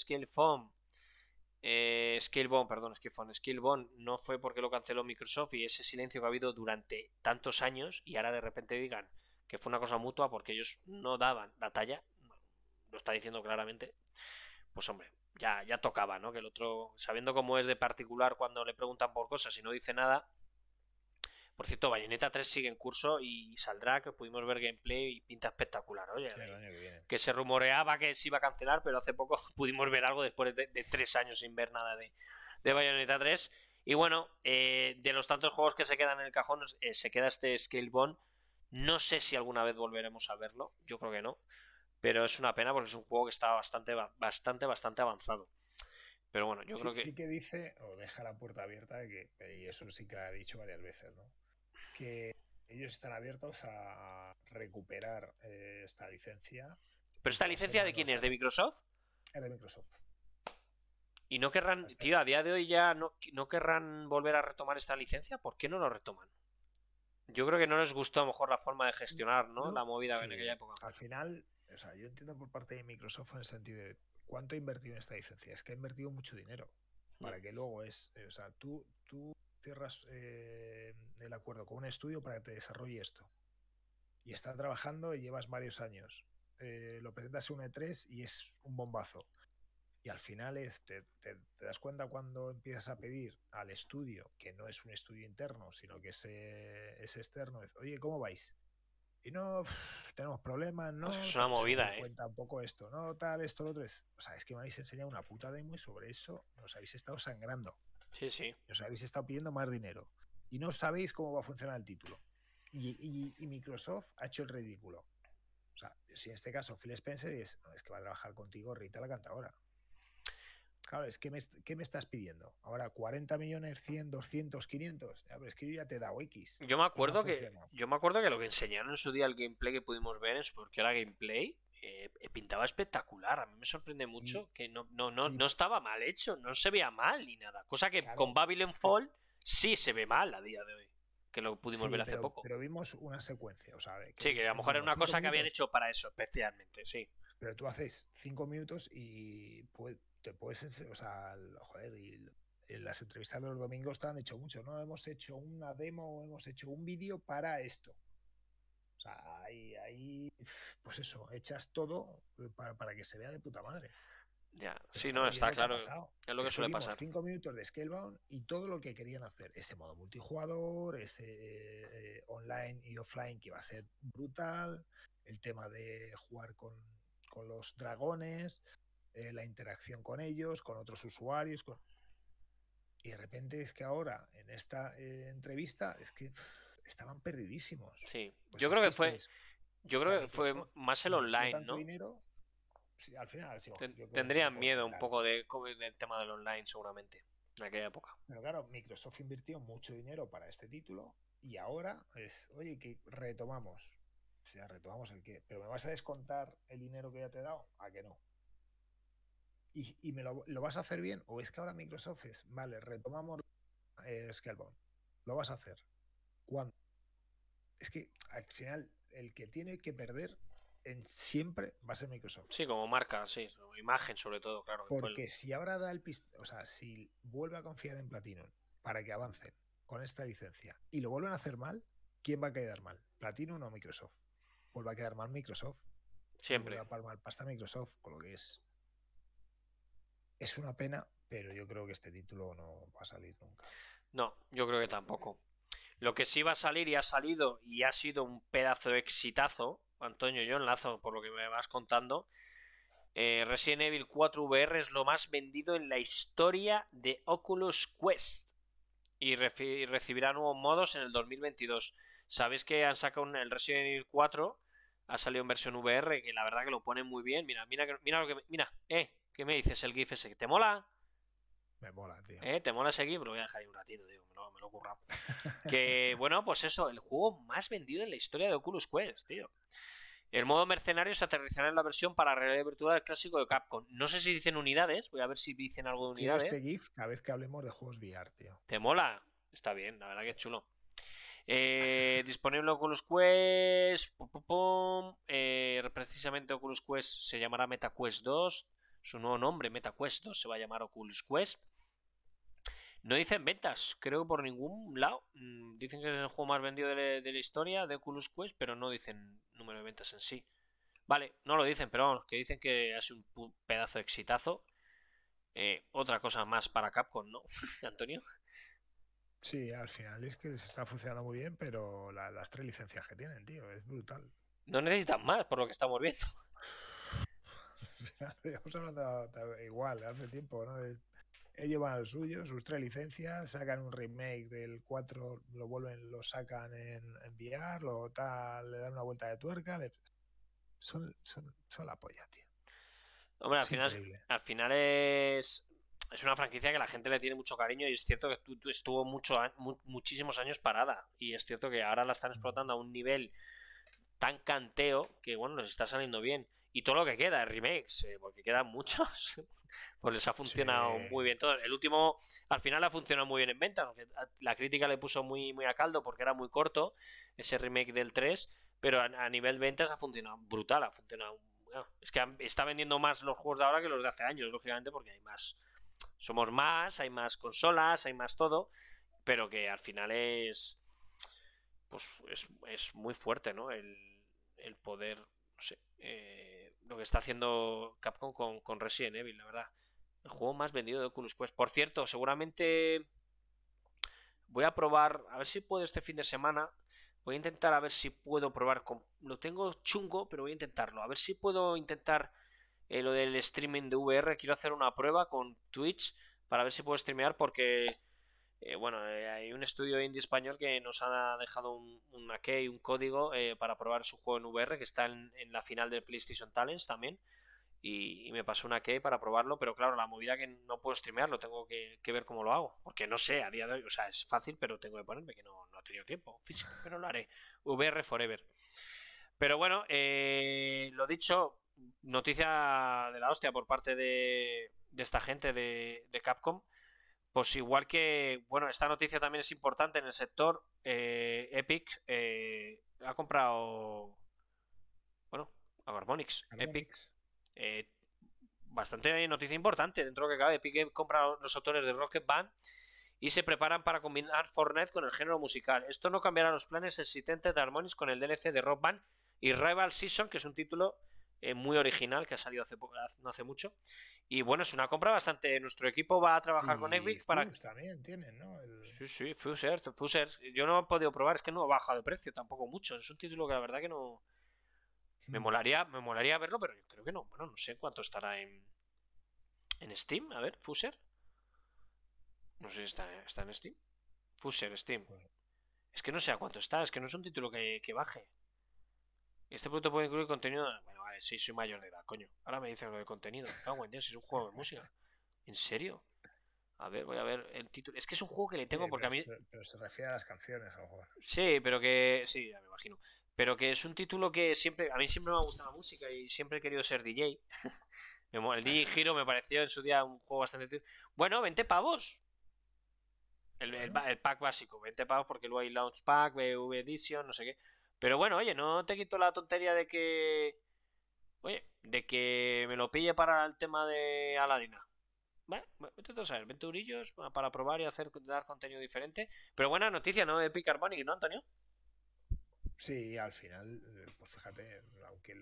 Scalebone no fue porque lo canceló Microsoft y ese silencio que ha habido durante tantos años y ahora de repente digan que fue una cosa mutua porque ellos no daban la talla, lo está diciendo claramente, pues hombre, ya tocaba, ¿no? Que el otro, sabiendo cómo es de particular cuando le preguntan por cosas y no dice nada, Por cierto, Bayonetta 3 sigue en curso y saldrá, que pudimos ver gameplay y pinta espectacular. Oye, Sí, el año que viene. que se rumoreaba que se iba a cancelar, pero hace poco pudimos ver algo después de 3 años sin ver nada de Bayonetta 3. Y bueno, de los tantos juegos que se quedan en el cajón, se queda este Scalebound. No sé si alguna vez volveremos a verlo, yo creo que no. Pero es una pena porque es un juego que está bastante avanzado. Pero bueno, yo Sí, creo que... sí que dice, o deja la puerta abierta, y eso sí que lo ha dicho varias veces, ¿no? Que ellos están abiertos a recuperar esta licencia ¿Pero y esta que va a ser licencia de quién es? ¿De Microsoft? es de Microsoft. Y no querrán, Hasta- tío, a día de hoy ya no querrán volver a retomar esta licencia. ¿Por qué no lo retoman? Yo creo que no les gustó a lo mejor la forma de gestionar, ¿no? La No, movida en aquella sí, época. al final, o sea, yo entiendo por parte de Microsoft en el sentido de cuánto ha invertido en esta licencia. Es que ha invertido mucho dinero para que luego o sea, tú cierras el acuerdo con un estudio para que te desarrolle esto. Y está trabajando y llevas varios años. Lo presentas en un E3 y es un bombazo. Y al final te das cuenta cuando empiezas a pedir al estudio, que no es un estudio interno, sino que es externo, oye, ¿cómo vais? Y no, tenemos problemas, Pues no, es una se movida, ¿eh? cuenta un poco esto, no, tal, esto, lo otro. O sea, es que me habéis enseñado una puta demo y sobre eso nos habéis estado sangrando. Sí, sí. Os habéis estado pidiendo más dinero. Y no sabéis cómo va a funcionar el título. Y Microsoft ha hecho el ridículo. O sea, si en este caso Phil Spencer es que va a trabajar contigo Rita la cantadora. Claro, es que ¿qué me estás pidiendo? Ahora 40 millones, 100, 200, 500. Ya, pero es que yo ya te he dado X Yo me y no ha acuerdo que. funcionado. Yo me acuerdo que lo que enseñaron en su día el gameplay que pudimos ver en su porque era gameplay. Pintaba espectacular. A mí me sorprende Y mucho que sí, no estaba mal hecho, no se veía mal ni nada. Cosa que con claro, Babylon Fall sí se ve mal a día de hoy. Que lo pudimos ver sí, hace poco. pero vimos una secuencia, o sea, Sí, que a lo mejor era vimos una 5 cosa que habían minutos, hecho para eso, especialmente, sí. pero tú haces 5 minutos y te puedes, o sea, joder, y en las entrevistas de los domingos te han dicho mucho, ¿no? Hemos hecho una demo, hemos hecho un vídeo para esto. O sea, ahí, pues eso, echas todo para que se vea de puta madre. Ya, Pero sí, no, claro, y es está lo que ha claro. pasado. Es lo que Es que suele vimos pasar. 5 minutos de Scalebound y todo lo que querían hacer. Ese modo multijugador, ese online y offline que iba a ser brutal. El tema de jugar con los dragones, la interacción con ellos, con otros usuarios. Y de repente es que ahora, en esta entrevista, es que estaban perdidísimos. Sí. Pues Yo si a creo que fue Microsoft más el invirtió online, tanto ¿no? dinero, sí, al final sí, yo creo que un Tendrían poco miedo un regular. poco del tema del online, seguramente, en aquella época. Pero claro, Microsoft invirtió mucho dinero para este título y ahora oye, que retomamos. O sea, retomamos el qué. Pero me vas a descontar el dinero que ya te he dado, ¿a que no? ¿Y lo vas a hacer bien? ¿O es que ahora Microsoft vale, retomamos Scalebound? ¿Lo vas a hacer? ¿Cuándo? Es que al final el que tiene que perder siempre va a ser Microsoft. Sí, como marca, sí, como imagen sobre todo, claro, que fue Porque si ahora da o sea, si vuelve a confiar en Platinum para que avancen con esta licencia y lo vuelven a hacer mal, ¿quién va a quedar mal? ¿Platinum o Microsoft? Vuelve a quedar mal Microsoft y vuelve siempre. a palmar pasta Microsoft, con lo que es una pena, pero yo creo que este título no va a salir nunca. No, yo creo que tampoco. Lo que sí va a salir y ha salido y ha sido un pedazo de exitazo, Antonio, yo enlazo por lo que me vas contando. Resident Evil 4 VR es lo más vendido en la historia de Oculus Quest y recibirá nuevos modos en el 2022. Sabéis que han sacado el Resident Evil 4, ha salido en versión VR, que la verdad que lo pone muy bien. Mira lo que ¿qué me dices el GIF ese? ¿Te mola? Me mola, tío. ¿Te mola ese GIF? Lo voy a dejar ahí un ratito, tío, me lo he currado. Que bueno, pues eso, el juego más vendido en la historia de Oculus Quest, tío. El modo mercenario se aterrizará en la versión para realidad virtual clásico de Capcom. No sé si dicen unidades, voy a ver si dicen algo de Quiero unidades. este GIF cada vez que hablemos de juegos VR, tío. ¿Te mola? Está bien, la verdad que es chulo. Disponible Oculus Quest. Precisamente Oculus Quest se llamará MetaQuest 2. Su nuevo nombre, MetaQuest 2, se va a llamar Oculus Quest. No dicen ventas, creo que por ningún lado. Dicen que es el juego más vendido de la historia de Oculus Quest, pero no dicen número de ventas en sí. Vale, no lo dicen, pero vamos, que dicen que ha sido un pedazo de exitazo. Otra cosa más para Capcom, ¿no, Antonio? Sí, al final es que les está funcionando muy bien, pero las 3 licencias que tienen, tío, es brutal. No necesitan más, por lo que estamos viendo. Estamos hablando igual, hace tiempo, ¿no? Ellos van al suyo, sus 3 licencias, sacan un remake del 4, lo sacan en VR, lo tal, le dan una vuelta de tuerca, son la polla, tío. Hombre, Es increíble. al final es una franquicia que la gente le tiene mucho cariño y es cierto que estuvo muchísimos años parada. Y es cierto que ahora la están explotando a un nivel tan canteo que, bueno, les está saliendo bien. Y todo lo que queda, remakes, porque quedan muchos, pues les ha Sí, funcionado muy bien todo. El último, al final ha funcionado muy bien en ventas, aunque la crítica le puso muy a caldo porque era muy corto, ese remake del 3, pero a nivel ventas ha funcionado brutal, ha funcionado. Bueno, es que está vendiendo más los juegos de ahora que los de hace años, lógicamente, porque hay más. Somos más, hay más consolas, hay más todo, pero que al final pues es muy fuerte, ¿no? El poder, no sé, lo que está haciendo Capcom con Resident Evil, la verdad. El juego más vendido de Oculus Quest. Por cierto, seguramente voy a probar, a ver si puedo este fin de semana. Voy a intentar a ver si puedo probar con... Lo tengo chungo, pero voy a intentarlo. A ver si puedo intentar lo del streaming de VR. Quiero hacer una prueba con Twitch para ver si puedo streamear porque bueno, hay un estudio indie español que nos ha dejado una key, un código para probar su juego en VR que está en la final del PlayStation Talents también. Y me pasó una key para probarlo, pero claro, la movida que no puedo streamearlo, tengo que ver cómo lo hago. Porque no sé, a día de hoy, o sea, es fácil, pero tengo que ponerme que no he tenido tiempo físico, pero lo haré. VR Forever. Pero bueno, lo dicho, noticia de la hostia por parte de esta gente de Capcom. Pues igual que, bueno, esta noticia también es importante en el sector. Epic ha comprado, bueno, a Harmonix. Epic, Harmonix. eh, bastante noticia importante dentro de lo que cabe. Epic compra los autores de Rocket Band y se preparan para combinar Fortnite con el género musical. Esto no cambiará los planes existentes de Harmonix con el DLC de Rock Band y Rival Season, que es un título muy original que ha salido no hace mucho. Y bueno, es una compra bastante. Nuestro equipo va a trabajar con Y Epic para. Fuse también tienen, ¿no? Sí, sí, Fuser. Yo no he podido probar, es que no ha bajado de precio tampoco mucho. Es un título que la verdad que no. Me molaría verlo, pero yo creo que no. Bueno, no sé cuánto estará en Steam. A ver, Fuser. No sé si está en Steam. Fuser, Steam. Pues, Es que no sé a cuánto está, es que no es un título que baje. Este producto puede incluir contenido. Bueno, vale, sí, soy mayor de edad, coño. Ahora me dicen lo de contenido. Me cago en Dios, es un juego de música. ¿En serio? A ver, voy a ver el título. Es que es un juego que le sí, tengo porque a mí. pero se refiere a las canciones, a lo mejor. Sí, pero que. Sí, ya me imagino. Pero que es un título que siempre. A mí siempre me ha gustado la música y siempre he querido ser DJ. El DJ Hero me pareció en su día un juego bastante. Bueno, 20 pavos. Bueno, El pack básico, 20 pavos porque luego hay Launch Pack, BV Edition, no sé qué. Pero bueno, oye, no te quito la tontería de que. Oye, de que me lo pille para el tema de Aladina. Vale, vete a saber, 20 eurillos para probar y dar contenido diferente. Pero buena noticia, ¿no? Epic Harmonic, ¿no, Antonio? sí, al final, pues fíjate, aunque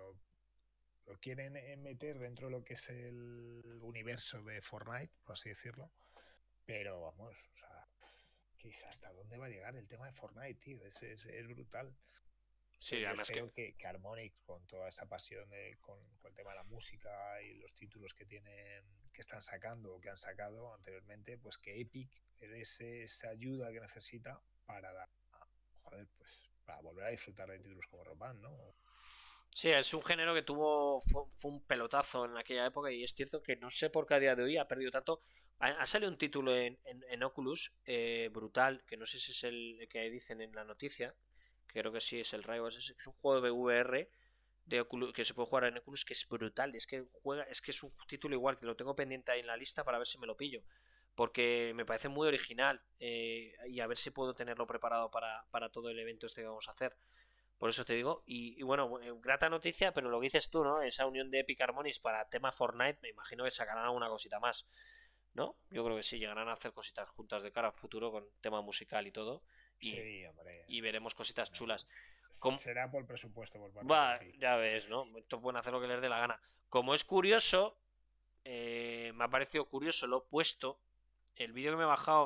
lo quieren meter dentro de lo que es el universo de Fortnite, por así decirlo, pero vamos, o sea, hasta dónde va a llegar el tema de Fortnite, tío, es brutal. Sí, Yo además que. espero que Harmonix, con toda esa pasión con el tema de la música y los títulos que tienen, que están sacando o que han sacado anteriormente, pues que Epic le dé esa ayuda que necesita para joder, pues para volver a disfrutar de títulos como Rock Band, ¿no? Sí, es un género que fue un pelotazo en aquella época y es cierto que no sé por qué a día de hoy ha perdido tanto. Ha salido un título en Oculus brutal, que no sé si es el que dicen en la noticia, que creo que sí es el Rivals, es un juego de VR de Oculus, que se puede jugar en Oculus que es brutal, es que es un título igual que lo tengo pendiente ahí en la lista para ver si me lo pillo, porque me parece muy original y a ver si puedo tenerlo preparado para todo el evento este que vamos a hacer. Por eso te digo, y bueno, grata noticia, pero lo que dices tú, ¿no? Esa unión de Epic Harmonics para tema Fortnite, me imagino que sacarán alguna cosita más, ¿no? Yo creo que sí, llegarán a hacer cositas juntas de cara al futuro con tema musical y todo, y, Sí, hombre. y veremos cositas No. chulas. Com- Será por presupuesto por parte de Va, Epic. ya ves, ¿no? Estos pueden hacer lo que les dé la gana. Como es curioso, me ha parecido curioso lo opuesto, el vídeo que me he bajado,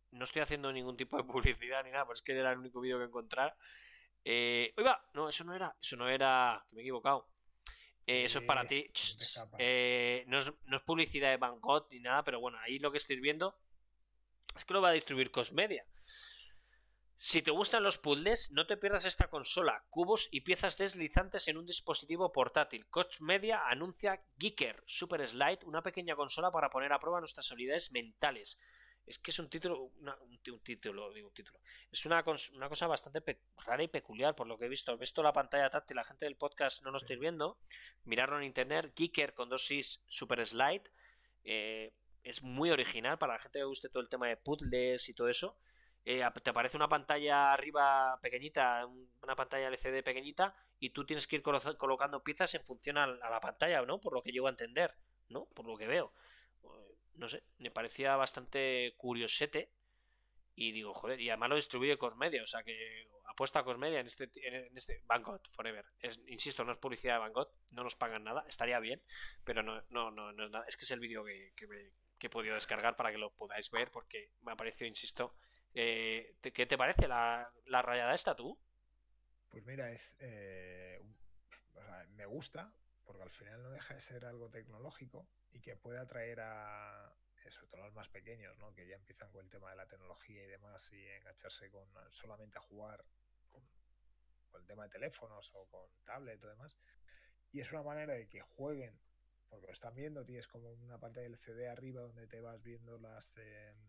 no estoy haciendo ningún tipo de publicidad ni nada, pues es que era el único vídeo que encontrar. Oiga, no, eso no era, que me he equivocado. Eso es para ti. No te escapa. No es publicidad de Van Gogh ni nada, pero bueno, ahí lo que estáis viendo es que lo va a distribuir Cosmedia. Si te gustan los puzzles, no te pierdas esta consola, cubos y piezas deslizantes en un dispositivo portátil. Koch Media anuncia Geeker Super Slide, una pequeña consola para poner a prueba nuestras habilidades mentales. Es que es un título, un título. Es una cosa bastante rara y peculiar por lo que he visto. He visto la pantalla táctil, la gente del podcast no lo estáis viendo. Mirarlo en internet, Geeker con 2 Super Slide. Es muy original para la gente que guste todo el tema de puzzles y todo eso. Te aparece una pantalla arriba pequeñita, una pantalla LCD pequeñita, y tú tienes que ir colocando piezas en función a la pantalla, ¿no? Por lo que llego a entender, ¿no? Por lo que veo. No sé, me parecía bastante curiosete. Y digo, joder, y además lo distribuye Cosmedia, o sea que apuesta a Cosmedia en este Van Gogh Forever. Insisto, no es publicidad de Van Gogh, no nos pagan nada, estaría bien, pero no es nada. Es que es el vídeo que he podido descargar para que lo podáis ver, porque me ha parecido, insisto. ¿Qué te parece la rayada esta, tú? Pues mira, o sea, me gusta, porque al final no deja de ser algo tecnológico y que puede atraer sobre todo a los más pequeños, ¿no? Que ya empiezan con el tema de la tecnología y demás, y engancharse solamente a jugar con el tema de teléfonos o con tablet o demás. Y es una manera de que jueguen, porque lo están viendo, tienes como una pantalla LCD arriba donde te vas viendo las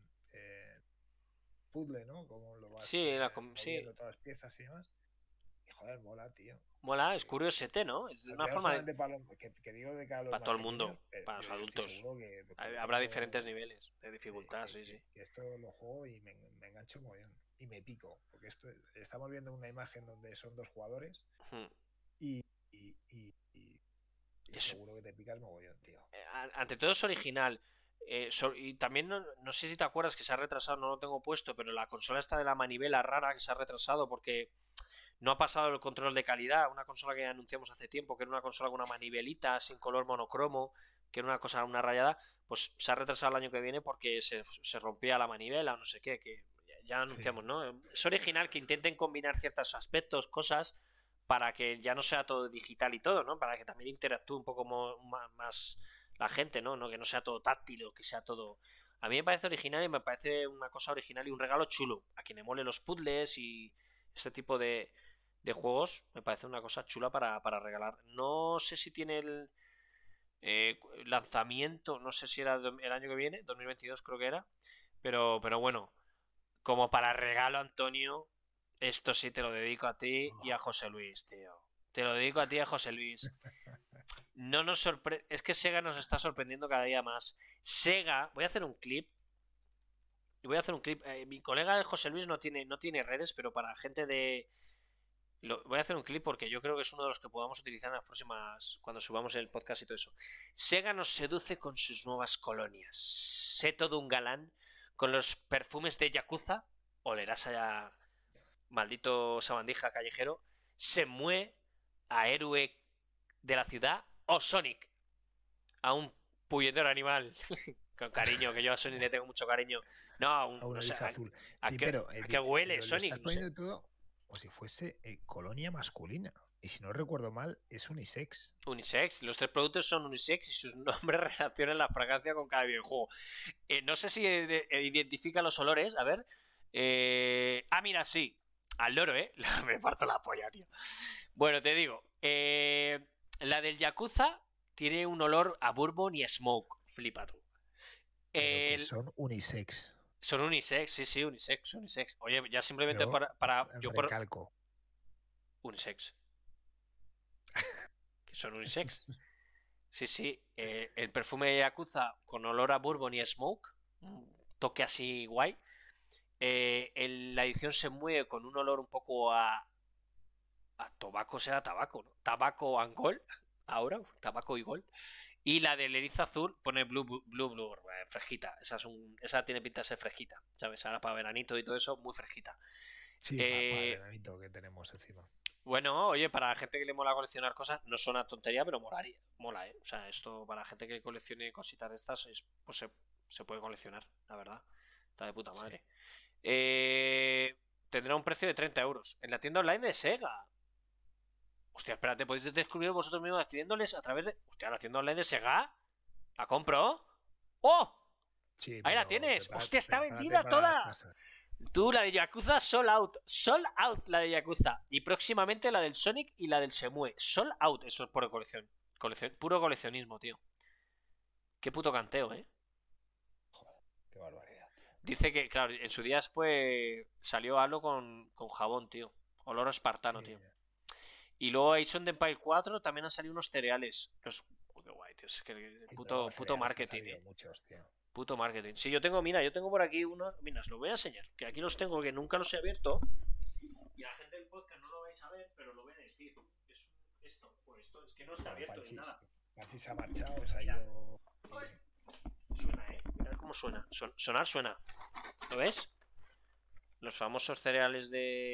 puzzle, ¿no? Como lo vas Sí, moviendo sí. todas las piezas y demás. Y joder, mola, tío. Mola, es curiosete, ¿no? Es una Ya no forma solamente que digo de cara a los para más todo el pequeños, mundo, para los yo estoy adultos. seguro que Habrá colocando. diferentes niveles de Sí, dificultad, sí, sí. que esto lo juego y me engancho mogollón. Y me pico. Porque estamos viendo una imagen donde son 2 jugadores Hmm. y, y, y, y seguro que te picas mogollón, tío. Ante todo es original. Y también no sé si te acuerdas que se ha retrasado, no lo tengo puesto, pero la consola está de la manivela rara que se ha retrasado porque no ha pasado el control de calidad. Una consola que anunciamos hace tiempo, que era una consola con una manivelita sin color monocromo, que era una rayada, pues se ha retrasado el año que viene porque se rompía la manivela o no sé qué, que ya anunciamos, Sí. ¿no? Es original que intenten combinar ciertos aspectos, cosas, para que ya no sea todo digital y todo, ¿no? Para que también interactúe un poco más la gente, ¿no? Que no sea todo táctil o que sea todo... A mí me parece original y me parece una cosa original y un regalo chulo. A quien le mole los puzzles y este tipo de juegos, me parece una cosa chula para regalar. No sé si tiene el lanzamiento, no sé si era el año que viene, 2022 creo que era, pero bueno, como para regalo, Antonio, esto sí te lo dedico a ti y a José Luis, tío. Te lo dedico a ti y a José Luis. No nos sorprende. Es que Sega nos está sorprendiendo cada día más. Sega, voy a hacer un clip. Mi colega José Luis no tiene redes, pero para gente de. Voy a hacer un clip porque yo creo que es uno de los que podamos utilizar en las próximas. Cuando subamos el podcast y todo eso. Sega nos seduce con sus nuevas colonias. Sé todo un galán. Con los perfumes de Yakuza. Olerás allá maldito sabandija callejero, se mueve a héroe de la ciudad o Sonic, a un puñetero animal. Con cariño, que yo a Sonic le tengo mucho cariño. No, A no una sé, luz azul. a Sí, qué, pero, a qué huele lo Sonic, estás no sé. poniendo todo como si fuese colonia masculina. Y si no recuerdo mal, es unisex. Unisex, los 3 productos son unisex y sus nombres relacionan la fragancia con cada videojuego. No sé si identifica los olores, a ver. Mira, sí. Al loro, ¿eh? Me parto la polla, tío. Bueno, te digo. La del Yakuza tiene un olor a bourbon y smoke. Flipa tú. Pero que El- son unisex. Son unisex, sí, unisex. Oye, ya simplemente Yo yo por recalco. unisex. Que son unisex. Sí. El perfume de Yakuza con olor a bourbon y smoke. Un toque así guay. La edición se mueve con un olor un poco a tabaco, será tabaco, ¿no? Tabaco and gold. Ahora, tabaco y gold. Y la del erizo azul pone blue, fresquita. Esa tiene pinta de ser fresquita, ¿sabes? Ahora para veranito y todo eso, muy fresquita. Sí, para el veranito que tenemos encima. Bueno, oye, para la gente que le mola coleccionar cosas, no suena tontería, pero mola, ¿eh? O sea, esto para la gente que coleccione cositas de estas, pues se puede coleccionar, la verdad. Está de puta Sí. madre. Tendrá un precio de 30 euros. En la tienda online de Sega. Hostia, espérate, podéis descubrir vosotros mismos escribiéndoles a través de. Hostia, la tienda online de Sega. ¿La compro? ¡Oh! Sí, Ahí la pero tienes. Hostia, está prepárate vendida para toda. estas. Tú, la de Yakuza, Sold Out. Sold Out la de Yakuza. Y próximamente la del Sonic y la del Semue. Sold Out. Eso es puro puro coleccionismo, tío. Qué puto canteo, ¿eh? Joder, qué barbaridad, tío. Dice que, claro, en su día salió Halo con jabón, tío. Olor a espartano, Sí, tío. Y luego Age of the Empire 4 también han salido unos cereales. Oh, qué guay, tío. Es que sí, pero luego puto cereales han marketing, salido ¿eh? muchos, tío. Puto marketing. Sí, yo tengo por aquí unos. Mira, os lo voy a enseñar. Que aquí los tengo, que nunca los he abierto. Y la gente del podcast no lo vais a ver, pero lo voy a decir. Es esto, pues esto es que no está Bueno, abierto ni nada. Pachi se ha marchado, se ha Mira. ido. Suena, mirad cómo suena. Sonar suena. ¿Lo ves? Los famosos cereales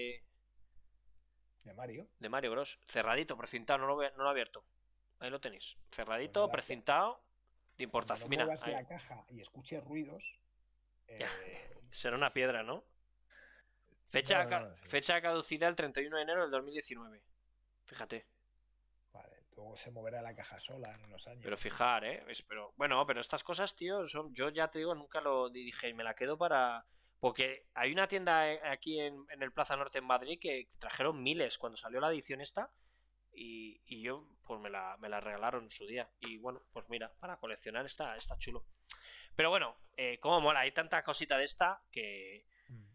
De Mario. de Mario Bros. Cerradito, precintado, no lo he abierto. Ahí lo tenéis. Bueno, Cerradito, precintado, de cuando no importación. Mira, muevas ahí. la caja y escuches ruidos. Será una piedra, ¿no? No, no, sí. Fecha de caducidad el 31 de enero del 2019. Fíjate. Vale, luego se moverá la caja sola en unos Pero años. fijar, ¿eh? Bueno, pero estas cosas, tío, yo ya te digo, nunca lo dije y me la quedo para. Porque hay una tienda aquí en el Plaza Norte en Madrid que trajeron miles cuando salió la edición esta. Y yo, pues me la regalaron en su día. Y bueno, pues mira, para coleccionar está chulo. Pero bueno, como mola, hay tanta cosita de esta Mm.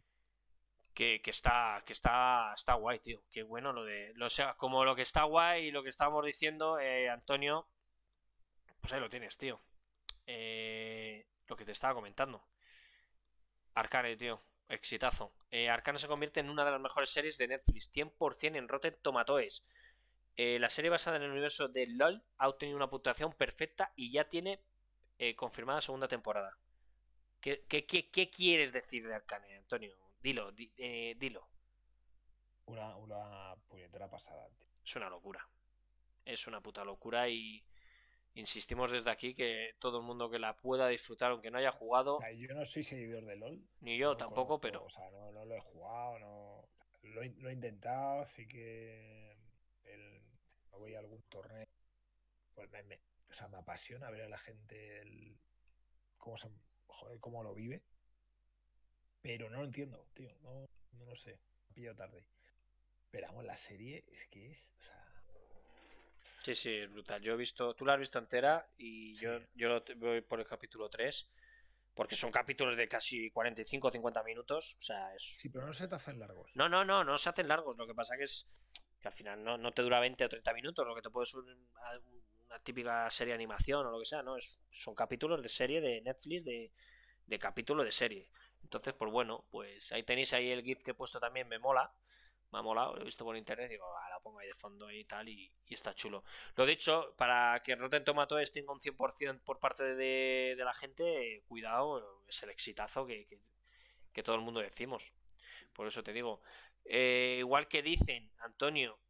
está guay, tío. Qué bueno lo de. O sea, como lo que está guay y lo que estábamos diciendo, Antonio, pues ahí lo tienes, tío. Lo que te estaba comentando. Arcane, tío. Exitazo. Arcane se convierte en una de las mejores series de Netflix. 100% en Rotten Tomatoes. La serie basada en el universo de LOL ha obtenido una puntuación perfecta y ya tiene confirmada segunda temporada. ¿Qué quieres decir de Arcane, Antonio? Dilo. Una puñetera pasada, tío. Es una locura. Es una puta locura y insistimos desde aquí que todo el mundo que la pueda disfrutar, aunque no haya O jugado, sea, yo no soy seguidor de LOL. ni No yo lo tampoco, conozco. pero O sea, no lo he jugado. No, lo he intentado. Así que. Me voy a algún torneo. Pues o sea, me apasiona ver a la gente cómo joder, cómo lo vive. Pero no lo entiendo, tío. No lo sé. Me he pillado tarde. Pero vamos, la serie es que es. O sea, sí, sí, es brutal. Yo he visto, tú la has visto entera y sí. yo voy por el capítulo 3 porque son capítulos de casi 45 o 50 minutos, o sea, es. Sí, pero no se te hacen largos. No se hacen largos, lo que pasa que es que al final no te dura 20 o 30 minutos, lo que te puede ser una típica serie de animación o lo que sea, ¿no? Son capítulos de serie de Netflix, de capítulo de serie. Entonces, pues bueno, pues ahí tenéis ahí el GIF que he puesto también, me ha molado, lo he visto por internet, y digo, la pongo ahí de fondo y tal, y está chulo. Lo dicho, para que Rotten Tomatoes tenga un 100% por parte de la gente, cuidado, es el exitazo que todo el mundo decimos. Por eso te digo, igual que dicen, Antonio,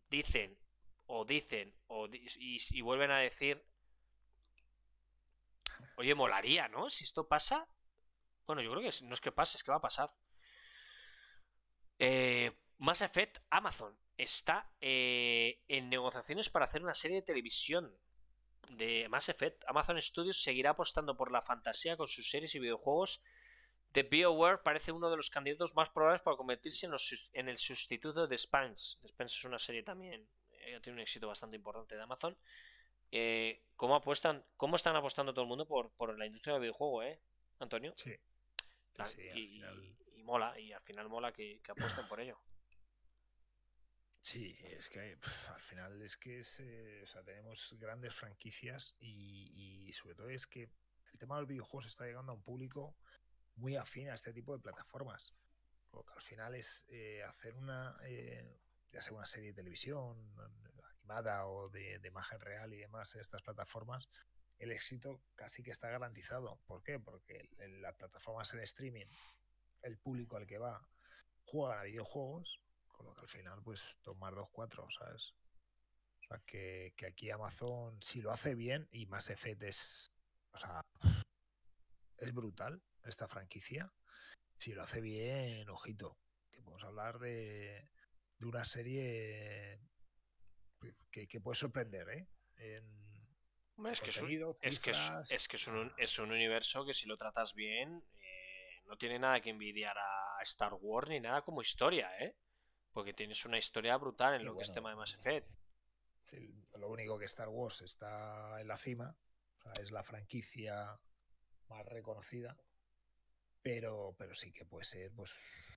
y vuelven a decir, oye, molaría, ¿no? Si esto pasa, bueno, yo creo que no es que pase, es que va a pasar. Mass Effect Amazon está en negociaciones para hacer una serie de televisión de Mass Effect. Amazon Studios seguirá apostando por la fantasía con sus series y videojuegos. The BioWare parece uno de los candidatos más probables para convertirse en el sustituto de Spence. Spence es una serie también, tiene un éxito bastante importante de Amazon. ¿Cómo están apostando todo el mundo por la industria del videojuego, Antonio? Sí, sí, sí, al final. Y mola, y al final mola que apuesten por ello. Sí, es que al final es que o sea, tenemos grandes franquicias y sobre todo es que el tema de los videojuegos está llegando a un público muy afín a este tipo de plataformas. Porque al final es hacer ya sea una serie de televisión animada o de imagen real y demás en estas plataformas, el éxito casi que está garantizado. ¿Por qué? Porque en las plataformas en streaming, el público al que va juega a videojuegos, con lo que al final, pues, 2 más 2, 4, ¿sabes? O sea, que aquí Amazon, si lo hace bien, y Mass Effect o sea, es brutal esta franquicia. si lo hace bien, ojito, que podemos hablar de una serie que puede sorprender, ¿eh? Hombre, En contenido, cifras. es un universo que si lo tratas bien, no tiene nada que envidiar a Star Wars ni nada como historia, ¿eh? Porque tienes una historia brutal en Sí, lo que es bueno, tema de Mass Effect. sí, lo único que Star Wars está en la cima, o sea, es la franquicia más reconocida, pero sí que puede ser, pues,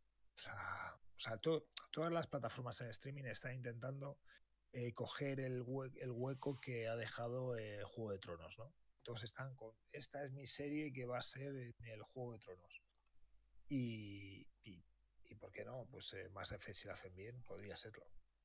todas las plataformas en streaming están intentando coger el hueco que ha dejado Juego de Tronos, ¿no? Entonces están con, esta es mi serie que va a ser el Juego de Tronos. Y ¿por qué no? Pues Mass Effect, si lo hacen bien, podría serlo.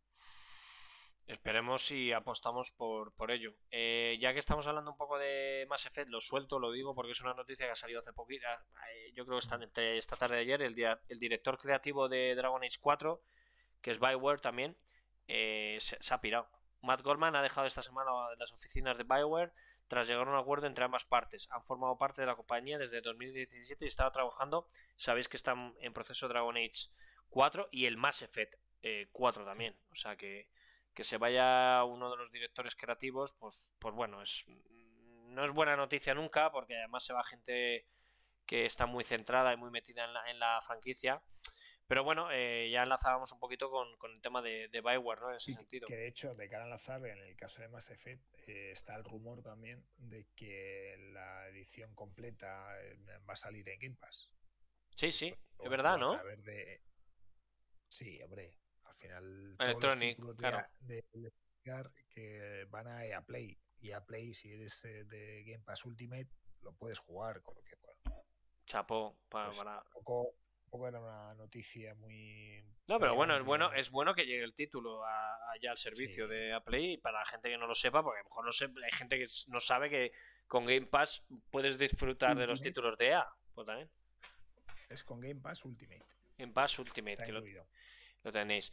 Esperemos si apostamos por ello. Ya que estamos hablando un poco de Mass Effect, lo suelto, lo digo porque es una noticia que ha salido hace poquito. Yo creo que entre esta tarde de ayer, el director creativo de Dragon Age 4, que es Bioware también, se ha pirado. Matt Goldman ha dejado esta semana las oficinas de Bioware tras llegar a un acuerdo entre ambas partes. Han formado parte de la compañía desde 2017 y estaba trabajando. Sabéis que están en proceso Dragon Age 4 y el Mass Effect 4 también. O sea que se vaya uno de los directores creativos, pues bueno, no es buena noticia nunca, porque además se va gente que está muy centrada y muy metida en la franquicia. Pero bueno, ya enlazábamos un poquito con el tema de Bioware, ¿no? En ese Sí, sentido. que de hecho, de cara a enlazar, en el caso de Mass Effect, está el rumor también de que la edición completa va a salir en Game Pass. Sí, sí, es Bueno, verdad, o a ¿no? través de. Sí, hombre, al final todos los Electronic, títulos claro. de que van a EA Play. Y EA Play, si eres de Game Pass Ultimate, lo puedes jugar, con lo que bueno, Chapó pues tampoco era una noticia muy No, pero bueno, relevante. es bueno que llegue el título allá al servicio Sí, de Apple y para la gente que no lo sepa, porque a lo mejor no sé, hay gente que no sabe que con Game Pass puedes disfrutar de los Ultimate títulos de EA. Pues también. es con Game Pass Ultimate. Game Pass Ultimate, Está que incluido. lo tenéis.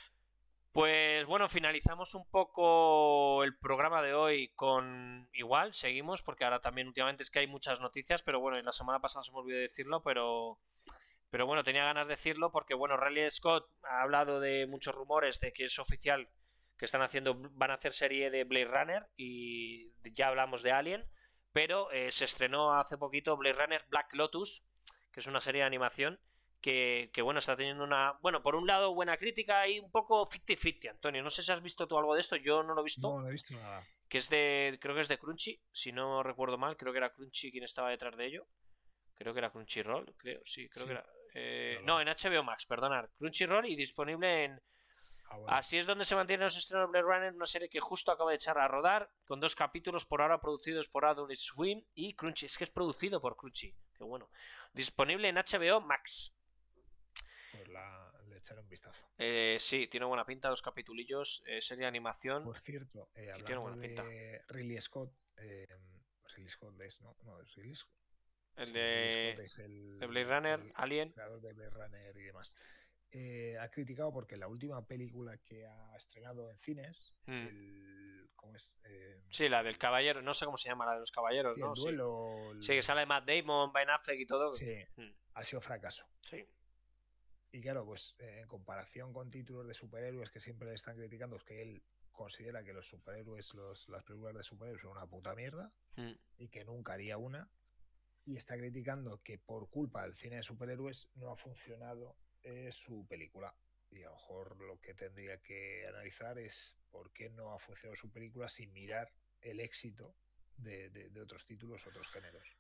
Pues bueno, finalizamos un poco el programa de hoy con igual, seguimos, porque ahora también últimamente es que hay muchas noticias, pero bueno, la semana pasada se me olvidó decirlo, pero bueno, tenía ganas de decirlo porque bueno, Riley Scott ha hablado de muchos rumores de que es oficial que van a hacer serie de Blade Runner y ya hablamos de Alien, pero se estrenó hace poquito Blade Runner Black Lotus, que es una serie de animación bueno, está teniendo bueno, por un lado buena crítica y un poco 50-50, Antonio. No sé si has visto tú algo de esto, yo no lo he visto, No, no he visto nada. creo que es de Crunchy, si no recuerdo mal, creo que era Crunchy quien estaba detrás de ello. Creo que era Crunchyroll, creo que Sí, era. pero No, no. en HBO Max, perdonad. Crunchyroll y disponible en. Ah, bueno. Así es donde se mantienen los estrenos de Blade Runner, una serie que justo acaba de echar a rodar, con 2 capítulos por ahora producidos por Adult Swim y Crunchy. Es que es producido por Crunchy, qué bueno. Disponible en HBO Max. Pues le echaré un vistazo. Sí, tiene buena pinta, 2 capitulillos, serie de animación Por cierto, y tiene hablando buena pinta. de Ridley Scott, Ridley Scott es, ¿no? No, es Ridley Scott. El Sí, Ridley Scott de, es de Blade Runner, el Alien. creador de Blade Runner y demás. Ha criticado porque la última película que ha estrenado en cines, Mm. ¿cómo es? Sí, la del caballero, no sé cómo se llama, la de los caballeros, Sí, el ¿no? Sí. duelo, Sí, que sale Matt Damon, Ben Affleck y todo. sí, Mm, ha sido fracaso. sí. Y claro, pues en comparación con títulos de superhéroes que siempre le están criticando, es que él considera que los superhéroes, las películas de superhéroes son una puta mierda Mm. y que nunca haría una. Y está criticando que por culpa del cine de superhéroes no ha funcionado su película. Y a lo mejor lo que tendría que analizar es por qué no ha funcionado su película sin mirar el éxito de otros títulos, otros géneros.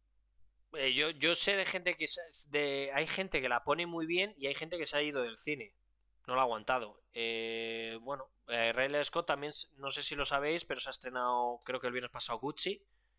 Yo sé de gente hay gente que la pone muy bien y hay gente que se ha ido del cine. No lo ha aguantado. Bueno, Riley Scott también, no sé si lo sabéis, pero se ha estrenado, creo que el viernes pasado, Gucci.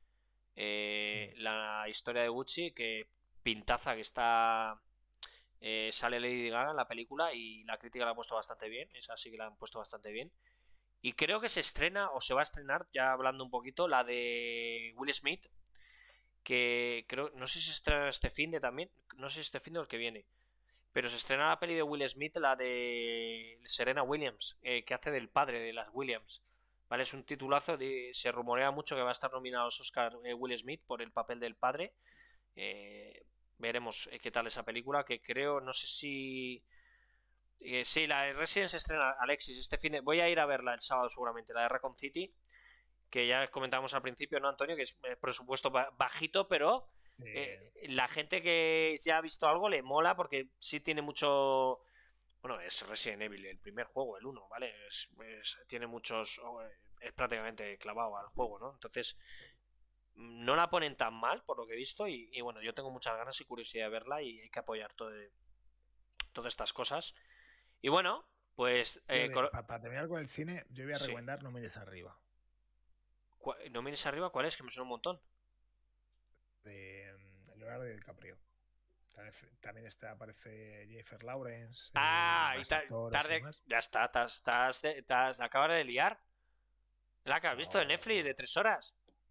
La historia de Gucci, que pintaza que está. Sale Lady Gaga en la película y la crítica la ha puesto bastante bien. Esa sí que la han puesto bastante bien. Y creo que se estrena o se va a estrenar, ya hablando un poquito, la de Will Smith, que creo, no sé si se estrena este fin de también, no sé si este fin de o el que viene, pero se estrena la peli de Will Smith, la de Serena Williams, que hace del padre de las Williams. ¿Vale? Es un titulazo, se rumorea mucho que va a estar nominado a los Oscar Will Smith por el papel del padre. Veremos qué tal esa película, que creo, no sé si... sí, la de Resident se estrena, Alexis, este fin de... Voy a ir a verla el sábado seguramente, la de Raccoon City, que ya comentábamos al principio, ¿no, Antonio? Que es presupuesto bajito, pero la gente que ya ha visto algo le mola porque sí tiene mucho... Bueno, es Resident Evil, el primer juego, el uno, ¿vale? Tiene muchos... Es prácticamente clavado al juego, ¿no? Entonces, no la ponen tan mal, por lo que he visto, y bueno, yo tengo muchas ganas y curiosidad de verla y hay que apoyar todas estas cosas. Y bueno, pues... Yo para terminar con el cine, yo voy a sí. recomendar No mires arriba. ¿No mires arriba? ¿Cuál es? Que me suena un montón. De Leonardo DiCaprio. También aparece Jennifer Lawrence, Ah, y más actores y tarde... demás. Ya está, acabas de liar. La que has visto de No, Netflix de 3 horas.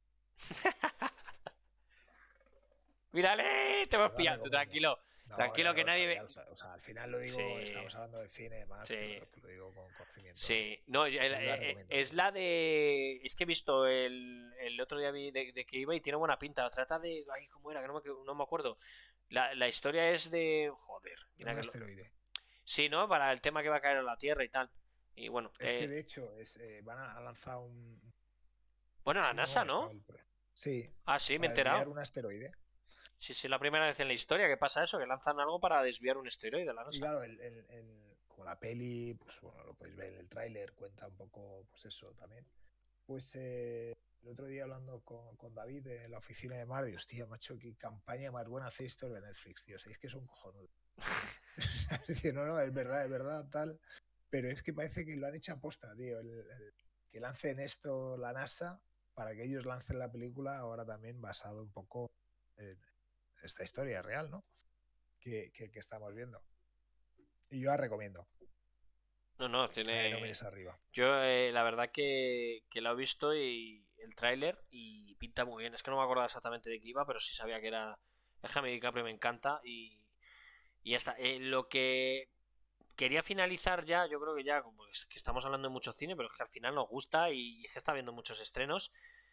Mírale, te hemos yo la pillado, tú recomiendo. tranquilo. No, Tranquilo ya que lo nadie sabía, ve. o sea, al final lo digo, Sí, estamos hablando de cine más sí, que lo digo con conocimiento, ¿no? sí. No, Yo la recomiendo, es sí. la de. Es que he visto el otro día vi de que iba y tiene buena pinta. Trata de. Ay, ¿cómo era? Que no me acuerdo. La historia es de. Joder, mira Un que asteroide. sí, ¿no? Para el tema que va a caer en la Tierra y tal. Y bueno, Es que de hecho van a lanzar un... bueno, la Sí, no, NASA, ¿no? sí, Ah, sí, me he para desviar enterado. un asteroide. Sí, sí, la primera vez en la historia que pasa eso, que lanzan algo para desviar un esteroide, la Y NASA. claro, como la peli, pues bueno, lo podéis ver en el tráiler, cuenta un poco, pues eso también. Pues el otro día hablando con David en la oficina de Mar, dios, tío, macho, qué campaña más buena hacéis estos de Netflix, tío. Es que son cojonudos. Decir, no, es verdad, tal. Pero es que parece que lo han hecho aposta, tío. Que lancen esto la NASA para que ellos lancen la película ahora también basado un poco en esta historia real, ¿no? Que estamos viendo. Y yo la recomiendo. No, no, No tiene... mires arriba. Yo la verdad que lo he visto y el tráiler y pinta muy bien. Es que no me acuerdo exactamente de qué iba, pero sí sabía que era... Déjame DiCaprio me encanta y ya está. Lo que quería finalizar ya, yo creo que ya, como es que estamos hablando de mucho cine, pero es que al final nos gusta y es que está viendo muchos estrenos.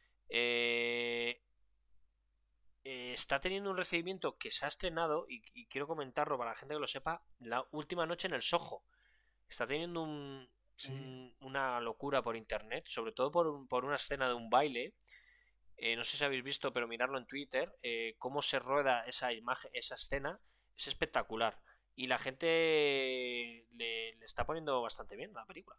Eh, está teniendo un recibimiento que se ha estrenado y quiero comentarlo para la gente que lo sepa, La última noche en el Soho. Está teniendo Sí. una locura por internet, sobre todo por una escena de un baile. No sé si habéis visto, pero mirarlo en Twitter, cómo se rueda esa imagen, esa escena, es espectacular. Y la gente le está poniendo bastante bien la película.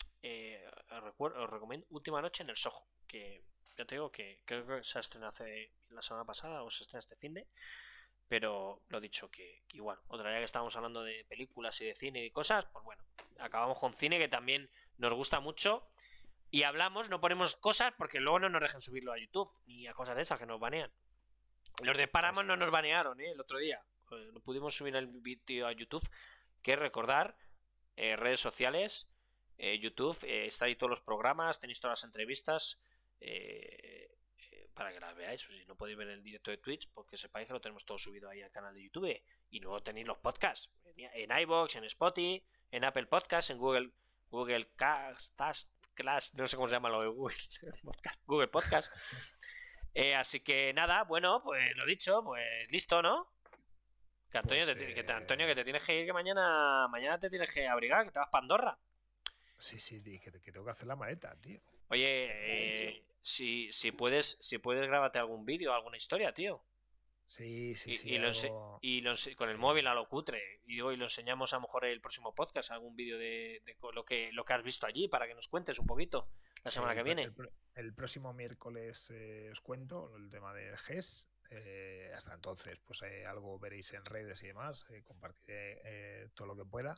Os recomiendo Última Noche en el Soho, que ya te digo que creo que se estrenó hace la semana pasada o se estrena este fin de, pero lo dicho, que igual, otra vez que estábamos hablando de películas y de cine y cosas, pues bueno, acabamos con cine que también nos gusta mucho y hablamos, no ponemos cosas porque luego no nos dejan subirlo a YouTube ni a cosas de esas que nos banean. Los de Paramount no nos banearon, el otro día. No pudimos subir el vídeo a YouTube, que recordar, redes sociales, YouTube, está ahí todos los programas, tenéis todas las entrevistas. Para que las veáis. Si no podéis ver el directo de Twitch, porque sepáis que lo tenemos todo subido ahí al canal de YouTube. Y luego tenéis los podcasts en iVoox, en Spotify, en Apple Podcasts, en Google Cast, no sé cómo se llama lo de Google Podcast. Google Podcast. Así que nada, bueno, pues lo dicho, pues listo, ¿no? Que Antonio, Pues, Antonio, que te tienes que ir, que mañana te tienes que abrigar, que te vas para Andorra. sí, que tengo que hacer la maleta, tío. Oye, si puedes grábate algún vídeo, alguna historia, tío. Sí, Algo... con el Sí. móvil a lo cutre. Y hoy lo enseñamos a lo mejor el próximo podcast, algún vídeo de lo que has visto allí, para que nos cuentes un poquito la Sí, semana que viene. el próximo miércoles os cuento el tema del GES. Hasta entonces, pues algo veréis en redes y demás. Compartiré todo lo que pueda.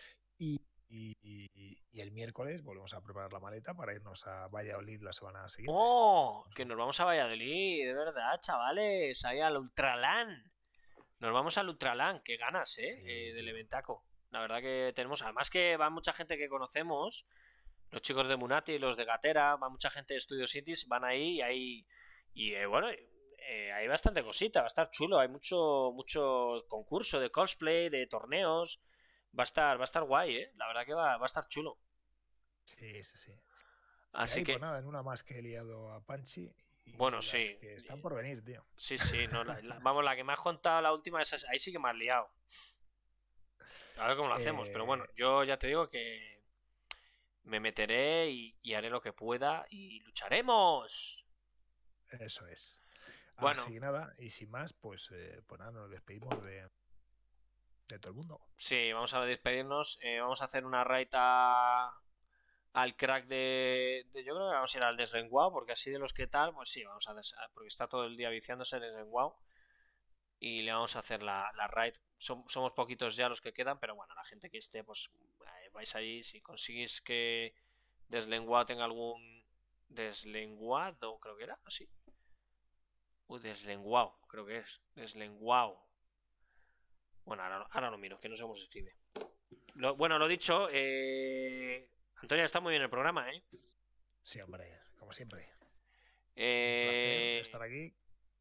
Y el miércoles volvemos a preparar la maleta para irnos a Valladolid la semana siguiente. ¡Oh! Que nos vamos a Valladolid, de verdad, chavales. Ahí al Ultraland. Nos vamos al Ultraland. Qué ganas, Sí, del tío. eventaco. La verdad que tenemos. Además que va mucha gente que conocemos. Los chicos de Munati, los de Gatera, va mucha gente de Studio Cities, van ahí y ahí. Y bueno, hay bastante cosita, va a estar chulo. Hay mucho concurso de cosplay, de torneos. Va a estar guay, La verdad que va a estar chulo. Sí. Y Así ahí, pues que, nada, en una más que he liado a Panchi Bueno, las sí. que están por venir, tío. Sí, no, vamos, la que me has contado, la última, ahí sí que me has liado. A ver cómo lo hacemos, pero bueno, yo ya te digo que me meteré y haré lo que pueda y lucharemos. Eso es. Bueno, Así que nada, y sin más, pues nada, nos despedimos de todo el mundo. sí, vamos a despedirnos. Vamos a hacer una raid al crack yo creo que vamos a ir al deslenguado, porque así de los que tal, pues sí, vamos porque está todo el día viciándose el deslenguado. Y le vamos a hacer la raid. Somos poquitos ya los que quedan, pero bueno, la gente que esté, pues vais allí. Si conseguís que Deslenguado tenga algún. Deslenguado, creo que era, así. Deslenguado, creo que es. Deslenguado. Bueno, ahora lo miro, que no sé cómo se escribe. Bueno, lo dicho, Antonio, está muy bien el programa, ¿eh? Sí, hombre, como siempre. Un placer estar aquí.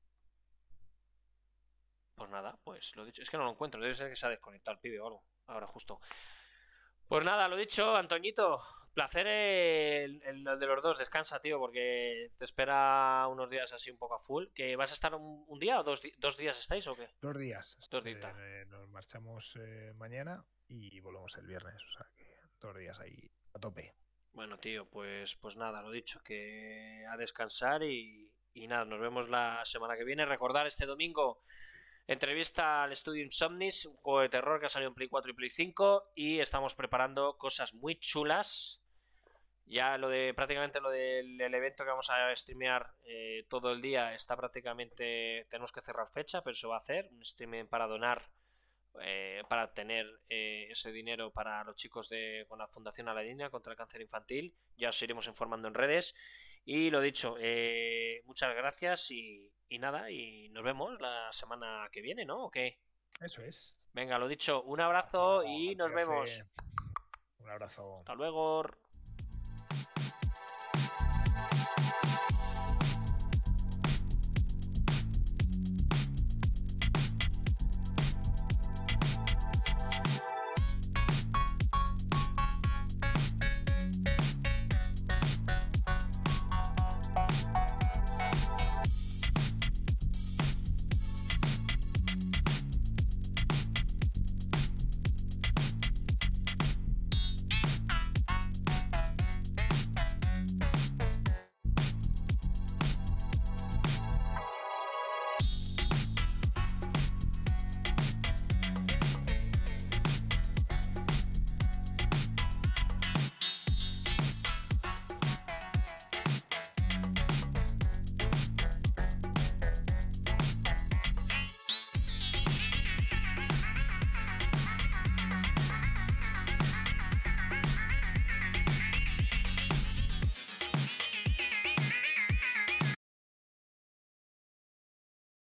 Pues nada, pues lo dicho. Es que no lo encuentro, debe ser que se ha desconectado el pibe o algo. Ahora justo. Pues nada, lo dicho, Antoñito. Placer el de los dos. Descansa, tío, porque te espera unos días así un poco a full. ¿Que vas a estar un día o dos días estáis o qué? 2 días. 2 días. Nos marchamos mañana y volvemos el viernes. O sea que 2 días ahí a tope. Bueno, tío, pues nada, lo dicho, que a descansar y nada, nos vemos la semana que viene. Recordar este domingo. Entrevista al estudio Insomnis, un juego de terror que ha salido en Play 4 y Play 5 y estamos preparando cosas muy chulas. Ya prácticamente lo del evento que vamos a streamear todo el día está prácticamente, tenemos que cerrar fecha, pero se va a hacer un streaming para donar, para tener ese dinero para los chicos con la Fundación A la Línea contra el cáncer infantil. Ya os iremos informando en redes. Y lo dicho, muchas gracias y nada, y nos vemos la semana que viene, ¿no? ¿O qué? Eso es. Venga, lo dicho, un abrazo y nos vemos. Un abrazo. Hasta luego.